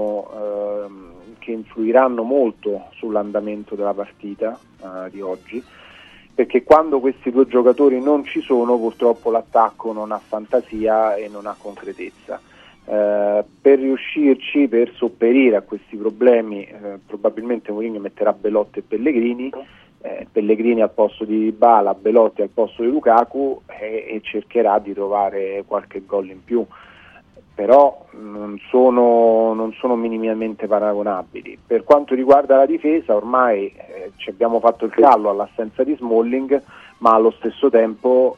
influiranno molto sull'andamento della partita di oggi, perché quando questi 2 giocatori non ci sono, purtroppo l'attacco non ha fantasia e non ha concretezza. Per riuscirci, per sopperire a questi problemi, probabilmente Mourinho metterà Belotti e Pellegrini al posto di Dybala, Belotti al posto di Lukaku, e cercherà di trovare qualche gol in più, però non sono minimamente paragonabili. Per quanto riguarda la difesa, ormai ci abbiamo fatto il callo all'assenza di Smalling, ma allo stesso tempo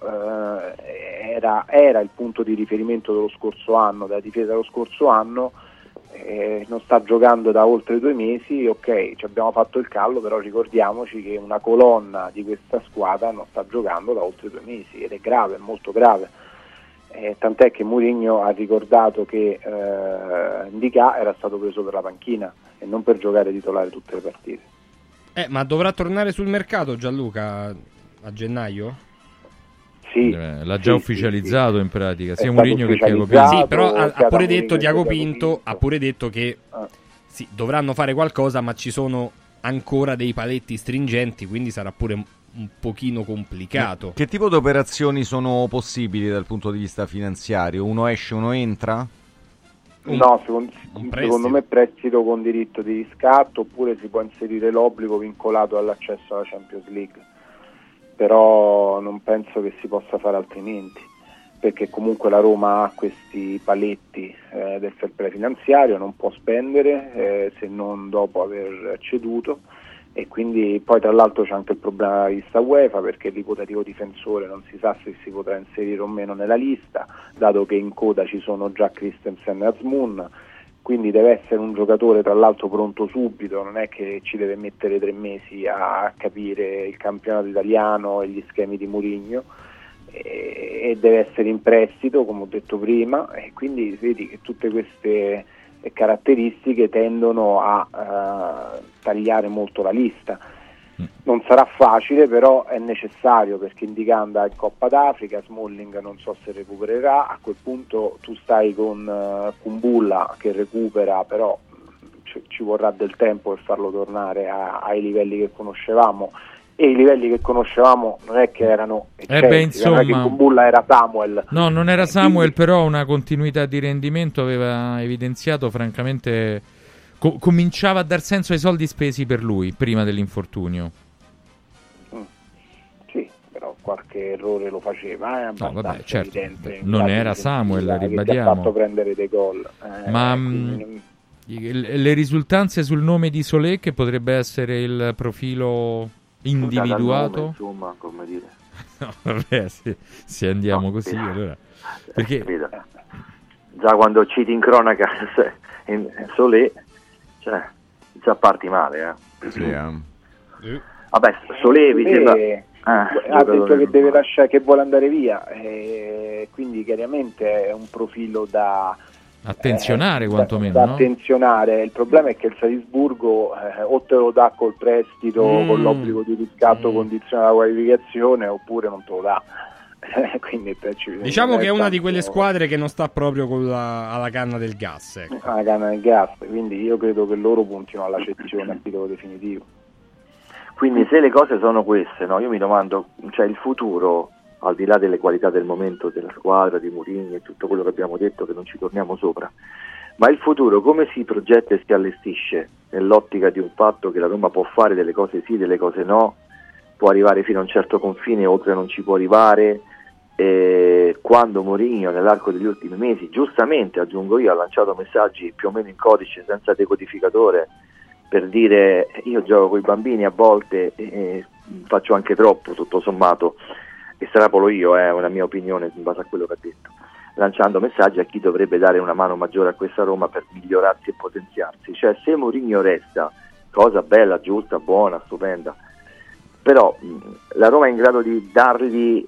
era il punto di riferimento dello scorso anno, della difesa dello scorso anno. Non sta giocando da oltre 2 mesi, ok, ci abbiamo fatto il callo, però ricordiamoci che una colonna di questa squadra non sta giocando da oltre 2 mesi, ed è grave, è molto grave. Tant'è che Mourinho ha ricordato che Ndicà era stato preso per la panchina e non per giocare titolare tutte le partite. Ma dovrà tornare sul mercato Gianluca a gennaio? Sì, l'ha già ufficializzato in pratica, sia Mourinho che Tiago Pinto. Sì, però ha pure detto Tiago Pinto, ha pure detto che sì, dovranno fare qualcosa, ma ci sono ancora dei paletti stringenti, quindi sarà pure un pochino complicato. Che tipo di operazioni sono possibili dal punto di vista finanziario? Uno esce, uno entra? No, secondo me prestito con diritto di riscatto, oppure si può inserire l'obbligo vincolato all'accesso alla Champions League, però non penso che si possa fare altrimenti, perché comunque la Roma ha questi paletti del fair play finanziario, non può spendere se non dopo aver ceduto, e quindi poi tra l'altro c'è anche il problema della lista UEFA, perché l'ipotetico difensore non si sa se si potrà inserire o meno nella lista, dato che in coda ci sono già Christensen e Azmoun, quindi deve essere un giocatore tra l'altro pronto subito, non è che ci deve mettere 3 mesi a capire il campionato italiano e gli schemi di Mourinho, e deve essere in prestito, come ho detto prima, e quindi vedi che tutte queste caratteristiche tendono a tagliare molto la lista. Non sarà facile, però è necessario, perché Ndicà in Coppa d'Africa, Smalling non so se recupererà, a quel punto tu stai con Kumbulla che recupera, però ci vorrà del tempo per farlo tornare ai livelli che conoscevamo, e i livelli che conoscevamo non è che erano insomma, non è che Kumbulla era Samuel. No, non era Samuel, però una continuità di rendimento aveva evidenziato, francamente cominciava a dar senso ai soldi spesi per lui prima dell'infortunio. Sì, però qualche errore lo faceva, abbastanza certo. evidente. Non era Samuel, ribadiamo. Che ti ha fatto prendere dei gol. Ma le risultanze sul nome di Solé, che potrebbe essere il profilo individuato, nome, insomma, come dire. No, vabbè, se andiamo così, allora, perché già quando citi in cronaca Solé, cioè già parti male, Vabbè, Solé mi sembra ha detto che deve lasciare, che vuole andare via, quindi chiaramente è un profilo da attenzionare, quantomeno, da no? attenzionare. Il problema è che il Salisburgo o te lo dà col prestito con l'obbligo di riscatto condizionato alla qualificazione, oppure non te lo dà. Quindi diciamo che è una di quelle squadre che non sta proprio alla canna del gas, ecco. Alla canna del gas, quindi io credo che loro puntino alla cessione a titolo definitivo. Quindi se le cose sono queste, no? Io mi domando, cioè il futuro, al di là delle qualità del momento della squadra, di Mourinho e tutto quello che abbiamo detto, che non ci torniamo sopra, ma il futuro come si progetta e si allestisce nell'ottica di un fatto che la Roma può fare delle cose sì, delle cose no, può arrivare fino a un certo confine, oltre non ci può arrivare, quando Mourinho nell'arco degli ultimi mesi, giustamente aggiungo io, ha lanciato messaggi più o meno in codice senza decodificatore per dire io gioco con i bambini a volte e faccio anche troppo tutto sommato, estrapolo io, è una mia opinione in base a quello che ha detto, lanciando messaggi a chi dovrebbe dare una mano maggiore a questa Roma per migliorarsi e potenziarsi. Cioè se Mourinho resta, cosa bella, giusta, buona, stupenda, però la Roma è in grado di dargli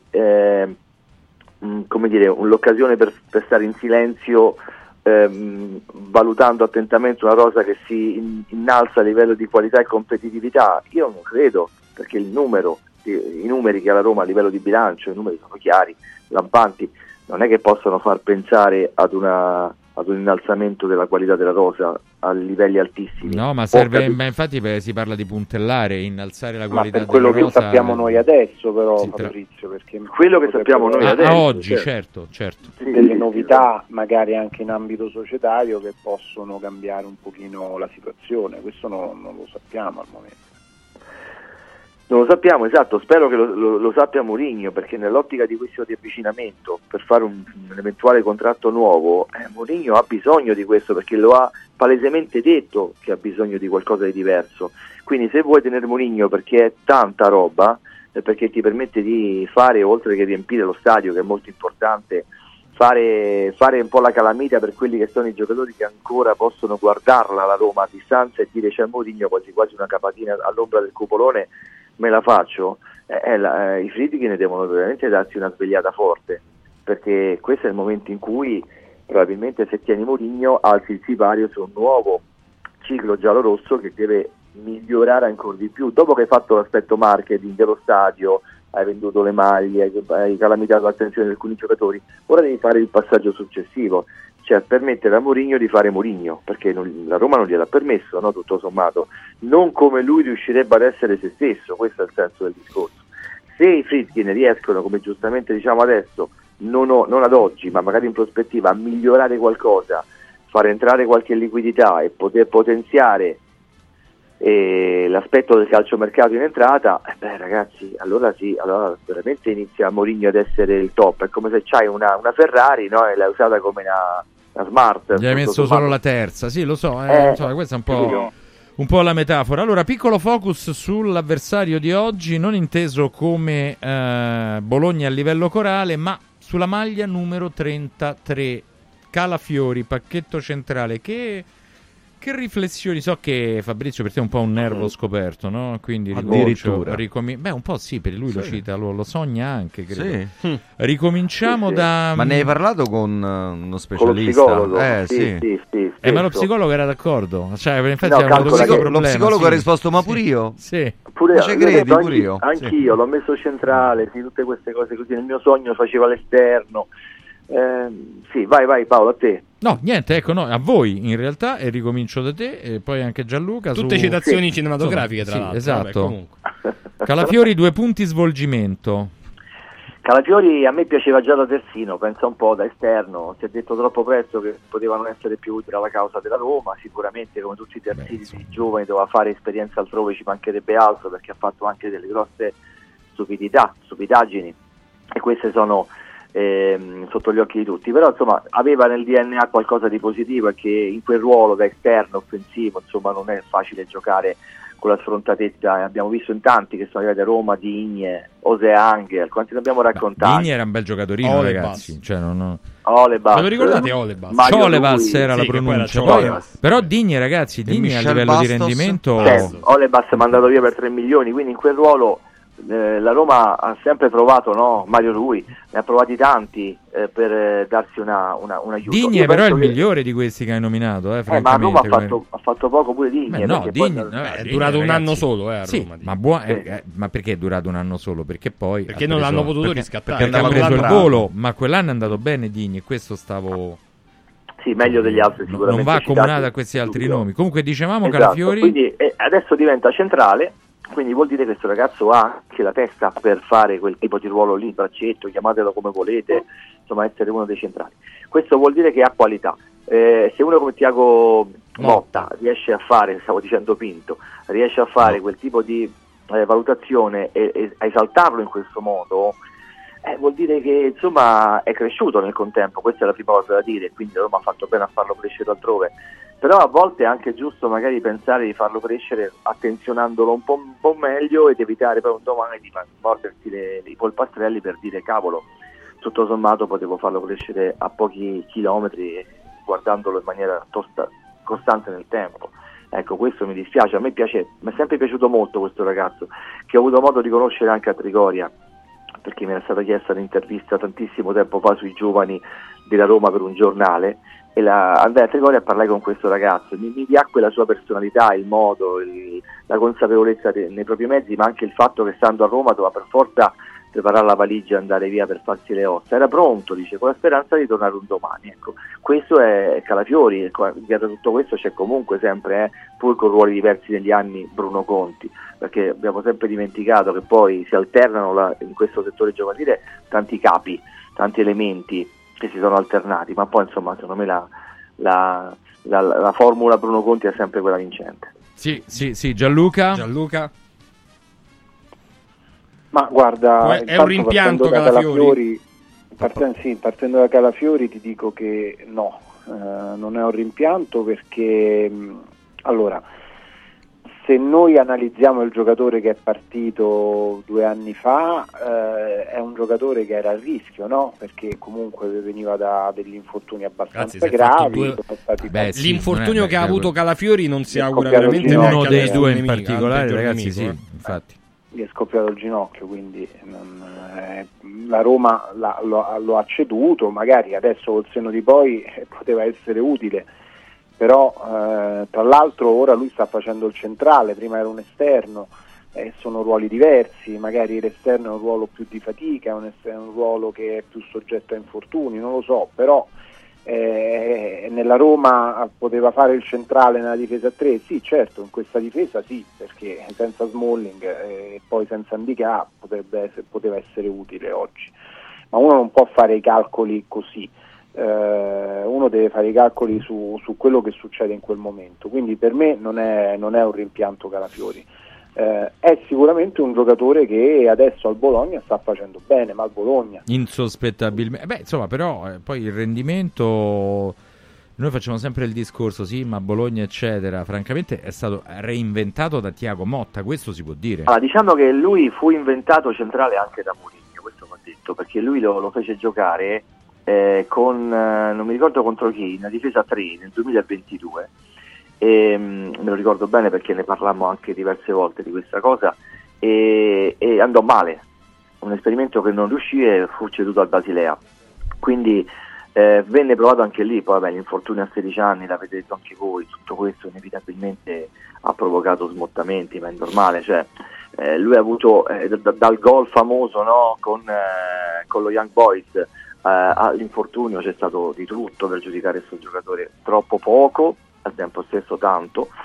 come dire, l'occasione per stare in silenzio, valutando attentamente una rosa che si innalza a livello di qualità e competitività. Io non credo, perché i numeri che ha la Roma a livello di bilancio, i numeri sono chiari, lampanti, non è che possono far pensare ad un innalzamento della qualità della rosa a livelli altissimi. No, ma serve, ma infatti si parla di puntellare, innalzare la qualità della rosa. Ma per quello che sappiamo noi adesso, però, Fabrizio, perché quello che sappiamo noi adesso, oggi, certo. Delle novità magari anche in ambito societario che possono cambiare un pochino la situazione, questo non lo sappiamo al momento. Non lo sappiamo, esatto, spero che lo sappia Mourinho, perché nell'ottica di questo riavvicinamento, per fare un eventuale contratto nuovo, Mourinho ha bisogno di questo, perché lo ha palesemente detto che ha bisogno di qualcosa di diverso. Quindi se vuoi tenere Mourinho perché è tanta roba, perché ti permette di fare, oltre che riempire lo stadio, che è molto importante, fare un po' la calamita per quelli che sono i giocatori che ancora possono guardarla la Roma a distanza e dire c'è Mourinho, quasi una capatina all'ombra del cupolone, me la faccio, i Friedkin devono veramente darsi una svegliata forte, perché questo è il momento in cui probabilmente se tieni Mourinho alzi il sipario su un nuovo ciclo giallo-rosso che deve migliorare ancora di più. Dopo che hai fatto l'aspetto marketing dello stadio, hai venduto le maglie, hai calamitato l'attenzione di alcuni giocatori, ora devi fare il passaggio successivo, cioè permettere a Mourinho di fare Mourinho, perché la Roma non gliel'ha permesso, no, tutto sommato, non come lui riuscirebbe ad essere se stesso, questo è il senso del discorso. Se i Friedkin riescono, come giustamente diciamo adesso, non ad oggi, ma magari in prospettiva, a migliorare qualcosa, far entrare qualche liquidità e poter potenziare l'aspetto del calciomercato in entrata, ragazzi, allora veramente inizia Mourinho ad essere il top. È come se c'hai una Ferrari, no? E l'hai usata come una Smart. Gli hai messo solo la terza, sì, lo so, insomma, questa è un po' la metafora. Allora, piccolo focus sull'avversario di oggi, non inteso come Bologna a livello corale, ma sulla maglia numero 33, Calafiori, pacchetto centrale. Che riflessioni? So che Fabrizio per te è un po' un nervo scoperto, no? Quindi addirittura un po' sì, per lui lo cita, lo sogna anche, credo. Sì. Ricominciamo da... Ma ne hai parlato con uno specialista? Con lo psicologo? Sì. Ma lo psicologo era d'accordo? Cioè, infatti lo psicologo ha risposto, ma pure io? Sì. Pure ci credi? Pure io? Anch'io, l'ho messo centrale, sì, tutte queste cose così, nel mio sogno faceva l'esterno. Sì, vai Paolo, a te. No, niente, ecco, no, a voi in realtà, e ricomincio da te e poi anche Gianluca. Tutte citazioni cinematografiche, tra l'altro. Esatto. Vabbè, comunque. Calafiori 2 punti svolgimento. Calafiori a me piaceva già da terzino, pensa un po' da esterno, si è detto troppo presto che potevano essere più utili alla causa della Roma, sicuramente come tutti i terzini giovani doveva fare esperienza altrove, ci mancherebbe altro, perché ha fatto anche delle grosse stupidaggini, e queste sono sotto gli occhi di tutti, però insomma aveva nel DNA qualcosa di positivo, e che in quel ruolo da esterno offensivo insomma non è facile giocare con la sfrontatezza. Abbiamo visto in tanti che sono arrivati a Roma, Digne, Oseangel, quanti ne abbiamo raccontati. Digne era un bel giocatorino, ragazzi, cioè Olebas. Ve lo ricordate Olebas? Ciolevas era la pronuncia, però Digne, ragazzi, Digne a livello di rendimento Olebas è mandato via per 3 milioni, quindi in quel ruolo la Roma ha sempre provato, no? Mario Rui ne ha provati per darsi un aiuto. Digne però è il migliore di questi che hai nominato, ma Roma ha fatto poco pure Digne. No, Digne è durato un anno solo a Roma. Ma perché è durato un anno solo? Perché poi non l'hanno potuto riscattare, perché ha preso il volo, ma quell'anno è andato bene Digne, questo sì, meglio degli altri sicuramente. Non va accomunato a questi altri nomi. Comunque dicevamo, esatto, Calafiori, quindi adesso diventa centrale. Quindi vuol dire che questo ragazzo ha anche la testa per fare quel tipo di ruolo lì, braccetto, chiamatelo come volete, insomma essere uno dei centrali. Questo vuol dire che ha qualità. Se uno come Thiago Motta riesce a fare, stavo dicendo Pinto, riesce a fare quel tipo di valutazione e a esaltarlo in questo modo, vuol dire che insomma è cresciuto nel contempo, questa è la prima cosa da dire, quindi Roma ha fatto bene a farlo crescere altrove. Però a volte è anche giusto magari pensare di farlo crescere attenzionandolo un po' meglio, ed evitare poi un domani di mordersi i polpastrelli per dire cavolo, tutto sommato potevo farlo crescere a pochi chilometri guardandolo in maniera costante nel tempo. Ecco, questo mi dispiace, mi è sempre piaciuto molto questo ragazzo, che ho avuto modo di conoscere anche a Trigoria, perché mi era stata chiesta un'intervista tantissimo tempo fa sui giovani della Roma per un giornale, e andai a Trigoria a parlare con questo ragazzo, mi piacque la sua personalità, il modo, la consapevolezza nei propri mezzi, ma anche il fatto che stando a Roma doveva per forza preparare la valigia e andare via per farsi le ossa, era pronto, dice, con la speranza di tornare un domani. Ecco, questo è Calafiori, dietro tutto questo c'è comunque sempre, pur con ruoli diversi negli anni, Bruno Conti, perché abbiamo sempre dimenticato che poi si alternano in questo settore giovanile tanti capi, tanti elementi che si sono alternati, ma poi insomma secondo me la formula Bruno Conti è sempre quella vincente. Sì, Gianluca? Ma guarda, è un rimpianto Calafiori? Partendo da Calafiori ti dico che no, non è un rimpianto, perché allora, se noi analizziamo il giocatore che è partito 2 anni fa, è un giocatore che era a rischio, no? Perché comunque veniva da degli infortuni abbastanza gravi. L'infortunio che ha avuto Calafiori non si augura veramente uno dei due in particolare, ragazzi, sì, infatti. Gli è scoppiato il ginocchio, quindi la Roma lo ha ceduto, magari adesso col senno di poi poteva essere utile. Però tra l'altro ora lui sta facendo il centrale, prima era un esterno, sono ruoli diversi, magari l'esterno è un ruolo più di fatica, è un ruolo che è più soggetto a infortuni, non lo so, però nella Roma poteva fare il centrale nella difesa a 3, sì certo, in questa difesa sì, perché senza Smalling e poi senza Ndicà poteva essere utile oggi, ma uno non può fare i calcoli così. Uno deve fare i calcoli su quello che succede in quel momento, quindi per me non è un rimpianto Calafiori, è sicuramente un giocatore che adesso al Bologna sta facendo bene, ma al Bologna insospettabilmente, insomma, però poi il rendimento, noi facciamo sempre il discorso sì, ma Bologna eccetera, francamente è stato reinventato da Thiago Motta, questo si può dire. Diciamo che lui fu inventato centrale anche da Mourinho, questo va detto, perché lui lo fece giocare con non mi ricordo contro chi, una difesa 3 nel 2022, me lo ricordo bene perché ne parlammo anche diverse volte di questa cosa, e andò male, un esperimento che non riuscì e fu ceduto al Basilea, quindi venne provato anche lì, poi l'infortunio a 16 anni, l'avete detto anche voi, tutto questo inevitabilmente ha provocato smottamenti, ma è normale, cioè lui ha avuto dal gol famoso, no, con lo Young Boys all'infortunio c'è stato di tutto per giudicare questo giocatore, troppo poco, al tempo stesso tanto,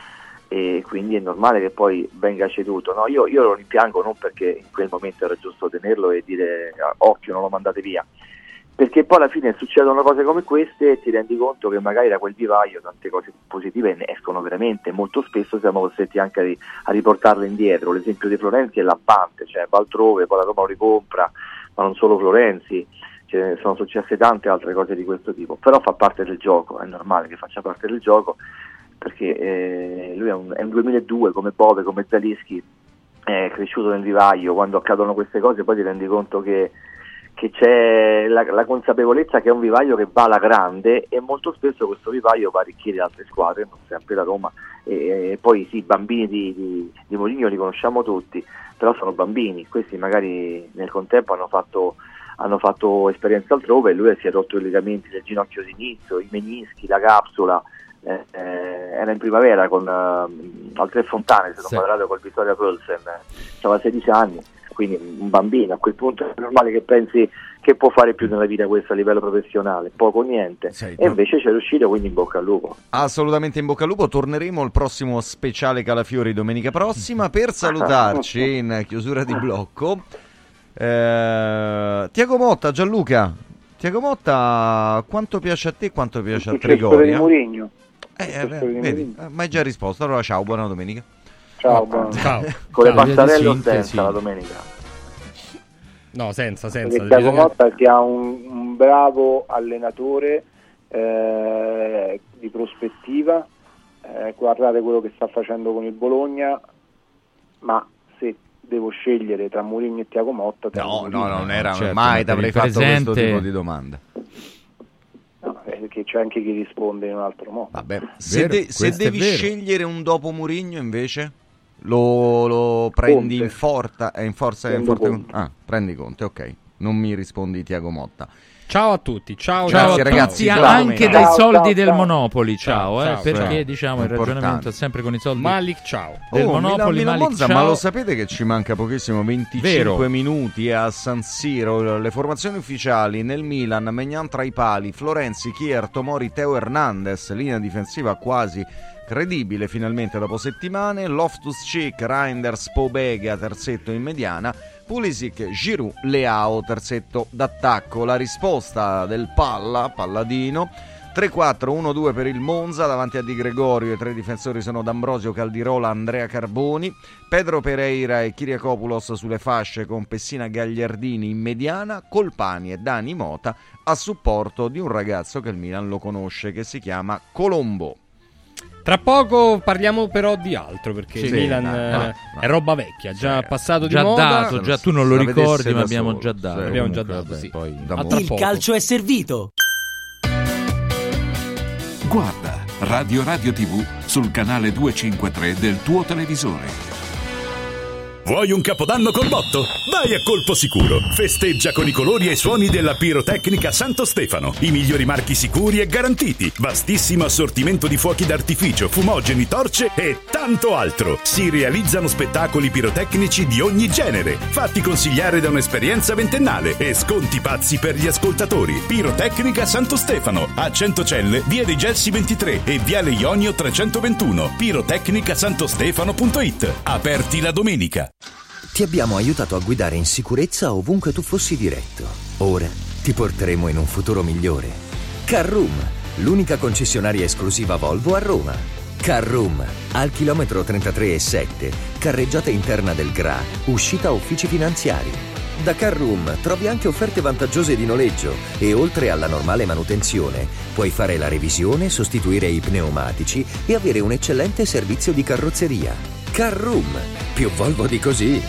e quindi è normale che poi venga ceduto. No, io lo rimpiango non perché in quel momento era giusto tenerlo e dire occhio, non lo mandate via, perché poi alla fine succedono cose come queste e ti rendi conto che magari da quel vivaio tante cose positive ne escono veramente. Molto spesso siamo costretti anche a riportarle indietro. L'esempio di Florenzi è lampante, cioè va altrove, poi la Roma lo ricompra, ma non solo Florenzi, sono successe tante altre cose di questo tipo, però fa parte del gioco, è normale che faccia parte del gioco, perché lui è un 2002 come Bove, come Zalischi, è cresciuto nel vivaio. Quando accadono queste cose poi ti rendi conto che c'è la consapevolezza che è un vivaio che va alla grande, e molto spesso questo vivaio va a arricchire altre squadre, non sempre la Roma, e poi sì, i bambini di Mourinho li conosciamo tutti, però sono bambini, questi magari nel contempo hanno fatto esperienza altrove, e lui si è rotto i legamenti del ginocchio sinistro, i menischi, la capsula. Era in primavera con al Tre Fontane, se non parlato col Vittoria Plzen, aveva 16 anni, quindi un bambino. A quel punto è normale che pensi che può fare più nella vita questo a livello professionale, poco o niente, e invece c'è riuscito, quindi in bocca al lupo. Assolutamente in bocca al lupo. Torneremo al prossimo speciale Calafiori domenica prossima. Per salutarci in chiusura di blocco, Tiago Motta, Gianluca, Tiago Motta, quanto piace a te, quanto piace a Trigoria? Mourinho. Vedi, ma hai già risposto. Allora ciao, buona domenica. Ciao. Con le passerelle o senza la domenica? No, senza. Tiago Motta che ha un bravo allenatore di prospettiva, guardate quello che sta facendo con il Bologna, ma se devo scegliere tra Mourinho e Tiago Motta, non era mai avrei fatto questo tipo di domanda. Perché c'è anche chi risponde in un altro modo. Vabbè, se devi scegliere un dopo Mourinho invece lo prendi Conte. Prendi Conte, ok. Non mi rispondi Tiago Motta. Ciao a tutti, ciao ragazzi, anche dai soldi del Monopoli, perché diciamo il ragionamento è sempre con i soldi. Malik, ciao. Del Monopoli, Malik, ciao. Ma lo sapete che ci manca pochissimo, 25 minuti a San Siro. Le formazioni ufficiali nel Milan: Maignan tra i pali, Florenzi, Kier, Tomori, Teo Hernandez, linea difensiva quasi credibile finalmente dopo settimane, Loftus-Cheek, Reinders, Pobega, terzetto in mediana, Pulisic, Giroud, Leao, terzetto d'attacco. La risposta del Palladino: 3-4-1-2 per il Monza, davanti a Di Gregorio i tre difensori sono D'Ambrosio, Caldirola, Andrea Carboni, Pedro Pereira e Kyriakopoulos sulle fasce con Pessina, Gagliardini in mediana, Colpani e Dani Mota a supporto di un ragazzo che il Milan lo conosce, che si chiama Colombo. Tra poco parliamo però di altro, perché il Milan è roba vecchia, già passato di moda. Già tu non lo ricordi, ma abbiamo già dato. Abbiamo già dato, sì. Poi, il calcio è servito. Guarda Radio TV sul canale 253 del tuo televisore. Vuoi un capodanno col botto? Vai a colpo sicuro. Festeggia con i colori e i suoni della pirotecnica Santo Stefano. I migliori marchi sicuri e garantiti. Vastissimo assortimento di fuochi d'artificio, fumogeni, torce e tanto altro. Si realizzano spettacoli pirotecnici di ogni genere, fatti consigliare da un'esperienza ventennale, e sconti pazzi per gli ascoltatori. Pirotecnica Santo Stefano, a Centocelle, via dei Gelsi 23 e viale Ionio 321. pirotecnicasantostefano.it. Aperti la domenica. Ti abbiamo aiutato a guidare in sicurezza ovunque tu fossi diretto. Ora ti porteremo in un futuro migliore. Carroom, l'unica concessionaria esclusiva Volvo a Roma. Carroom, al chilometro 33,7, carreggiata interna del GRA, uscita uffici finanziari. Da Carroom trovi anche offerte vantaggiose di noleggio e oltre alla normale manutenzione puoi fare la revisione, sostituire i pneumatici e avere un eccellente servizio di carrozzeria. Carroom, più Volvo di così.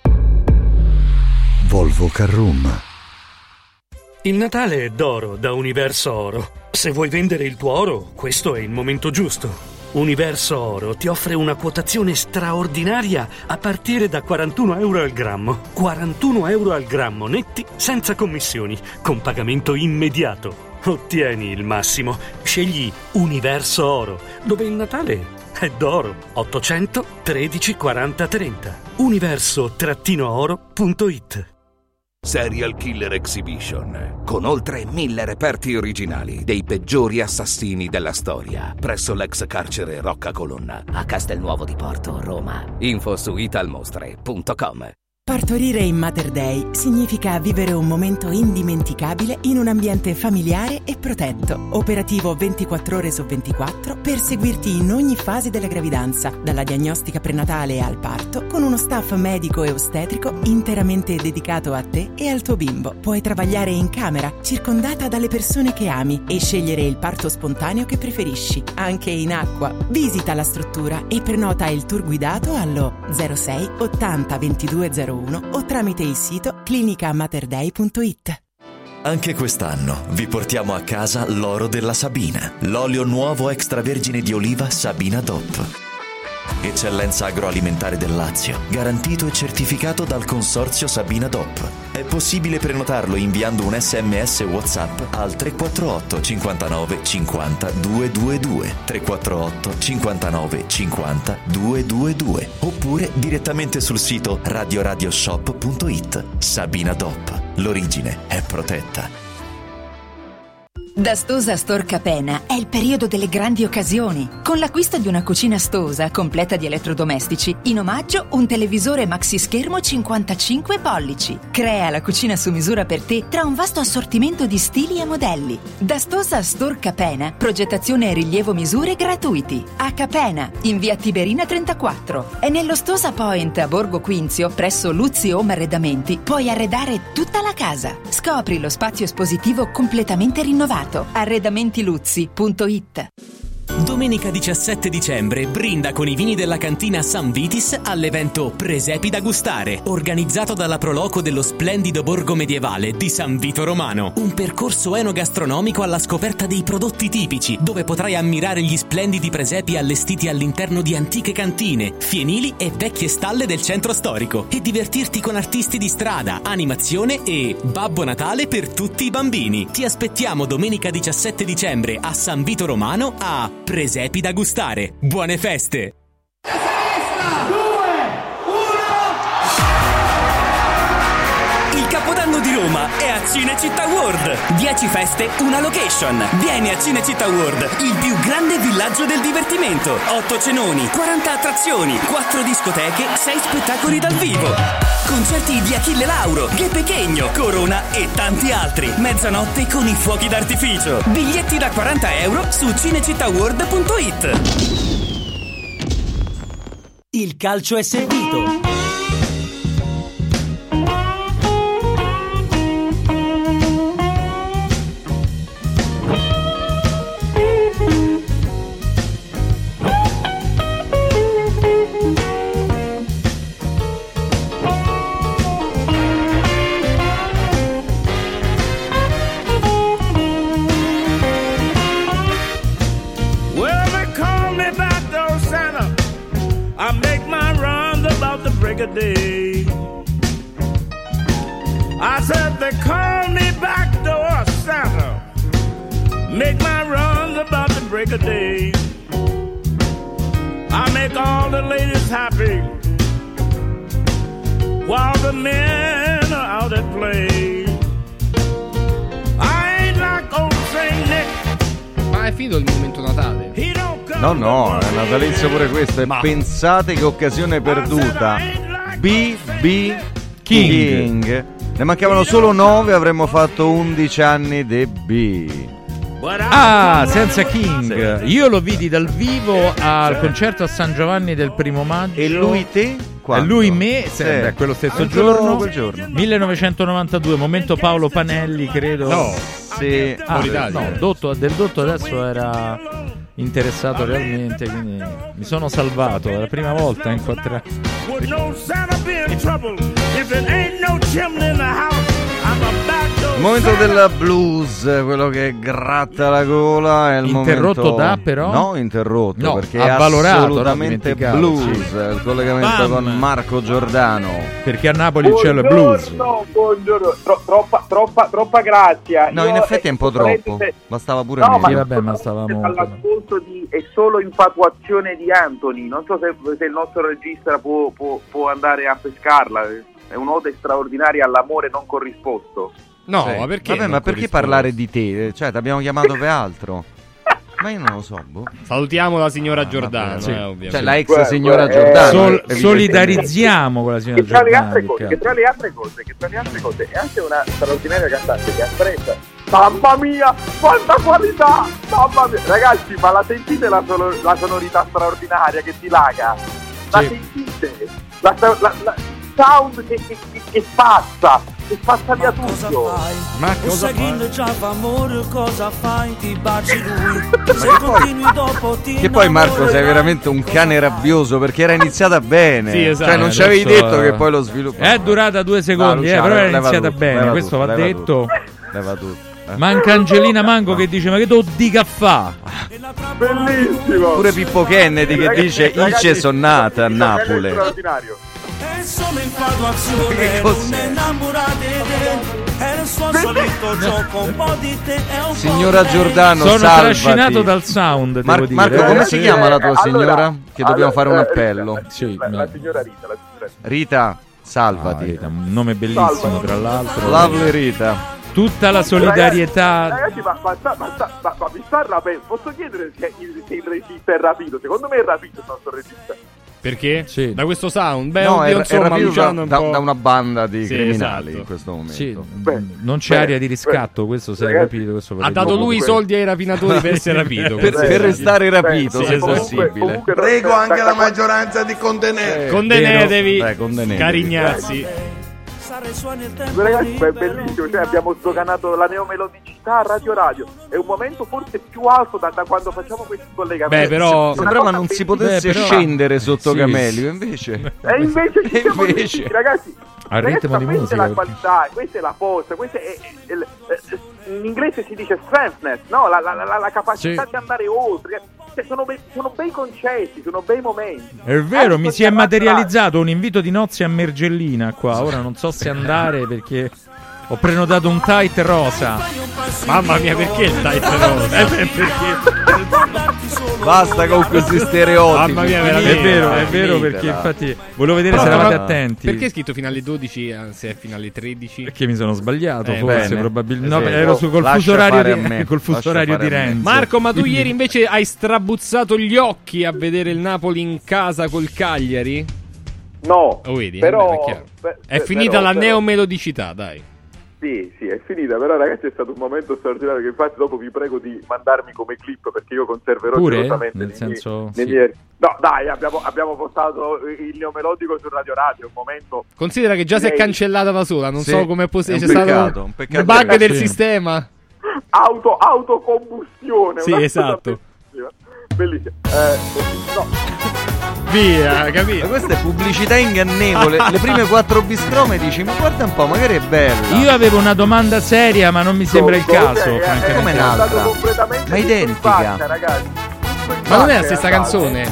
Volvo Carroom. Il Natale è d'oro da Universo Oro. Se vuoi vendere il tuo oro, questo è il momento giusto. Universo Oro ti offre una quotazione straordinaria a partire da €41 al grammo. €41 al grammo netti, senza commissioni, con pagamento immediato. Ottieni il massimo. Scegli Universo Oro, dove il Natale è d'oro. 800 13 40 30. Universo-oro.it. Serial Killer Exhibition, con oltre 1000 reperti originali dei peggiori assassini della storia, presso l'ex carcere Rocca Colonna, a Castelnuovo di Porto, Roma. Info su italmostre.com. Partorire in Mater Dei significa vivere un momento indimenticabile in un ambiente familiare e protetto, operativo 24 ore su 24 per seguirti in ogni fase della gravidanza, dalla diagnostica prenatale al parto, con uno staff medico e ostetrico interamente dedicato a te e al tuo bimbo. Puoi travagliare in camera, circondata dalle persone che ami, e scegliere il parto spontaneo che preferisci, anche in acqua. Visita la struttura e prenota il tour guidato allo 06 80 2201 o tramite il sito clinicamaterdei.it. Anche quest'anno vi portiamo a casa l'oro della Sabina, l'olio nuovo extravergine di oliva Sabina DOP. Eccellenza agroalimentare del Lazio, garantito e certificato dal consorzio Sabina DOP. È possibile prenotarlo inviando un SMS WhatsApp al 348 59 50 222, 348 59 50 222, oppure direttamente sul sito radioradioshop.it. Sabina DOP, l'origine è protetta. Da Stosa Store Capena è il periodo delle grandi occasioni. Con l'acquisto di una cucina Stosa completa di elettrodomestici, in omaggio un televisore maxi schermo 55 pollici. Crea la cucina su misura per te tra un vasto assortimento di stili e modelli. Da Stosa Store Capena, progettazione e rilievo misure gratuiti. A Capena, in via Tiberina 34. E nello Stosa Point a Borgo Quinzio, presso Luzzi Home Arredamenti, puoi arredare tutta la casa. Scopri lo spazio espositivo completamente rinnovato. Arredamentiluzzi.it. Domenica 17 dicembre brinda con i vini della cantina San Vitis all'evento Presepi da gustare, organizzato dalla Proloco dello splendido borgo medievale di San Vito Romano. Un percorso enogastronomico alla scoperta dei prodotti tipici, dove potrai ammirare gli splendidi presepi allestiti all'interno di antiche cantine, fienili e vecchie stalle del centro storico, e divertirti con artisti di strada, animazione e Babbo Natale per tutti i bambini. Ti aspettiamo domenica 17 dicembre a San Vito Romano a Presepi da gustare. Buone feste! Il Capodanno di Roma è a Cinecittà World. 10 feste, una location. Vieni a Cinecittà World, il più grande villaggio del divertimento. 8 cenoni, 40 attrazioni, 4 discoteche, 6 spettacoli dal vivo. Concerti di Achille Lauro, Ghe Pechegno, Corona e tanti altri. Mezzanotte con i fuochi d'artificio. Biglietti da €40 su cinecittàworld.it. Il calcio è servito. Day. I said they call me backdoor Santa. Make my runs about the break of day. I make all the ladies happy while the men are out at play. I ain't like old Saint Nick. Ma è finito il momento Natale? No, è natalizio pure questo. E pensate che occasione perduta. B.B. King. Ne mancavano solo 9, avremmo fatto 11 anni di B. Ah, senza King. Sì. Io lo vidi dal vivo al concerto a San Giovanni del 1° maggio. E lui te? Quando? Lui me, sempre quello stesso giorno. 1992, momento Paolo Panelli, credo. No. Sì. Del Dotto adesso era interessato realmente, quindi mi sono salvato, è la prima volta in 4 anni. Il momento del blues, quello che gratta la gola, è il interrotto momento... da però? No, interrotto, no, perché è assolutamente blues, sì. Il collegamento con Marco Giordano. Perché a Napoli il cielo è blues. Buongiorno, troppa grazia. No, in effetti è un po' troppo, bastava pure no, meno. Sì, vabbè, ma stavamo... All'ascolto di È solo infatuazione di Anthony, non so se il nostro regista può andare a pescarla. È un'ode straordinaria all'amore non corrisposto. No, ma perché? Vabbè, ma perché parlare di te? Cioè, ti abbiamo chiamato per altro. Ma io non lo so, boh. Salutiamo la signora Giordano, sì. ovviamente. Cioè la ex signora Giordano. Solidarizziamo con la signora Giordano. Giordano. Tra le altre cose, è anche una straordinaria cantante che ha preso. Mamma mia, quanta qualità! Mamma mia, ragazzi, ma la sentite la sonorità straordinaria che ti laga? La sentite? La sound che spazza! Che spazza via tutto. Ma cosa fai? Cosa fai? Ti baci lui. Se continui dopo ti che poi Marco sei veramente un cane rabbioso perché era iniziata bene. Sì, esatto. Cioè non ci avevi detto che poi lo sviluppo è durata 2 secondi, però era iniziata bene. Questo va detto. Leva tutto. Manca Angelina Mango che dice: ma che tu dica fa? Bellissimo. Pure Pippo Kennedy che dice: Ice sono nata a Napoli. Straordinario. Sono infatuazione, non innamorate è il suo solito gioco, un po' di te è un signora Giordano, sono salvati. Trascinato dal sound, devo dire. Marco, come si chiama la tua signora? Che dobbiamo fare un appello. Sì, la signora Rita. Rita, salvati. Rita, un nome bellissimo, tra l'altro. Lovely Rita. Tutta la solidarietà. Ragazzi, ma mi sta rapendo. Posso chiedere se il regista è rapito? Secondo me è rapito il nostro regista. Perché? Sì. Da questo sound? Beh, no, oddio, insomma, Luciano da una banda di criminali, esatto. In questo momento. Sì. Non c'è area di riscatto, questo si è capito. Questo ha dato lui i soldi ai rapinatori per essere rapito. per restare rapito, se possibile. Prego anche la maggioranza di contenere. Contenetevi, carignazzi. Ragazzi, è bellissimo, cioè abbiamo sdoganato la neomelodicità a Radio. È un momento forse più alto da quando facciamo questi collegamenti. Beh, però sembrava non si potesse scendere sotto Camelio, invece. E invece ci siamo riusciti, ragazzi. Al ritmo di musica. Questa è la qualità, questa è la forza, questa è in inglese si dice strengthness, no? La capacità di andare oltre. Cioè, sono bei concetti, sono bei momenti. È vero, mi si è materializzato un invito di nozze a Mergellina qua. Ora non so se andare perché ho prenotato un tight rosa. Mamma mia, perché il tight rosa? Perché? Basta con questi stereotipi. Mamma mia, veramente. È vero perché infatti volevo vedere se eravate attenti. Perché è scritto fino alle 12 se è fino alle 13? Perché mi sono sbagliato, forse bene. probabilmente. No, ero col fuso orario di Renzo. Marco, ma tu ieri invece hai strabuzzato gli occhi a vedere il Napoli in casa col Cagliari? No, vedi, però è finita la neomelodicità, dai. Sì, è finita, però ragazzi è stato un momento straordinario che infatti dopo vi prego di mandarmi come clip perché io conserverò gelosamente nel senso No, dai, abbiamo postato il neomelodico su Radio, un momento. Considera che già si è cancellata da sola, non so come è possibile, c'è stato un bug del sistema. Autocombustione. Sì, esatto. Bellissimo. No. Via, capito? Ma questa è pubblicità ingannevole. Le prime 4 biscrome dici, ma guarda un po', magari è bella. Io avevo una domanda seria, ma non mi sembra il caso, francamente. Come un'altra? Ma identica. Ma non è la stessa canzone?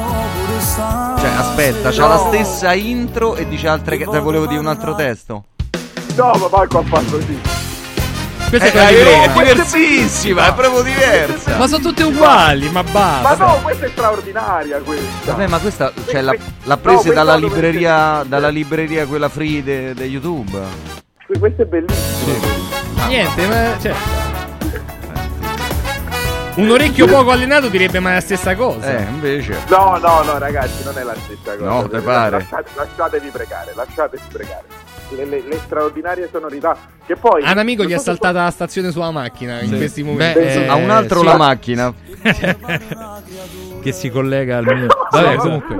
Cioè, aspetta, c'ha la stessa intro e dice altre che volevo dire un altro testo. No, ma Marco ha fatto così. Questa è diversissima, è proprio diversa. Ma sono tutte uguali, ma basta. Ma no, questa è straordinaria questa. Vabbè, ma questa cioè, l'ha presa dalla libreria quella free di YouTube. Questo è bellissimo. Sì. Niente, ma cioè un orecchio poco allenato direbbe ma è la stessa cosa. Invece. No, ragazzi, non è la stessa cosa. No, te pare. Lasciatevi pregare. Le straordinarie sonorità che poi un amico gli ha saltata la stazione sulla macchina in questi momenti. A un altro la macchina che si collega al mio. Vabbè,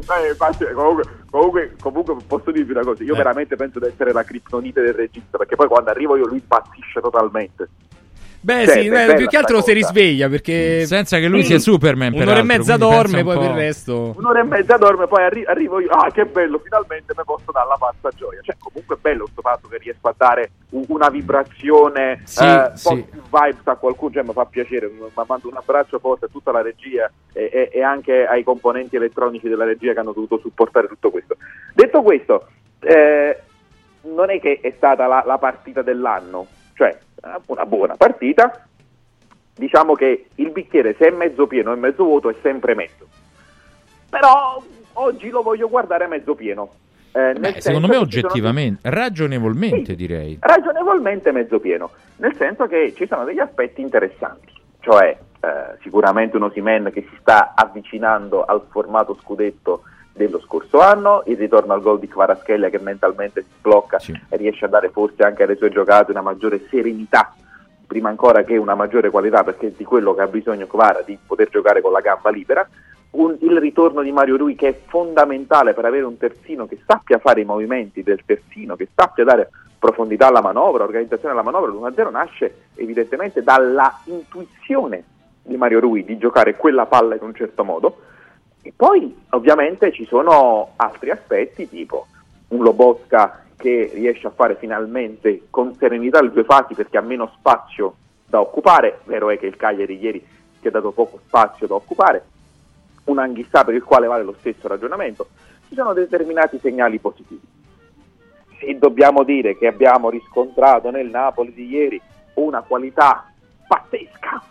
comunque posso dirvi una cosa, io veramente penso di essere la criptonite del regista, perché poi quando arrivo io lui impazzisce totalmente. Beh, sì, più che altro si risveglia perché senza che lui sia Superman. Un'ora e mezza dorme, poi per il resto. Un'ora e mezza dorme, poi arrivo io. Ah, che bello, finalmente mi posso dare la pazza gioia. Cioè, comunque è bello questo fatto che riesco a dare una vibrazione, positive vibes a qualcuno, cioè mi fa piacere. Ma mando un abbraccio forte a tutta la regia e anche ai componenti elettronici della regia che hanno dovuto supportare tutto questo. Detto questo, non è che è stata la partita dell'anno, cioè una buona partita, diciamo che il bicchiere se è mezzo pieno e mezzo vuoto è sempre mezzo, però oggi lo voglio guardare mezzo pieno, Secondo me oggettivamente, ragionevolmente direi. Ragionevolmente mezzo pieno, nel senso che ci sono degli aspetti interessanti, cioè sicuramente un Osimhen che si sta avvicinando al formato scudetto dello scorso anno, il ritorno al gol di Kvaratskhelia che mentalmente si sblocca e riesce a dare forse anche alle sue giocate una maggiore serenità, prima ancora che una maggiore qualità, perché di quello che ha bisogno Kvara, di poter giocare con la gamba libera. Il ritorno di Mario Rui che è fondamentale per avere un terzino che sappia fare i movimenti del terzino, che sappia dare profondità alla manovra, organizzazione alla manovra. L'1-0 nasce evidentemente dalla intuizione di Mario Rui di giocare quella palla in un certo modo. E poi ovviamente ci sono altri aspetti, tipo un Lobotka che riesce a fare finalmente con serenità le due fasi perché ha meno spazio da occupare. Vero è che il Cagliari ieri ti ha dato poco spazio da occupare, un Anghissà per il quale vale lo stesso ragionamento. Ci sono determinati segnali positivi. Se dobbiamo dire che abbiamo riscontrato nel Napoli di ieri una qualità pazzesca,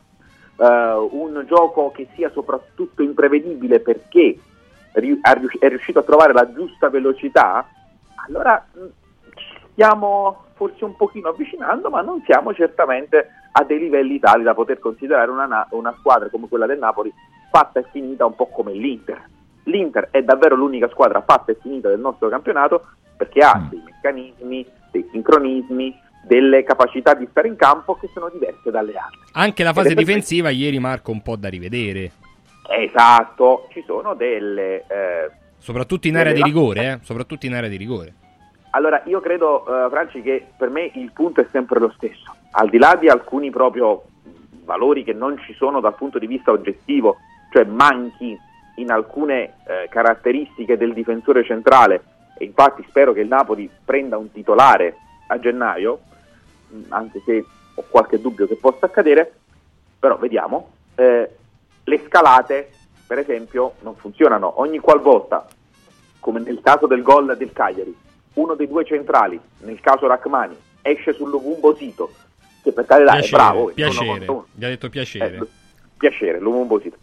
un gioco che sia soprattutto imprevedibile perché è riuscito a trovare la giusta velocità, allora ci stiamo forse un pochino avvicinando, ma non siamo certamente a dei livelli tali da poter considerare una squadra come quella del Napoli fatta e finita un po' come l'Inter. L'Inter è davvero l'unica squadra fatta e finita del nostro campionato perché ha dei meccanismi, dei sincronismi, delle capacità di stare in campo che sono diverse dalle altre. Anche la fase difensiva ieri, Marco, un po' da rivedere. Esatto, ci sono delle soprattutto in area di rigore, soprattutto in area di rigore. Allora, io credo, Franci, che per me il punto è sempre lo stesso. Al di là di alcuni proprio valori che non ci sono dal punto di vista oggettivo, cioè manchi in alcune caratteristiche del difensore centrale, e infatti spero che il Napoli prenda un titolare a gennaio, anche se ho qualche dubbio che possa accadere, però vediamo. Le scalate, per esempio, non funzionano. Ogni qualvolta, come nel caso del gol del Cagliari, uno dei due centrali, nel caso Rachmani, esce sul Lumumbo Sito, che per carità è bravo. Piacere, gli ha detto piacere. Piacere, Lumumbo Sito.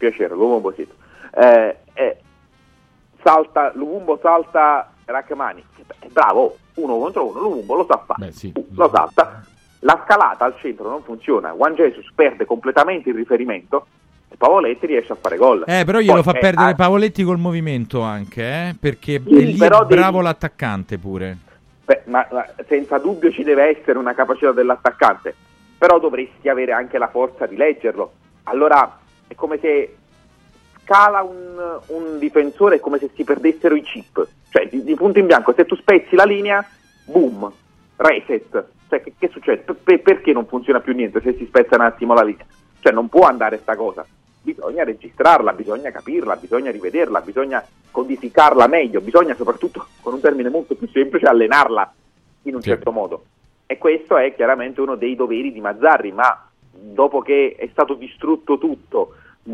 Lumumbo salta Rachmani, è bravo, 1 contro 1, Lumumbo lo sa fare, lo salta. La scalata al centro non funziona, Juan Jesus perde completamente il riferimento e Pavoletti riesce a fare gol. Però glielo fa perdere Pavoletti col movimento anche, perché lì è bravo l'attaccante pure. Ma senza dubbio ci deve essere una capacità dell'attaccante, però dovresti avere anche la forza di leggerlo. Allora è come se scala un difensore, è come se si perdessero i chip, cioè di punto in bianco, se tu spezzi la linea, boom, reset, cioè che succede? Perché non funziona più niente se si spezza un attimo la linea? Cioè non può andare sta cosa, bisogna registrarla, bisogna capirla, bisogna rivederla, bisogna codificarla meglio, bisogna soprattutto, con un termine molto più semplice, allenarla in un certo modo. E questo è chiaramente uno dei doveri di Mazzarri, ma dopo che è stato distrutto tutto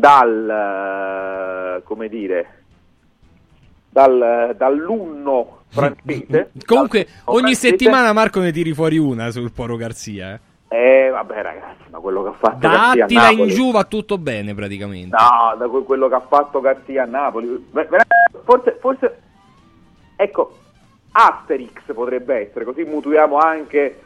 dall'unno francese. Comunque ogni settimana Marco ne tiri fuori una sul Poro Garzia. Vabbè ragazzi, ma quello che ha fatto da Garzia Attila a Napoli, in giù va tutto bene praticamente. No, da quello che ha fatto Garzia a Napoli, forse ecco, Asterix potrebbe essere, così mutuiamo anche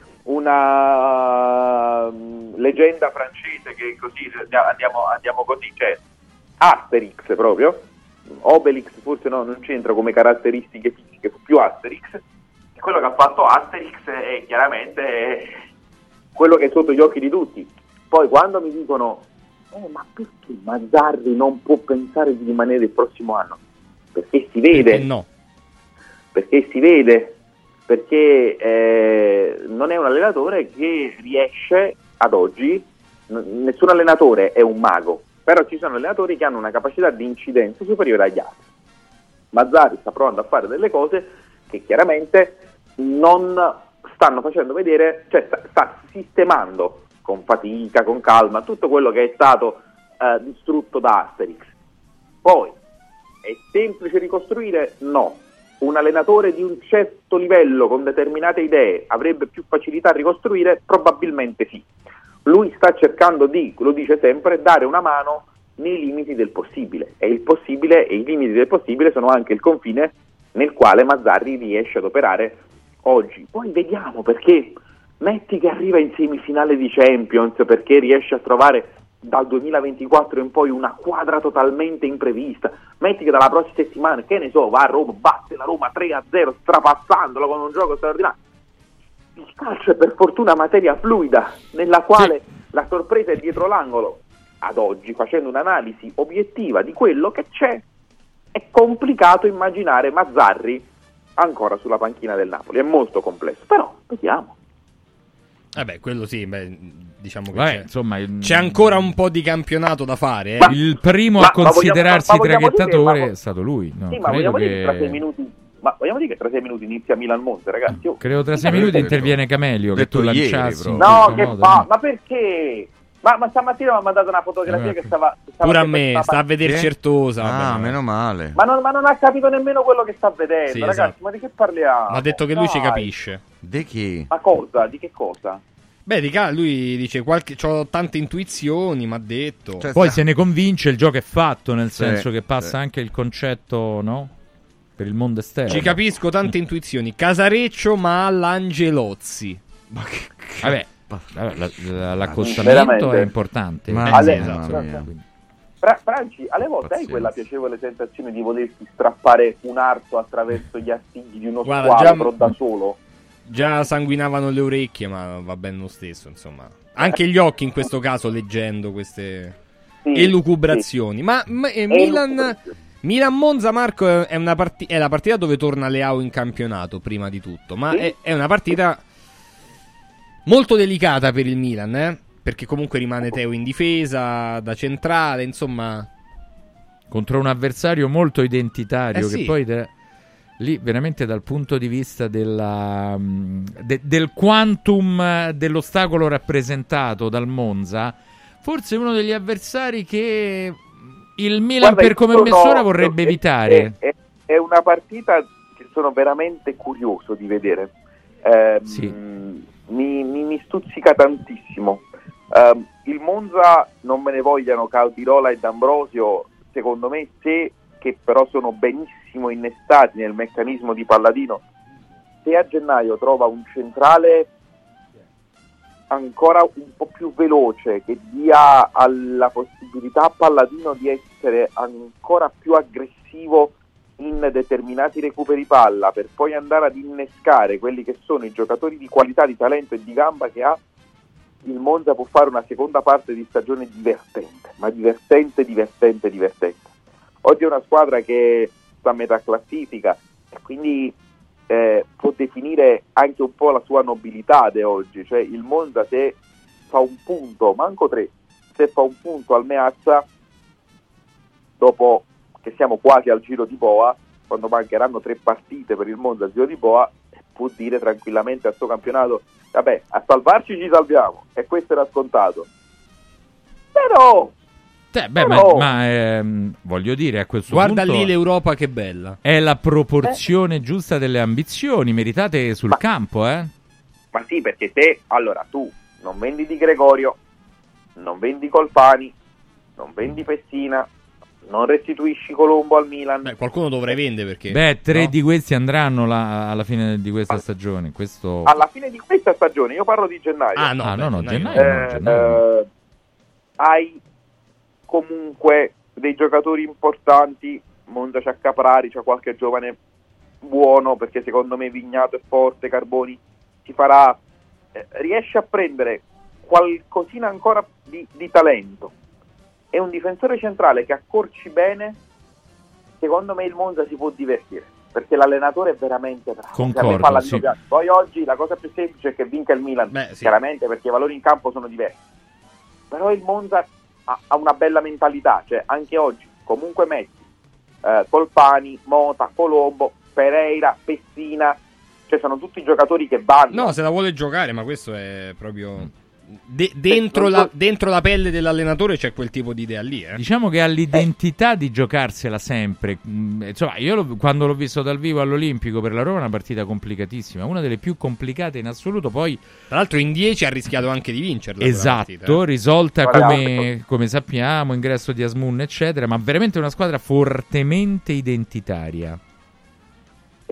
una leggenda francese, che così andiamo così, cioè Asterix proprio, Obelix forse no, non c'entra come caratteristiche fisiche, più Asterix. E quello che ha fatto Asterix è chiaramente quello che è sotto gli occhi di tutti. Poi quando mi dicono ma perché Mazzarri non può pensare di rimanere il prossimo anno? Perché si vede, perché non è un allenatore che riesce ad oggi, nessun allenatore è un mago, però ci sono allenatori che hanno una capacità di incidenza superiore agli altri. Mazzarri sta provando a fare delle cose che chiaramente non stanno facendo vedere, cioè sta sistemando con fatica, con calma, tutto quello che è stato distrutto da Asterix. Poi è semplice ricostruire? No. Un allenatore di un certo livello con determinate idee avrebbe più facilità a ricostruire? Probabilmente sì. Lui sta cercando di, lo dice sempre, dare una mano nei limiti del possibile, e il possibile e i limiti del possibile sono anche il confine nel quale Mazzarri riesce ad operare oggi. Poi vediamo, perché metti che arriva in semifinale di Champions, perché riesce a trovare dal 2024 in poi una quadra totalmente imprevista, metti che dalla prossima settimana, che ne so, va a Roma, batte la Roma 3-0 strapassandola con un gioco straordinario. Il calcio è per fortuna materia fluida, nella quale la sorpresa è dietro l'angolo. Ad oggi, facendo un'analisi obiettiva di quello che c'è, è complicato immaginare Mazzarri ancora sulla panchina del Napoli, è molto complesso, però vediamo. Quello sì, diciamo che c'è ancora un po' di campionato da fare. Il primo a considerarsi traghettatore è stato lui. No, sì, ma vogliamo dire che tra 6 minuti... Ma vogliamo dire che tra 6 minuti inizia Milan-Monza, ragazzi? Credo tra 6 minuti interviene Camelio, che tu lanciassi. No, che fa? Ma perché? Ma stamattina mi ha mandato una fotografia che stava pure a me, sta a vedere Certosa. Ah, meno male. Ma non ha capito nemmeno quello che sta vedendo, sì, ragazzi. Esatto. Ma di che parliamo? Ma ha detto che lui ci capisce. Di chi? Ma cosa? Di che cosa? Lui dice c'ho tante intuizioni, mi ha detto. Poi se ne convince, il gioco è fatto, nel senso che passa anche il concetto, no? Per il mondo esterno. Ci capisco, tante intuizioni. Casareccio, ma all'Angelozzi. Vabbè, l'accostamento è importante. Franci, alle volte hai quella piacevole sensazione di volersi strappare un arto attraverso gli artigli di uno squadro da solo? Già sanguinavano le orecchie, ma va bene lo stesso, insomma. Anche gli occhi in questo caso, leggendo queste elucubrazioni. Ma Milan-Monza, Marco, è la partita dove torna Leao in campionato, prima di tutto. Ma è una partita molto delicata per il Milan, perché comunque rimane Teo in difesa, da centrale, insomma. Contro un avversario molto identitario, che poi... Lì veramente dal punto di vista del quantum dell'ostacolo rappresentato dal Monza, forse uno degli avversari che il Milan per come è messo ora vorrebbe evitare. È una partita che sono veramente curioso di vedere. Mi stuzzica tantissimo. Il Monza, non me ne vogliano Caldirola e D'Ambrosio, secondo me che però sono benissimo innestati nel meccanismo di Palladino, se a gennaio trova un centrale ancora un po' più veloce, che dia la possibilità a Palladino di essere ancora più aggressivo in determinati recuperi palla, per poi andare ad innescare quelli che sono i giocatori di qualità, di talento e di gamba che ha, il Monza può fare una seconda parte di stagione divertente, ma divertente. Oggi è una squadra che sta a metà classifica e quindi può definire anche un po' la sua nobiltà di oggi. Cioè il Monza, se fa un punto, manco 3, se fa un punto al Meazza, dopo che siamo quasi al Giro di Boa, quando mancheranno 3 partite per il Monza al Giro di Boa, può dire tranquillamente al suo campionato: vabbè, a salvarci ci salviamo, e questo era scontato. Però voglio dire, a questo guarda punto lì l'Europa, che bella, è la proporzione giusta delle ambizioni meritate sul campo, Ma sì, perché tu non vendi Di Gregorio, non vendi Colpani, non vendi Pessina, non restituisci Colombo al Milan. Qualcuno dovrei vendere, perché 3 di questi andranno alla fine di questa stagione. Alla fine di questa stagione, io parlo di gennaio. Gennaio. Hai comunque dei giocatori importanti. Monza c'ha Caprari, c'ha qualche giovane buono, perché secondo me Vignato è forte, Carboni si farà, riesce a prendere qualcosina ancora di talento, è un difensore centrale che accorci bene. Secondo me il Monza si può divertire, perché l'allenatore è veramente bravo. Concordo, sì. Poi oggi la cosa più semplice è che vinca il Milan, chiaramente, perché i valori in campo sono diversi, però il Monza ha una bella mentalità. Cioè anche oggi comunque metti Colpani, Mota, Colombo, Pereira, Pessina, cioè sono tutti giocatori che vanno. No, se la vuole giocare, ma questo è proprio dentro la pelle dell'allenatore, c'è quel tipo di idea lì. Diciamo che ha l'identità di giocarsela sempre. Insomma, io quando l'ho visto dal vivo all'Olimpico per la Roma, è una partita complicatissima, una delle più complicate in assoluto. Poi tra l'altro in 10 ha rischiato anche di vincerla. Esatto, risolta come sappiamo, ingresso di Asmun eccetera, ma veramente una squadra fortemente identitaria.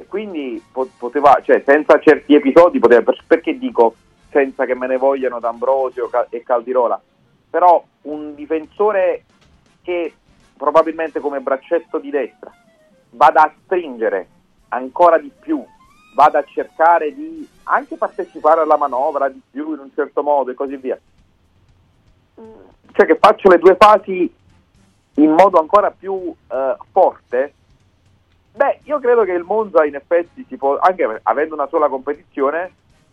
quindi poteva, cioè senza certi episodi poteva, perché dico senza che me ne vogliano D'Ambrosio e Caldirola, però un difensore che probabilmente come braccetto di destra vada a stringere ancora di più, vada a cercare di anche partecipare alla manovra di più in un certo modo e così via, cioè che faccio le due fasi in modo ancora più forte, beh, io credo che il Monza in effetti si può, anche avendo una sola competizione,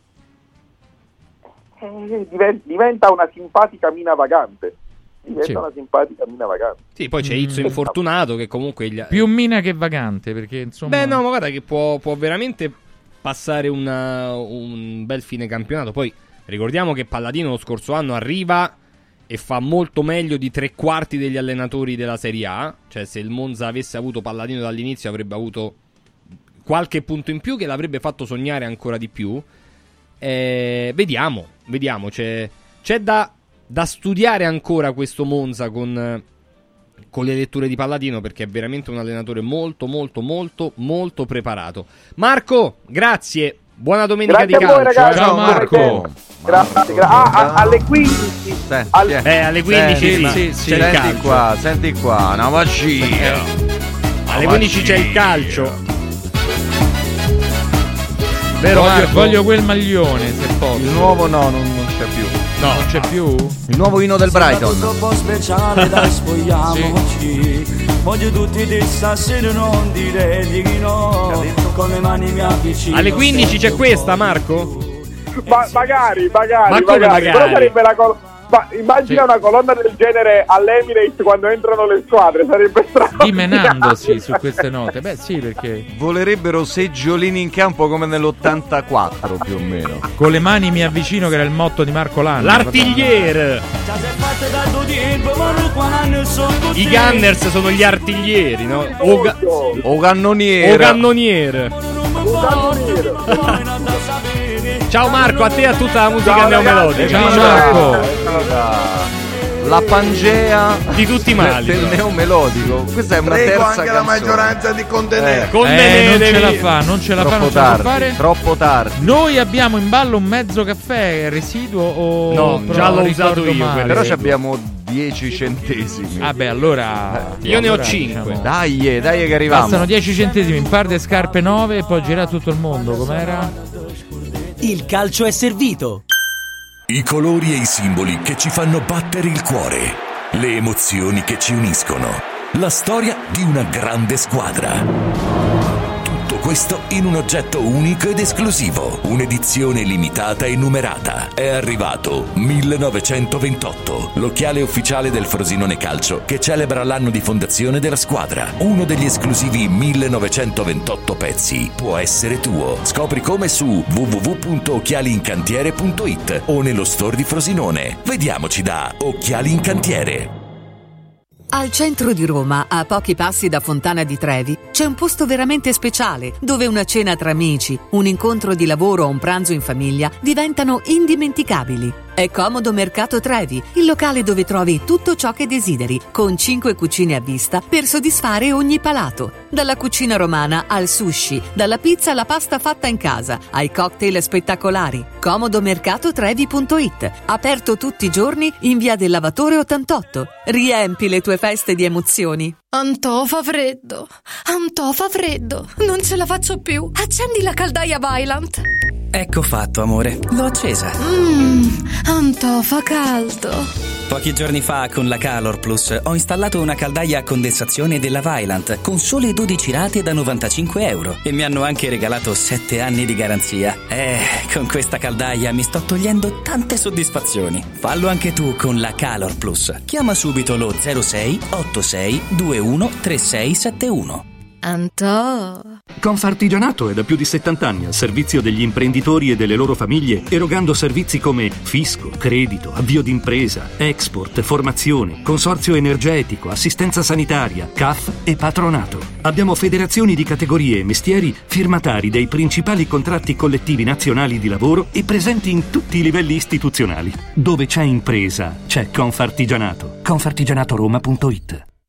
diventa una simpatica mina vagante. Una simpatica mina vagante. Sì, poi c'è Izzo infortunato che comunque più mina che vagante, perché insomma. Beh, no, ma guarda che può veramente passare un bel fine campionato. Poi ricordiamo che Palladino lo scorso anno arriva e fa molto meglio di 3/4 degli allenatori della Serie A. Cioè, se il Monza avesse avuto Palladino dall'inizio avrebbe avuto qualche punto in più che l'avrebbe fatto sognare ancora di più. Vediamo. C'è da studiare ancora questo Monza con le letture di Palladino, perché è veramente un allenatore molto molto molto molto preparato. Marco, grazie. Buona domenica grazie di calcio. Voi, ragazzi. Ciao Marco. Grazie. Alle 15. Alle 15 c'è il calcio. Senti qua, una magia. Alle 15 c'è il calcio. Vero, voglio quel maglione, se posso. Il nuovo non c'è più. No, non c'è più? Il nuovo inno del Brighton. Un po' speciale, dai, spogliamoci. Voglio tutti di stasera, non dire di no. Con le mani mi avvicino. Alle 15 c'è questa, Marco? Magari. Ma come magari? Però sarebbe immagina una colonna del genere all'Emirates quando entrano le squadre, sarebbe strano. Dimenandosi su queste note. Beh, sì, perché volerebbero seggiolini in campo come nell'84 più o meno. Con le mani mi avvicino, che era il motto di Marco Lanni. L'artigliere. I Gunners sono gli artiglieri, no? O cannoniere. O cannoniere. Ciao Marco, a te e a tutta la musica neomelodica. Ciao Marco. La Pangea di tutti i mali del neomelodico. Questa è una terza anche canzone. La maggioranza di contenere. Non ce la fa, fare. Troppo tardi. Noi abbiamo in ballo un mezzo caffè residuo o no, già l'ho usato io, però abbiamo 10 centesimi. Vabbè, allora io ne ho 5. Dai che arriviamo. Bastano 10 centesimi in par de scarpe 9 e poi gira tutto il mondo. Com'era? Il calcio è servito. I colori e i simboli che ci fanno battere il cuore, le emozioni che ci uniscono, la storia di una grande squadra. Tutto questo in un oggetto unico ed esclusivo, un'edizione limitata e numerata. È arrivato 1928, l'occhiale ufficiale del Frosinone Calcio che celebra l'anno di fondazione della squadra. Uno degli esclusivi 1928 pezzi può essere tuo. Scopri come su www.occhialiincantiere.it o nello store di Frosinone. Vediamoci da Occhiali in Cantiere. Al centro di Roma, a pochi passi da Fontana di Trevi, c'è un posto veramente speciale dove una cena tra amici, un incontro di lavoro o un pranzo in famiglia diventano indimenticabili. È Comodo Mercato Trevi, il locale dove trovi tutto ciò che desideri, con 5 cucine a vista per soddisfare ogni palato. Dalla cucina romana al sushi, dalla pizza alla pasta fatta in casa, ai cocktail spettacolari. Comodomercatotrevi.it, aperto tutti i giorni in via del Lavatore 88. Riempi le tue feste di emozioni. Antò fa freddo, non ce la faccio più. Accendi la caldaia Vaillant. Ecco fatto, amore, l'ho accesa. Antò fa caldo. Pochi giorni fa con la Calor Plus ho installato una caldaia a condensazione della Vaillant con sole 12 rate da €95 e mi hanno anche regalato 7 anni di garanzia. Con questa caldaia mi sto togliendo tante soddisfazioni. Fallo anche tu con la Calor Plus. Chiama subito lo 06 86 21 3671. Antò. Confartigianato è da più di 70 anni al servizio degli imprenditori e delle loro famiglie, erogando servizi come fisco, credito, avvio d'impresa, export, formazione, consorzio energetico, assistenza sanitaria, CAF e patronato. Abbiamo federazioni di categorie e mestieri firmatari dei principali contratti collettivi nazionali di lavoro e presenti in tutti i livelli istituzionali. Dove c'è impresa, c'è Confartigianato. Confartigianatoroma.it.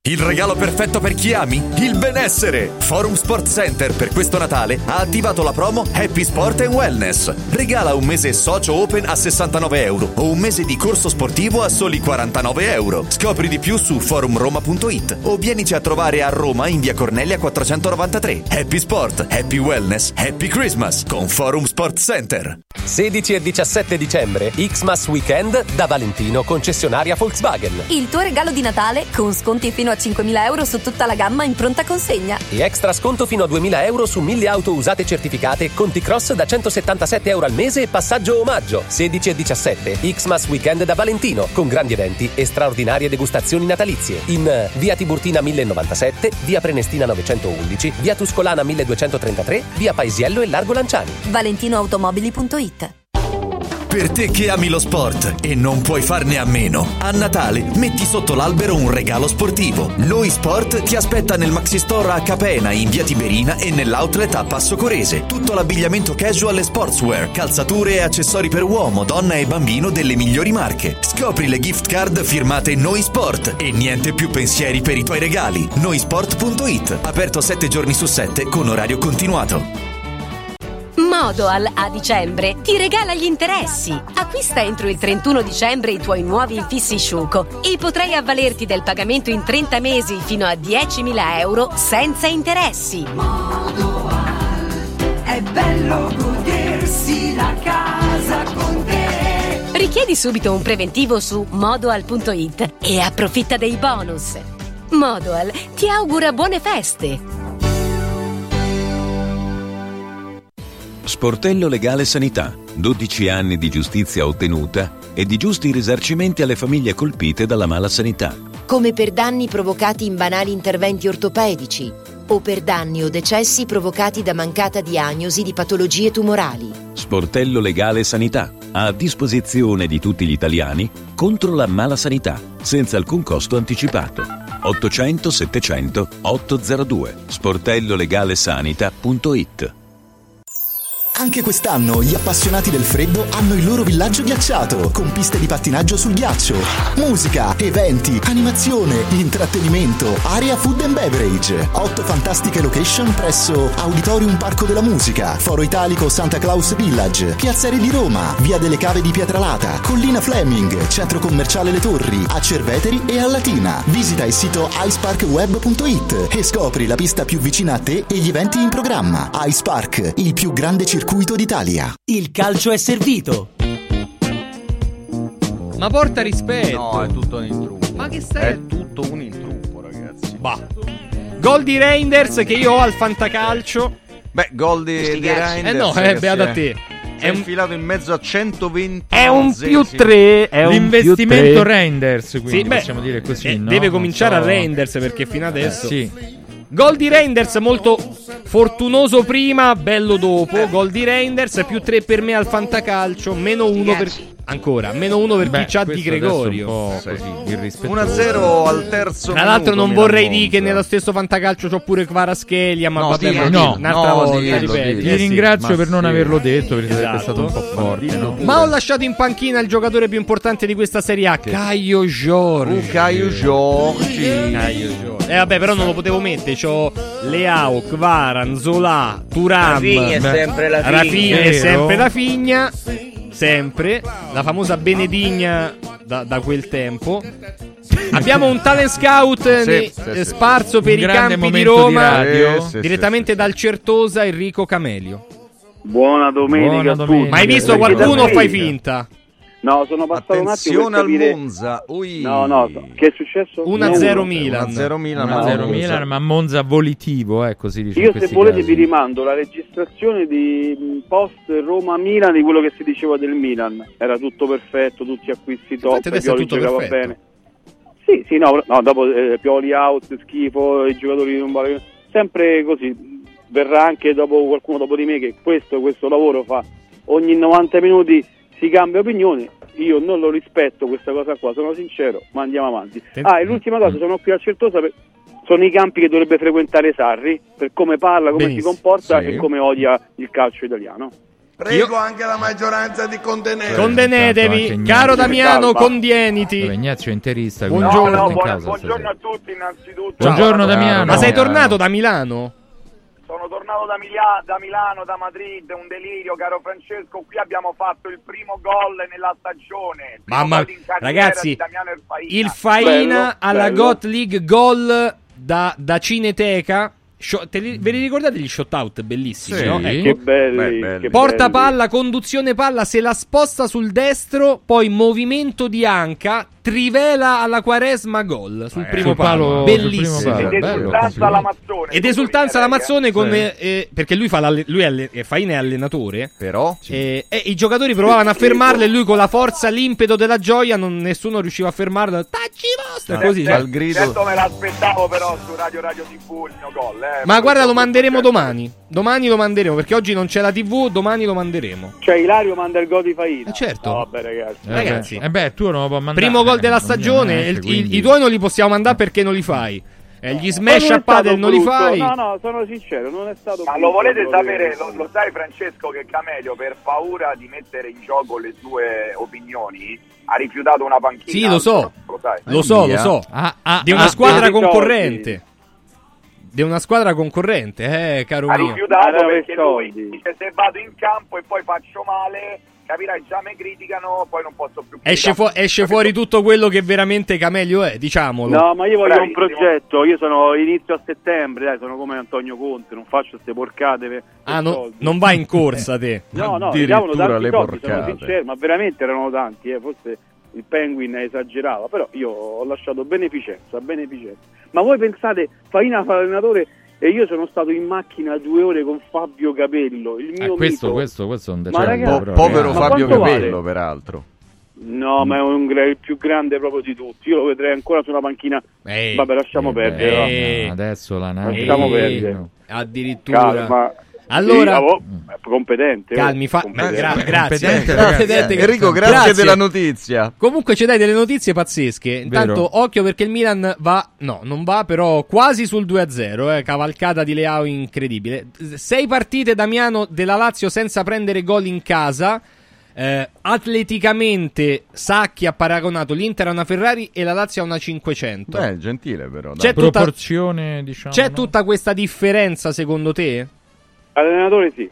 Il regalo perfetto per chi ami? Il benessere! Forum Sport Center per questo Natale ha attivato la promo Happy Sport and Wellness. Regala un mese socio open a €69 o un mese di corso sportivo a soli €49. Scopri di più su forumroma.it o vienici a trovare a Roma in via Cornelia 493. Happy Sport, Happy Wellness, Happy Christmas con Forum Sport Center. 16 e 17 dicembre, Xmas Weekend da Valentino, concessionaria Volkswagen. Il tuo regalo di Natale con sconti fino a €5.000 su tutta la gamma in pronta consegna. E extra sconto fino a €2.000 su 1000 auto usate certificate con T-Cross da €177 al mese e passaggio omaggio. 16 e 17, Xmas Weekend da Valentino, con grandi eventi e straordinarie degustazioni natalizie. In via Tiburtina 1097, via Prenestina 911, via Tuscolana 1233, via Paesiello e Largo Lanciani. ValentinoAutomobili.it. Per te che ami lo sport e non puoi farne a meno, a Natale metti sotto l'albero un regalo sportivo. Noi Sport ti aspetta nel Maxi Store a Capena in via Tiberina e nell'outlet a Passo Corese. Tutto l'abbigliamento casual e sportswear, calzature e accessori per uomo, donna e bambino delle migliori marche. Scopri le gift card firmate Noi Sport e niente più pensieri per i tuoi regali. Noisport.it, aperto 7 giorni su 7 con orario continuato. Modoal a dicembre ti regala gli interessi. Acquista entro il 31 dicembre i tuoi nuovi infissi Sciuco e potrai avvalerti del pagamento in 30 mesi fino a €10.000 senza interessi. Modoal, è bello godersi la casa con te. Richiedi subito un preventivo su modoal.it e approfitta dei bonus. Modoal ti augura buone feste. Sportello Legale Sanità, 12 anni di giustizia ottenuta e di giusti risarcimenti alle famiglie colpite dalla mala sanità. Come per danni provocati in banali interventi ortopedici o per danni o decessi provocati da mancata diagnosi di patologie tumorali. Sportello Legale Sanità, a disposizione di tutti gli italiani contro la mala sanità, senza alcun costo anticipato. 800 700 802 sportellolegalesanita.it. Anche quest'anno gli appassionati del freddo hanno il loro villaggio ghiacciato, con piste di pattinaggio sul ghiaccio, musica, eventi, animazione, intrattenimento, area food and beverage, 8 fantastiche location presso Auditorium Parco della Musica, Foro Italico Santa Claus Village, Piazza Re di Roma, Via delle Cave di Pietralata, Collina Fleming, Centro Commerciale Le Torri, a Cerveteri e a Latina. Visita il sito iceparkweb.it e scopri la pista più vicina a te e gli eventi in programma. Ice Park, il più grande circuito d'Italia. Il calcio è servito. Ma porta rispetto. No, è tutto un intruppo. Ma che stai? È tutto un intruppo, ragazzi. Bah. Gol di Reinders che io ho al fantacalcio. Beh, gol di Reinders. No, beata te. È infilato in mezzo a 120. È un +3. È l'investimento Reinders, quindi sì, possiamo dire così. No? Deve cominciare a Reinders perché fino adesso. Sì. Gol di Reinders molto fortunoso prima, bello dopo. Gol di Reinders, +3 per me al fantacalcio, -1 per ancora, -1 per chi c'ha Di Gregorio. Così, 1-0 al terzo. Tra l'altro minuto, non vorrei dire che nello stesso fantacalcio c'ho pure Kvaratskhelia, ma vabbè, un'altra volta, ripeto. Ti ringrazio per non averlo detto, perché esatto. sarebbe stato un po' forte, no? Ma ho lasciato in panchina il giocatore più importante di questa Serie A, Caio Giorgi. Caio Giorgi. Vabbè, però non lo potevo mettere. C'ho Leao, Kvaran, Zola, Thuram, Rafinha è sempre la figlia. Rafinha è sempre la figlia. Sempre la famosa Benedigna da quel tempo. Abbiamo un talent scout sparso per i campi di Roma, direttamente dal Certosa, Enrico Camelio. Buona domenica a tutti. Ma hai visto qualcuno o fai finta? No, sono passato un attimo per capire. Al Monza. No, che è successo? 1-0 Milan. 1-0 Milan, ma Monza volitivo, così dice. Io se volete vi rimando la registrazione di post Roma-Milan di quello che si diceva del Milan. Era tutto perfetto, tutti acquisti top, Pioli giocava bene. Sì, no, dopo Pioli out, schifo, i giocatori non valgono. Sempre così. Verrà anche qualcuno dopo di me che questo lavoro fa ogni 90 minuti. Si cambia opinione, io non lo rispetto questa cosa qua, sono sincero, ma andiamo avanti. E l'ultima cosa, sono qui a Certosa, sono i campi che dovrebbe frequentare Sarri, per come parla, come si comporta e come odia il calcio italiano. Prego anche la maggioranza di contenere. Contenetevi, caro Damiano, contieniti. Ignazio è interista. Buongiorno, buongiorno a tutti innanzitutto. Buongiorno Damiano. Ma sei tornato da Milano? Sono tornato da Milano, da Madrid, un delirio, caro Francesco. Qui abbiamo fatto il primo gol nella stagione. Mamma, ragazzi, il Faina alla GOT League, gol da Cineteca. Ve li ricordate gli shot out bellissimi? Sì. No? Ecco. Che belli. Porta palla, conduzione palla, se la sposta sul destro, poi movimento di anca, trivela alla Quaresma, gol sul primo palo. Bellissimo. Ed esultanza alla Mazzone. Ed esultanza alla Mazzone come perché lui Faina è allenatore. Però e i giocatori provavano a fermarlo e lui con la forza, l'impeto della gioia, nessuno riusciva a fermarlo. Tacci vostra, così. Al grido. Certo me l'aspettavo però su Radio TV il mio gol. Ma guarda, lo manderemo domani. Domani lo manderemo perché oggi non c'è la TV, domani lo manderemo. Cioè Ilario manda il gol di Faina. Certo. No, vabbè ragazzi. Tu non lo puoi mandare. Primo gol della stagione, i tuoi non li possiamo mandare perché non li fai. Gli smash a padel non li fai. No, sono sincero, non è stato. Ma lo volete sapere? Lo sai Francesco che Camelio, per paura di mettere in gioco le sue opinioni, ha rifiutato una panchina? Sì, lo so. Lo so. Di una squadra concorrente. Di una squadra concorrente, caro mio. Ha rifiutato perché lui dice: se vado in campo e poi faccio male, capirai, già mi criticano, poi non posso più criticare. Esce fuori tutto quello che veramente Camelio è, diciamolo. No, ma io voglio un progetto. Io sono inizio a settembre, sono come Antonio Conte, non faccio queste porcate non vai in corsa te. No, diavolo, tanti soldi, sono sincero, ma veramente erano tanti, forse il Penguin esaggerava, però io ho lasciato beneficenza. Ma voi pensate, Faina fa l'allenatore e io sono stato in macchina 2 ore con Fabio Capello, il mio questo è un decennio. Povero Fabio Capello, peraltro. No, ma è il più grande proprio di tutti. Io lo vedrei ancora su una panchina. Vabbè, lasciamo perdere. Adesso lasciamo perdere. Addirittura. Calma. Allora, competente. Calmi, grazie. Enrico, grazie della notizia. Comunque ci dai delle notizie pazzesche. Intanto occhio perché il Milan non va però quasi sul 2-0, cavalcata di Leao incredibile. 6 partite, Damiano, della Lazio senza prendere gol in casa. Atleticamente Sacchi ha paragonato l'Inter a una Ferrari e la Lazio a una 500. Gentile però, dai. C'è proporzione, diciamo. C'è tutta questa differenza secondo te? Allenatore sì.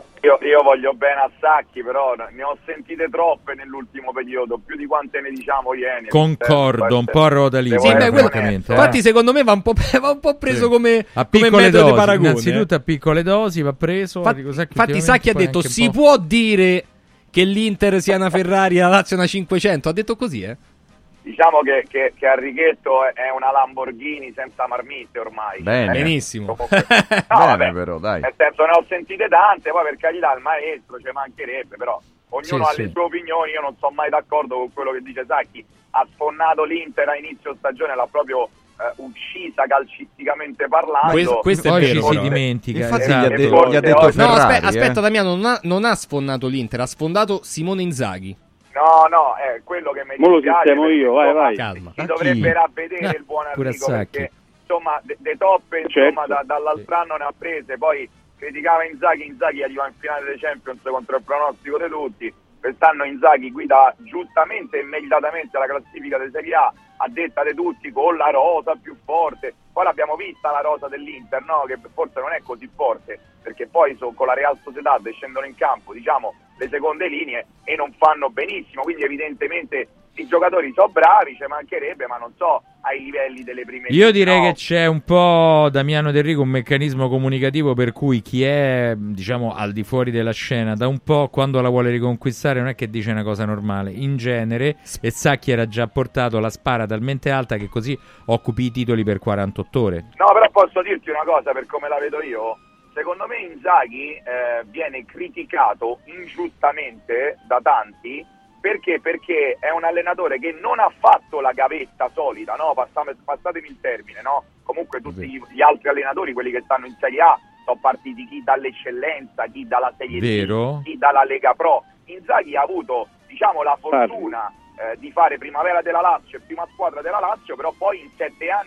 Io voglio bene a Sacchi, però ne ho sentite troppe nell'ultimo periodo, più di quante ne diciamo ieri. Concordo, un po' a ruota lì. Infatti secondo me va un po' preso come piccole metodo dosi, di paragone. Innanzitutto a piccole dosi va preso. Infatti Sacchi ha detto si può dire che l'Inter sia una Ferrari e la Lazio una 500, ha detto così, Diciamo che Arrighetto è una Lamborghini senza marmitte ormai. Benissimo. Vabbè, però, dai. Nel senso, ne ho sentite tante, poi per carità il maestro ci mancherebbe, però ognuno ha le sue opinioni. Io non sono mai d'accordo con quello che dice Sacchi. Ha sfonnato l'Inter a inizio stagione, l'ha proprio uccisa calcisticamente parlando. Questo è vero, ci si dimentica. Infatti gli ha detto Ferrari, aspetta Damiano, non ha sfondato l'Inter, ha sfondato Simone Inzaghi. No, è quello che mi dispiace. Lo sistemo io, vai. Calma. Si dovrebbe ravvedere il buon Enrico, perché insomma de toppe dall'altro anno ne ha prese, poi criticava Inzaghi arriva in finale dei Champions contro il pronostico di tutti. Quest'anno Inzaghi guida giustamente e meritatamente la classifica di Serie A, a detta di tutti, con la rosa più forte. Poi l'abbiamo vista la rosa dell'Inter, no? Che forse non è così forte, perché poi con la Real Sociedad scendono in campo, diciamo, le seconde linee e non fanno benissimo, quindi evidentemente i giocatori sono bravi, ci mancherebbe, ma non so ai livelli delle prime. Io direi che c'è un po', Damiano Del Rico, un meccanismo comunicativo per cui chi è, diciamo, al di fuori della scena da un po', quando la vuole riconquistare non è che dice una cosa normale, in genere, e Sacchi era già portato la spara talmente alta che così occupi i titoli per 48 ore. No, però posso dirti una cosa, per come la vedo io. Secondo me Inzaghi viene criticato ingiustamente da tanti perché è un allenatore che non ha fatto la gavetta solita, no? Passatemi il termine, no? Comunque tutti gli altri allenatori, quelli che stanno in Serie A, sono partiti chi dall'eccellenza, chi dalla Serie D, chi dalla Lega Pro. Inzaghi ha avuto, diciamo, la fortuna di fare primavera della Lazio e prima squadra della Lazio, però poi in 7 anni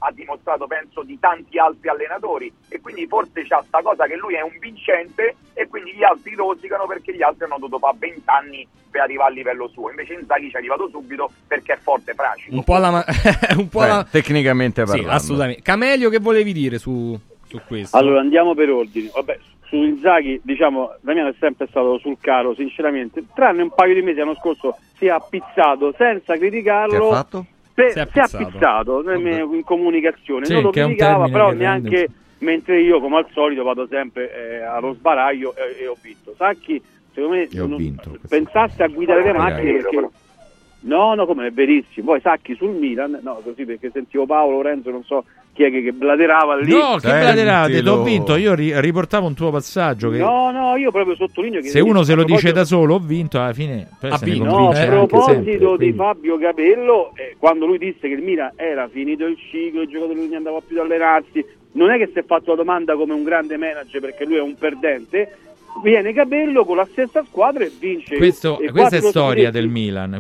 ha dimostrato penso di tanti altri allenatori, e quindi forse c'ha sta cosa che lui è un vincente e quindi gli altri rosicano perché gli altri hanno dovuto fare 20 anni per arrivare al livello suo, invece Inzaghi ci è arrivato subito perché è forte e fracico. Un po' la... tecnicamente parlando. Sì, assolutamente. Camelio, che volevi dire su questo? Allora andiamo per ordine. Vabbè, su Inzaghi, diciamo, Damiano è sempre stato sul carro, sinceramente, tranne un paio di mesi l'anno scorso si è appizzato senza criticarlo. Che ha fatto? Si è appizzato in comunicazione, non lo criticava, però neanche, mentre io come al solito vado sempre allo sbaraglio e ho vinto. Sacchi, secondo me, pensasse a guidare le macchine perché... No, come è verissimo. Poi Sacchi sul Milan, no, così perché sentivo Paolo Lorenzo, non so chi è che bladerava lì. No, che bladerate, t'ho vinto. Io riportavo un tuo passaggio. Che... No, io proprio sottolineo che... Se uno se lo dice da solo, ho vinto, alla fine ha vinto. No, a proposito di Fabio Capello, quando lui disse che il Milan era finito il ciclo, il giocatore non andava più ad allenarsi, non è che si è fatto la domanda come un grande manager perché lui è un perdente. Viene Capello con la stessa squadra e vince. Questa è storia del Milan.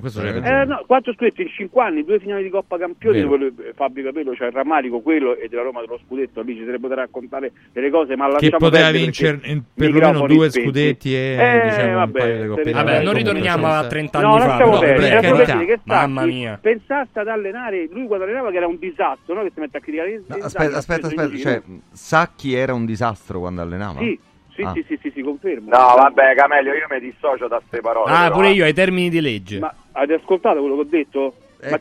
4 scudetti in 5 anni, 2 finali di Coppa Campioni. Fabio Capello c'ha il rammarico quello e della Roma dello scudetto. Lì ci sarebbe da raccontare delle cose, ma che poteva vincere perlomeno 2 scudetti e diciamo un paio di Coppe. Vabbè, non ritorniamo a 30 anni fa. lasciamo perdere. Che mamma mia, pensaste ad allenare lui quando allenava che era un disastro, no? Che si mette a criticare. Aspetta, cioè Sacchi era un disastro quando allenava? Sì, confermo. No, vabbè, Camelio, io mi dissocio da queste parole. Pure io ai termini di legge. Ma avete ascoltato quello che ho detto?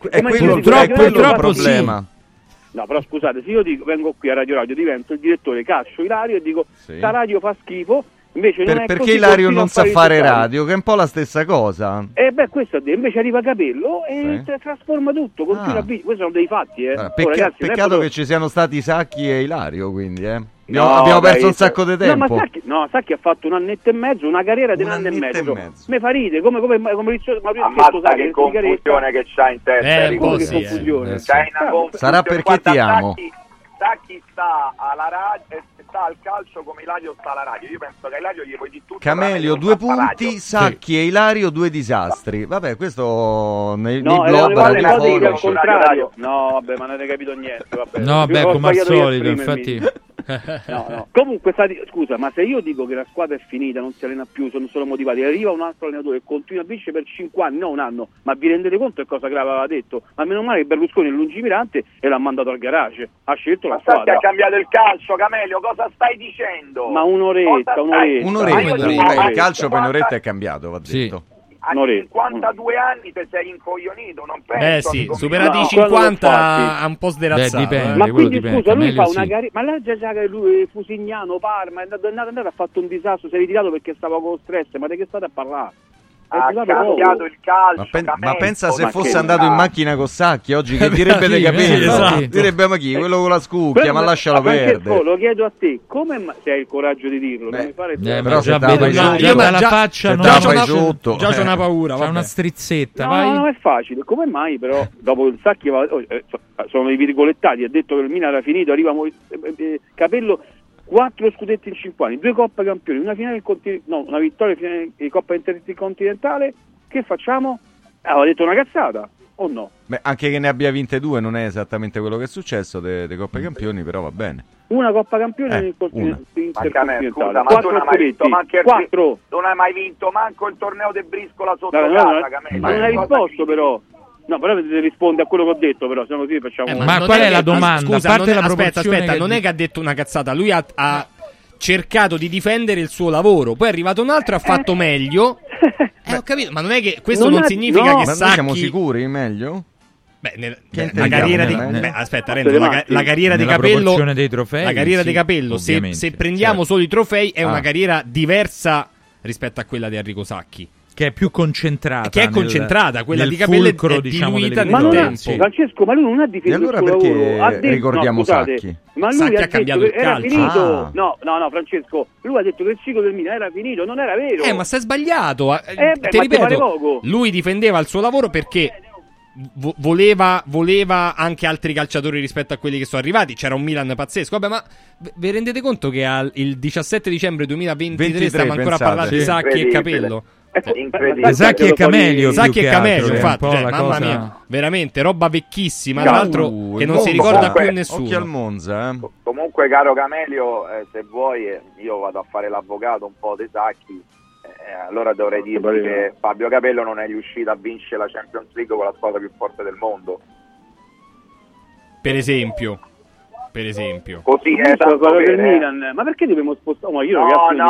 Quello il problema. Sì. No, però scusate, se io vengo qui a Radio divento il direttore, caccio Ilario e dico sta radio fa schifo. Invece non è perché Ilario non sa fare radio, che è un po' la stessa cosa. Questo invece arriva Capello e trasforma tutto, continua a questi sono dei fatti, Peccato che ci siano stati Sacchi e Ilario, quindi abbiamo perso un sacco di tempo. Sacchi ha fatto 1 annetto e mezzo, una carriera di 1 anno e mezzo. Me fa ride, come ammazza che confusione che c'ha in testa. Sarà perché ti amo. Sacchi sta alla radio, sta al calcio come Ilario sta alla radio. Io penso che Ilario gli puoi di tutto. Camelio 2 punti, Sacchi e Ilario 2 disastri. Vabbè, questo nei blog al contrario. No, vabbè, ma non hai capito niente. Come al solito, infatti. No. Comunque, scusa, ma se io dico che la squadra è finita, non si allena più, sono solo motivati, arriva un altro allenatore e continua a vincere per 5 anni, no un anno, ma vi rendete conto che cosa grave aveva detto? Ma meno male che Berlusconi è lungimirante e l'ha mandato al garage, ha scelto la squadra. Ha cambiato il calcio, Camelio, cosa stai dicendo? Ma un'oretta. Il calcio per un'oretta è cambiato, va detto. A 52 anni te sei incoglionito, non penso. Superati i 50 ha un po' sderazzato. Dipende, ma quindi scusa, lui fa una gara, ma là già lui Fusignano, Parma, è andato, ha fatto un disastro, si è ritirato perché stava con stress, ma di che state a parlare? Ha cambiato il calcio. Ma pensa se fosse andato in macchina con Sacchi oggi, che direbbe dei capelli? Esatto. Direbbe ma chi? Quello con la scucchia, ma lascialo perdere. Lo chiedo a te, come se hai il coraggio di dirlo? Non mi pare però già vedo la faccia, già c'ho una paura, c'è una strizzetta. No, è facile. Come mai però dopo il Sacchi sono i virgolettati, ha detto che il Milan era finito, arriva Capello 4 scudetti in 5 anni, 2 Coppa Campioni, una vittoria di Coppa Intercontinentale. Che facciamo? Aveva detto una cazzata o no? Beh, anche che ne abbia vinte 2 non è esattamente quello che è successo dei Coppa Campioni, però va bene. Una Coppa Campioni Intercontinentale, scusa, ma tu non hai mai vinto manco 4. Non hai mai vinto manco il torneo de Briscola sotto casa, Camello. Ma non hai risposto però. No, però risponde a quello che ho detto, però se no così facciamo. Ma qual è la domanda? Scusa, aspetta, non è che ha detto una cazzata, lui ha cercato di difendere il suo lavoro, poi è arrivato un altro e ha fatto meglio. Ho capito, ma non è che questo non significa che Sacchi... siamo sicuri meglio? La carriera di la carriera di Capello dei trofei, la carriera di Capello, se prendiamo solo i trofei è una carriera diversa rispetto a quella di Enrico Sacchi, che è più concentrata, quella di Capello è diluita nel tempo. Francesco, ma lui non ha difeso il suo lavoro, ricordiamo Sacchi. Ma lui Sacchi ha cambiato il calcio. Finito. No, Francesco, lui ha detto che il ciclo del Milan era finito, non era vero. Ma sei sbagliato. Ti ripeto, lui difendeva il suo lavoro perché voleva anche altri calciatori rispetto a quelli che sono arrivati. C'era un Milan pazzesco. Vabbè, ma vi rendete conto che il 17 dicembre 2023 stiamo ancora a parlare di Sacchi e Capello? incredibile. Sacchi e Camelio, infatti, mamma mia, veramente roba vecchissima, tra l'altro che non si ricorda più nessuno. Occhio al Monza, Comunque, caro Camelio, se vuoi io vado a fare l'avvocato un po' dei Sacchi, allora dovrei dirti che Fabio Capello non è riuscito a vincere la Champions League con la squadra più forte del mondo, per esempio. Così è del Milan. Ma perché dobbiamo spostare? No, io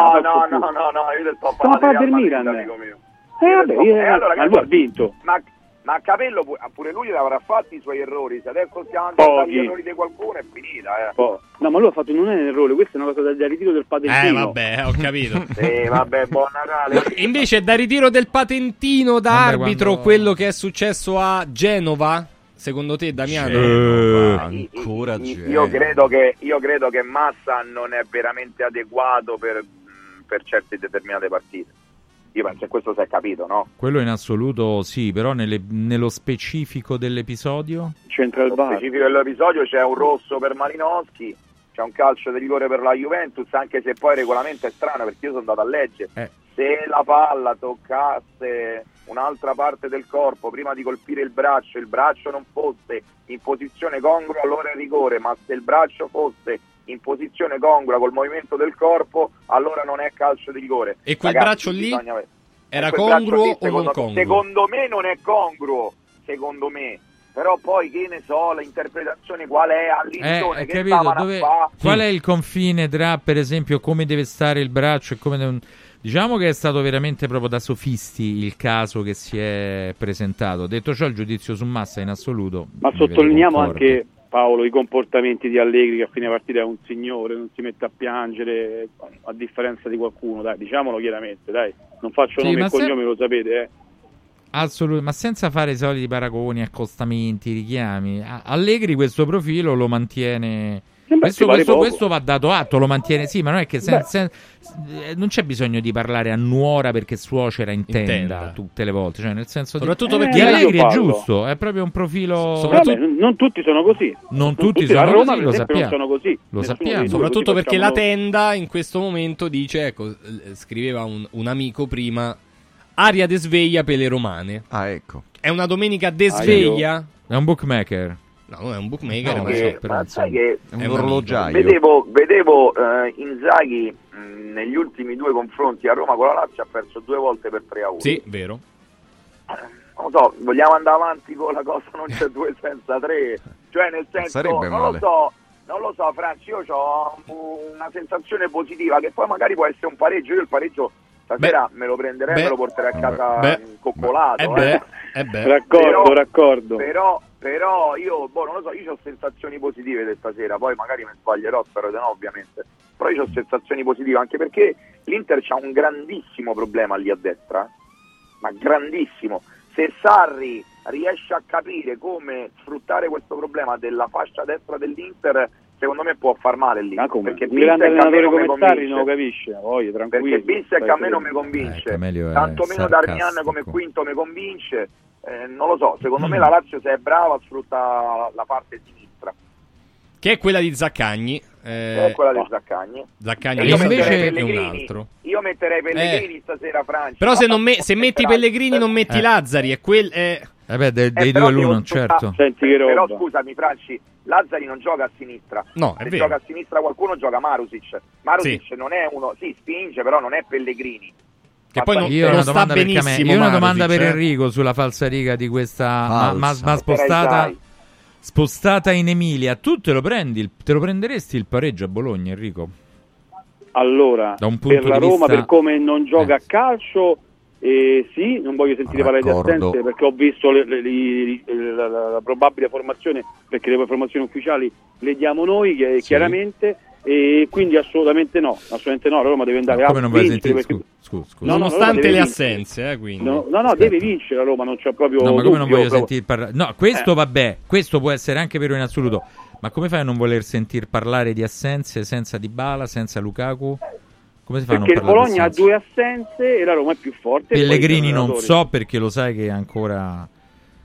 io sto parlando del Milan, amico mio. Allora, ma lui ha vinto. Ma Capello pure lui avrà fatto i suoi errori. Se adesso stiamo andando agli errori di qualcuno è finita. No, ma lui ha fatto, non è un errore, questa è una cosa da ritiro del patentino. Vabbè, ho capito. Vabbè, buon Natale. Invece da ritiro del patentino da arbitro quello che è successo a Genova? Secondo te, Damiano? Ancora io credo che Massa non è veramente adeguato per certe determinate partite. Io penso che questo si è capito, no? Quello in assoluto sì, però nello specifico dell'episodio? C'entra il VAR. Nello specifico dell'episodio c'è un rosso per Malinowski, c'è un calcio di rigore per la Juventus, anche se poi il regolamento è strano, perché io sono andato a leggere. Se la palla toccasse un'altra parte del corpo prima di colpire il braccio non fosse in posizione congrua, allora è rigore, ma se il braccio fosse in posizione congrua col movimento del corpo, allora non è calcio di rigore. E quel braccio lì era congruo o non congruo? Secondo me non è congruo, secondo me. Però poi che ne so, l'interpretazione qual è all'inizio che stavano a fare. Qual è il confine tra, per esempio, come deve stare il braccio e come deve... Diciamo che è stato veramente proprio da sofisti il caso che si è presentato. Detto ciò, il giudizio su Massa in assoluto. Ma sottolineiamo anche, Paolo, i comportamenti di Allegri, che a fine partita è un signore, non si mette a piangere, a differenza di qualcuno, dai, diciamolo chiaramente, dai. Non faccio nome e cognome, lo sapete, Assolutamente, ma senza fare i soliti paragoni, accostamenti, richiami. Allegri questo profilo lo mantiene. Questo va dato atto, lo mantiene, sì, ma non è che non c'è bisogno di parlare a nuora perché suocera intenda tutte le volte, cioè nel senso soprattutto perché Allegri è giusto, è proprio un profilo. Non tutti sono così. Non tutti sono a Roma, così, lo sappiamo. Non sono così. Lo sappiamo. Soprattutto perché la tenda in questo momento dice, ecco, scriveva un amico prima, aria de sveglia per le romane. Ecco. È una domenica de sveglia? È un bookmaker. No, non è un bookmaker, ma sai che è un orologiaio. Vedevo Inzaghi negli ultimi due confronti a Roma con la Lazio ha perso 2 volte per 3-1. Sì, vero. Non lo so, vogliamo andare avanti con la cosa non c'è 2 senza 3, cioè nel senso non lo so Franci, io ho una sensazione positiva che poi magari può essere un pareggio. Io il pareggio stasera me lo prenderei e me lo porterei a casa coccolato. Raccordo. Però io, non lo so, io ho sensazioni positive di stasera, poi magari mi sbaglierò, spero di no ovviamente, però io ho sensazioni positive, anche perché l'Inter c'ha un grandissimo problema lì a destra, ma grandissimo. Se Sarri riesce a capire come sfruttare questo problema della fascia destra dell'Inter, secondo me può far male lì. Perché un grande allenatore come Sarri non lo capisce, perché Bissek a me non mi convince, tanto meno Darmian come quinto mi convince. Non lo so, secondo me la Lazio, se è brava, sfrutta la parte sinistra, che è quella di Zaccagni. È quella di Zaccagni. Io invece è un altro. Io metterei Pellegrini stasera, Francia. Però se metti Pellegrini non metti Lazzari, è dei due l'uno, certo. Però scusami, Franci, Lazzari non gioca a sinistra. No, è se vero. Gioca a sinistra qualcuno, gioca Marusic. Marusic non è uno, spinge, però non è Pellegrini. Che poi io ho una domanda per Enrico sulla falsariga di questa ma spostata in Emilia. Tu te lo prenderesti il pareggio a Bologna, Enrico? Allora, da un punto per la di Roma, vista... per come non gioca a calcio, sì, non voglio sentire parlare di assenze perché ho visto la probabile formazione, perché le formazioni ufficiali le diamo noi chiaramente. E quindi assolutamente no, la Roma deve andare come a non vincere perché... nonostante le assenze, quindi deve vincere la Roma, non c'è proprio ma come non voglio sentir parlare? No, questo vabbè, questo può essere anche vero in assoluto, ma come fai a non voler sentir parlare di assenze senza Dybala, senza Lukaku? Come si fa perché a non parlare? Perché il Bologna ha 2 assenze e la Roma è più forte. Pellegrini non so, perché lo sai che è ancora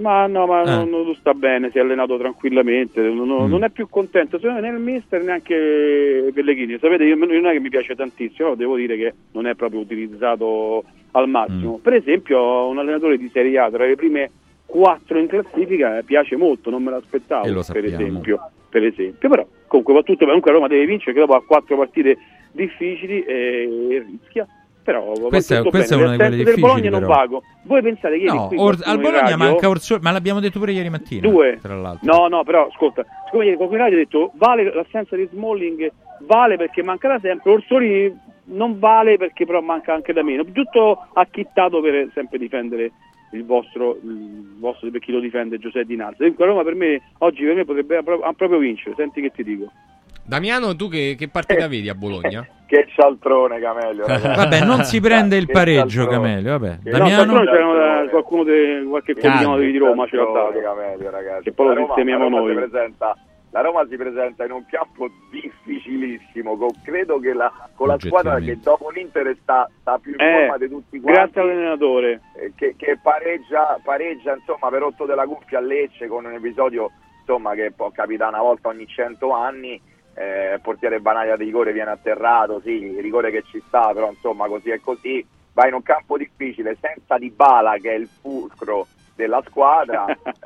Ma non sta bene, si è allenato tranquillamente, non è più contento, secondo me, né il mister neanche Pellegrini. Sapete, io non è che mi piace tantissimo, però devo dire che non è proprio utilizzato al massimo. Per esempio, un allenatore di Serie A tra le prime 4 in classifica piace molto, non me l'aspettavo, per esempio. Però comunque va tutto bene, comunque Roma deve vincere, che dopo ha 4 partite difficili e rischia. Però questa è una di quelle difficili, del Bologna però. Non vago. Voi pensate che ieri al Bologna manca Orsolini, ma l'abbiamo detto pure ieri mattina. 2 tra l'altro. No, però ascolta, siccome ieri qualcuno ha detto vale l'assenza di Smalling, vale perché manca da sempre, Orsolini non vale perché però manca anche da meno. Tutto acchittato per sempre difendere il vostro per chi lo difende, Giuseppe Di Nalza. Dunque Roma oggi per me potrebbe proprio vincere, senti che ti dico. Damiano, tu che partita vedi a Bologna? Che cialtrone, Camelio. Vabbè, non si prende il pareggio, Camelio. Vabbè. Damiano, c'era qualche cognome di Roma ce l'ha dato, Camelio, ragazzi. Che poi lo sistemiamo noi. La Roma si presenta in un campo difficilissimo. Credo che con la squadra che dopo l'Inter sta più in forma di tutti quanti. Grazie all'allenatore. Che pareggia insomma per 8 della cuffia a Lecce, con un episodio insomma che può capitare una volta ogni 100 anni. Portiere Banaglia di rigore viene atterrato, sì, il rigore che ci sta, però insomma così è così. Va in un campo difficile senza Dybala, che è il fulcro della squadra.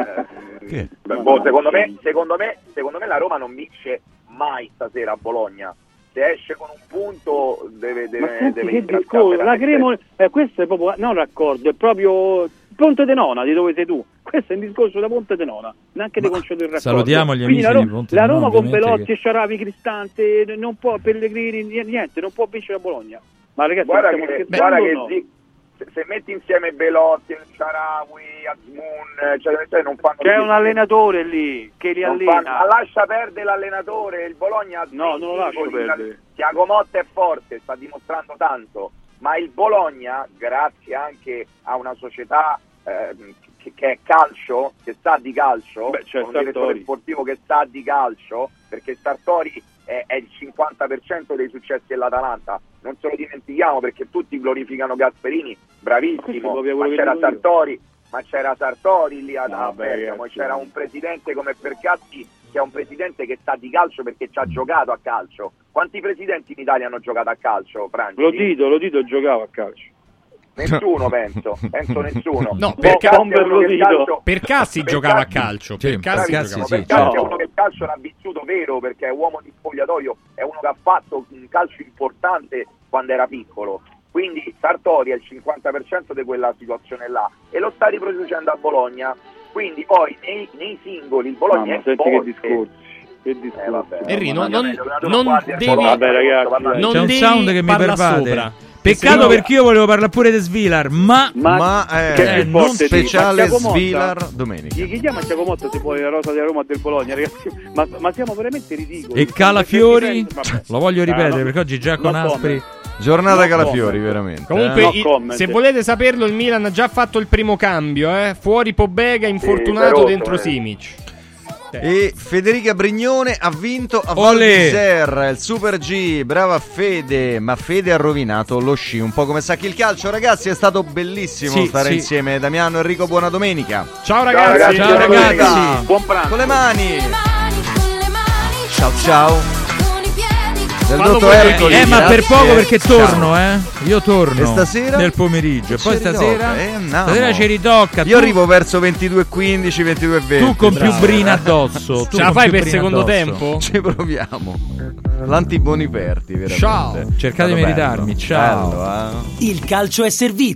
Secondo me la Roma non vince mai stasera a Bologna. Se esce con un punto deve questo è proprio non raccordo, è proprio Ponte de Nona, di dove sei tu. Questo è un discorso da Ponte de Nona, neanche di concedo il raccordo. Salutiamo gli amici di Ponte de Nona. La Roma con Belotti e Sciaravi, Cristante, non può, Pellegrini, niente, non può vincere a Bologna. Ma ragazzi, guarda che se metti insieme Belotti, il Sciarawi, Azmoun, non fanno. C'è un allenatore lì che li allena. Ma lascia perdere l'allenatore, il Bologna. No, non lo lascio perdere. Thiago Motta è forte, sta dimostrando tanto, ma il Bologna, grazie anche a una società che è calcio, che sa di calcio, un direttore sportivo che sa di calcio, perché Sartori è il 50% dei successi dell'Atalanta, non ce lo dimentichiamo, perché tutti glorificano Gasperini, bravissimo, ma c'era Sartori lì a Bergamo, c'era un presidente come Percassi, che è un presidente che sa di calcio perché ci ha giocato a calcio. Quanti presidenti in Italia hanno giocato a calcio, Franci? Lo Dito giocava a calcio. Nessuno, penso nessuno. No, Percassi giocava a calcio. Percassi è uno che il calcio l'ha vissuto vero, perché è uomo di spogliatoio, è uno che ha fatto un calcio importante quando era piccolo. Quindi Sartori è il 50% di quella situazione là e lo sta riproducendo a Bologna. Quindi poi nei singoli il Bologna è forte. Che discorso. Enrico, non devi c'è un sound che mi pervade. Peccato, perché io volevo parlare pure di Svilar, ma non speciale Svilar domenica. Chi chiama Giacomotta se poi la rosa della Roma del Bologna, ragazzi? Ma siamo veramente ridicoli. E Calafiori, lo voglio ripetere perché oggi già con Aspri. Giornata Calafiori, veramente. Comunque, se volete saperlo, il Milan ha già fatto il primo cambio, fuori Pobega, infortunato, dentro Simic. E Federica Brignone ha vinto a Val d'Isère, il Super G. Brava Fede, ma Fede ha rovinato lo sci, un po' come Sacchi il calcio. Ragazzi, è stato bellissimo stare insieme. Damiano, Enrico, buona domenica. Ciao ragazzi. Ciao ragazzi. Buon pranzo. Con le mani. Ciao. Del dottor Ercoli, ma per poco, perché torno, Io torno. E stasera? Nel pomeriggio. E poi stasera ci ritocca. Io arrivo verso 22:15, 22:20. Tu con più brina addosso. Ce la fai per secondo tempo? Ci proviamo. L'antiboniperti, veramente. Ciao. Cercate di meritarmi. Ciao. Il calcio è servito.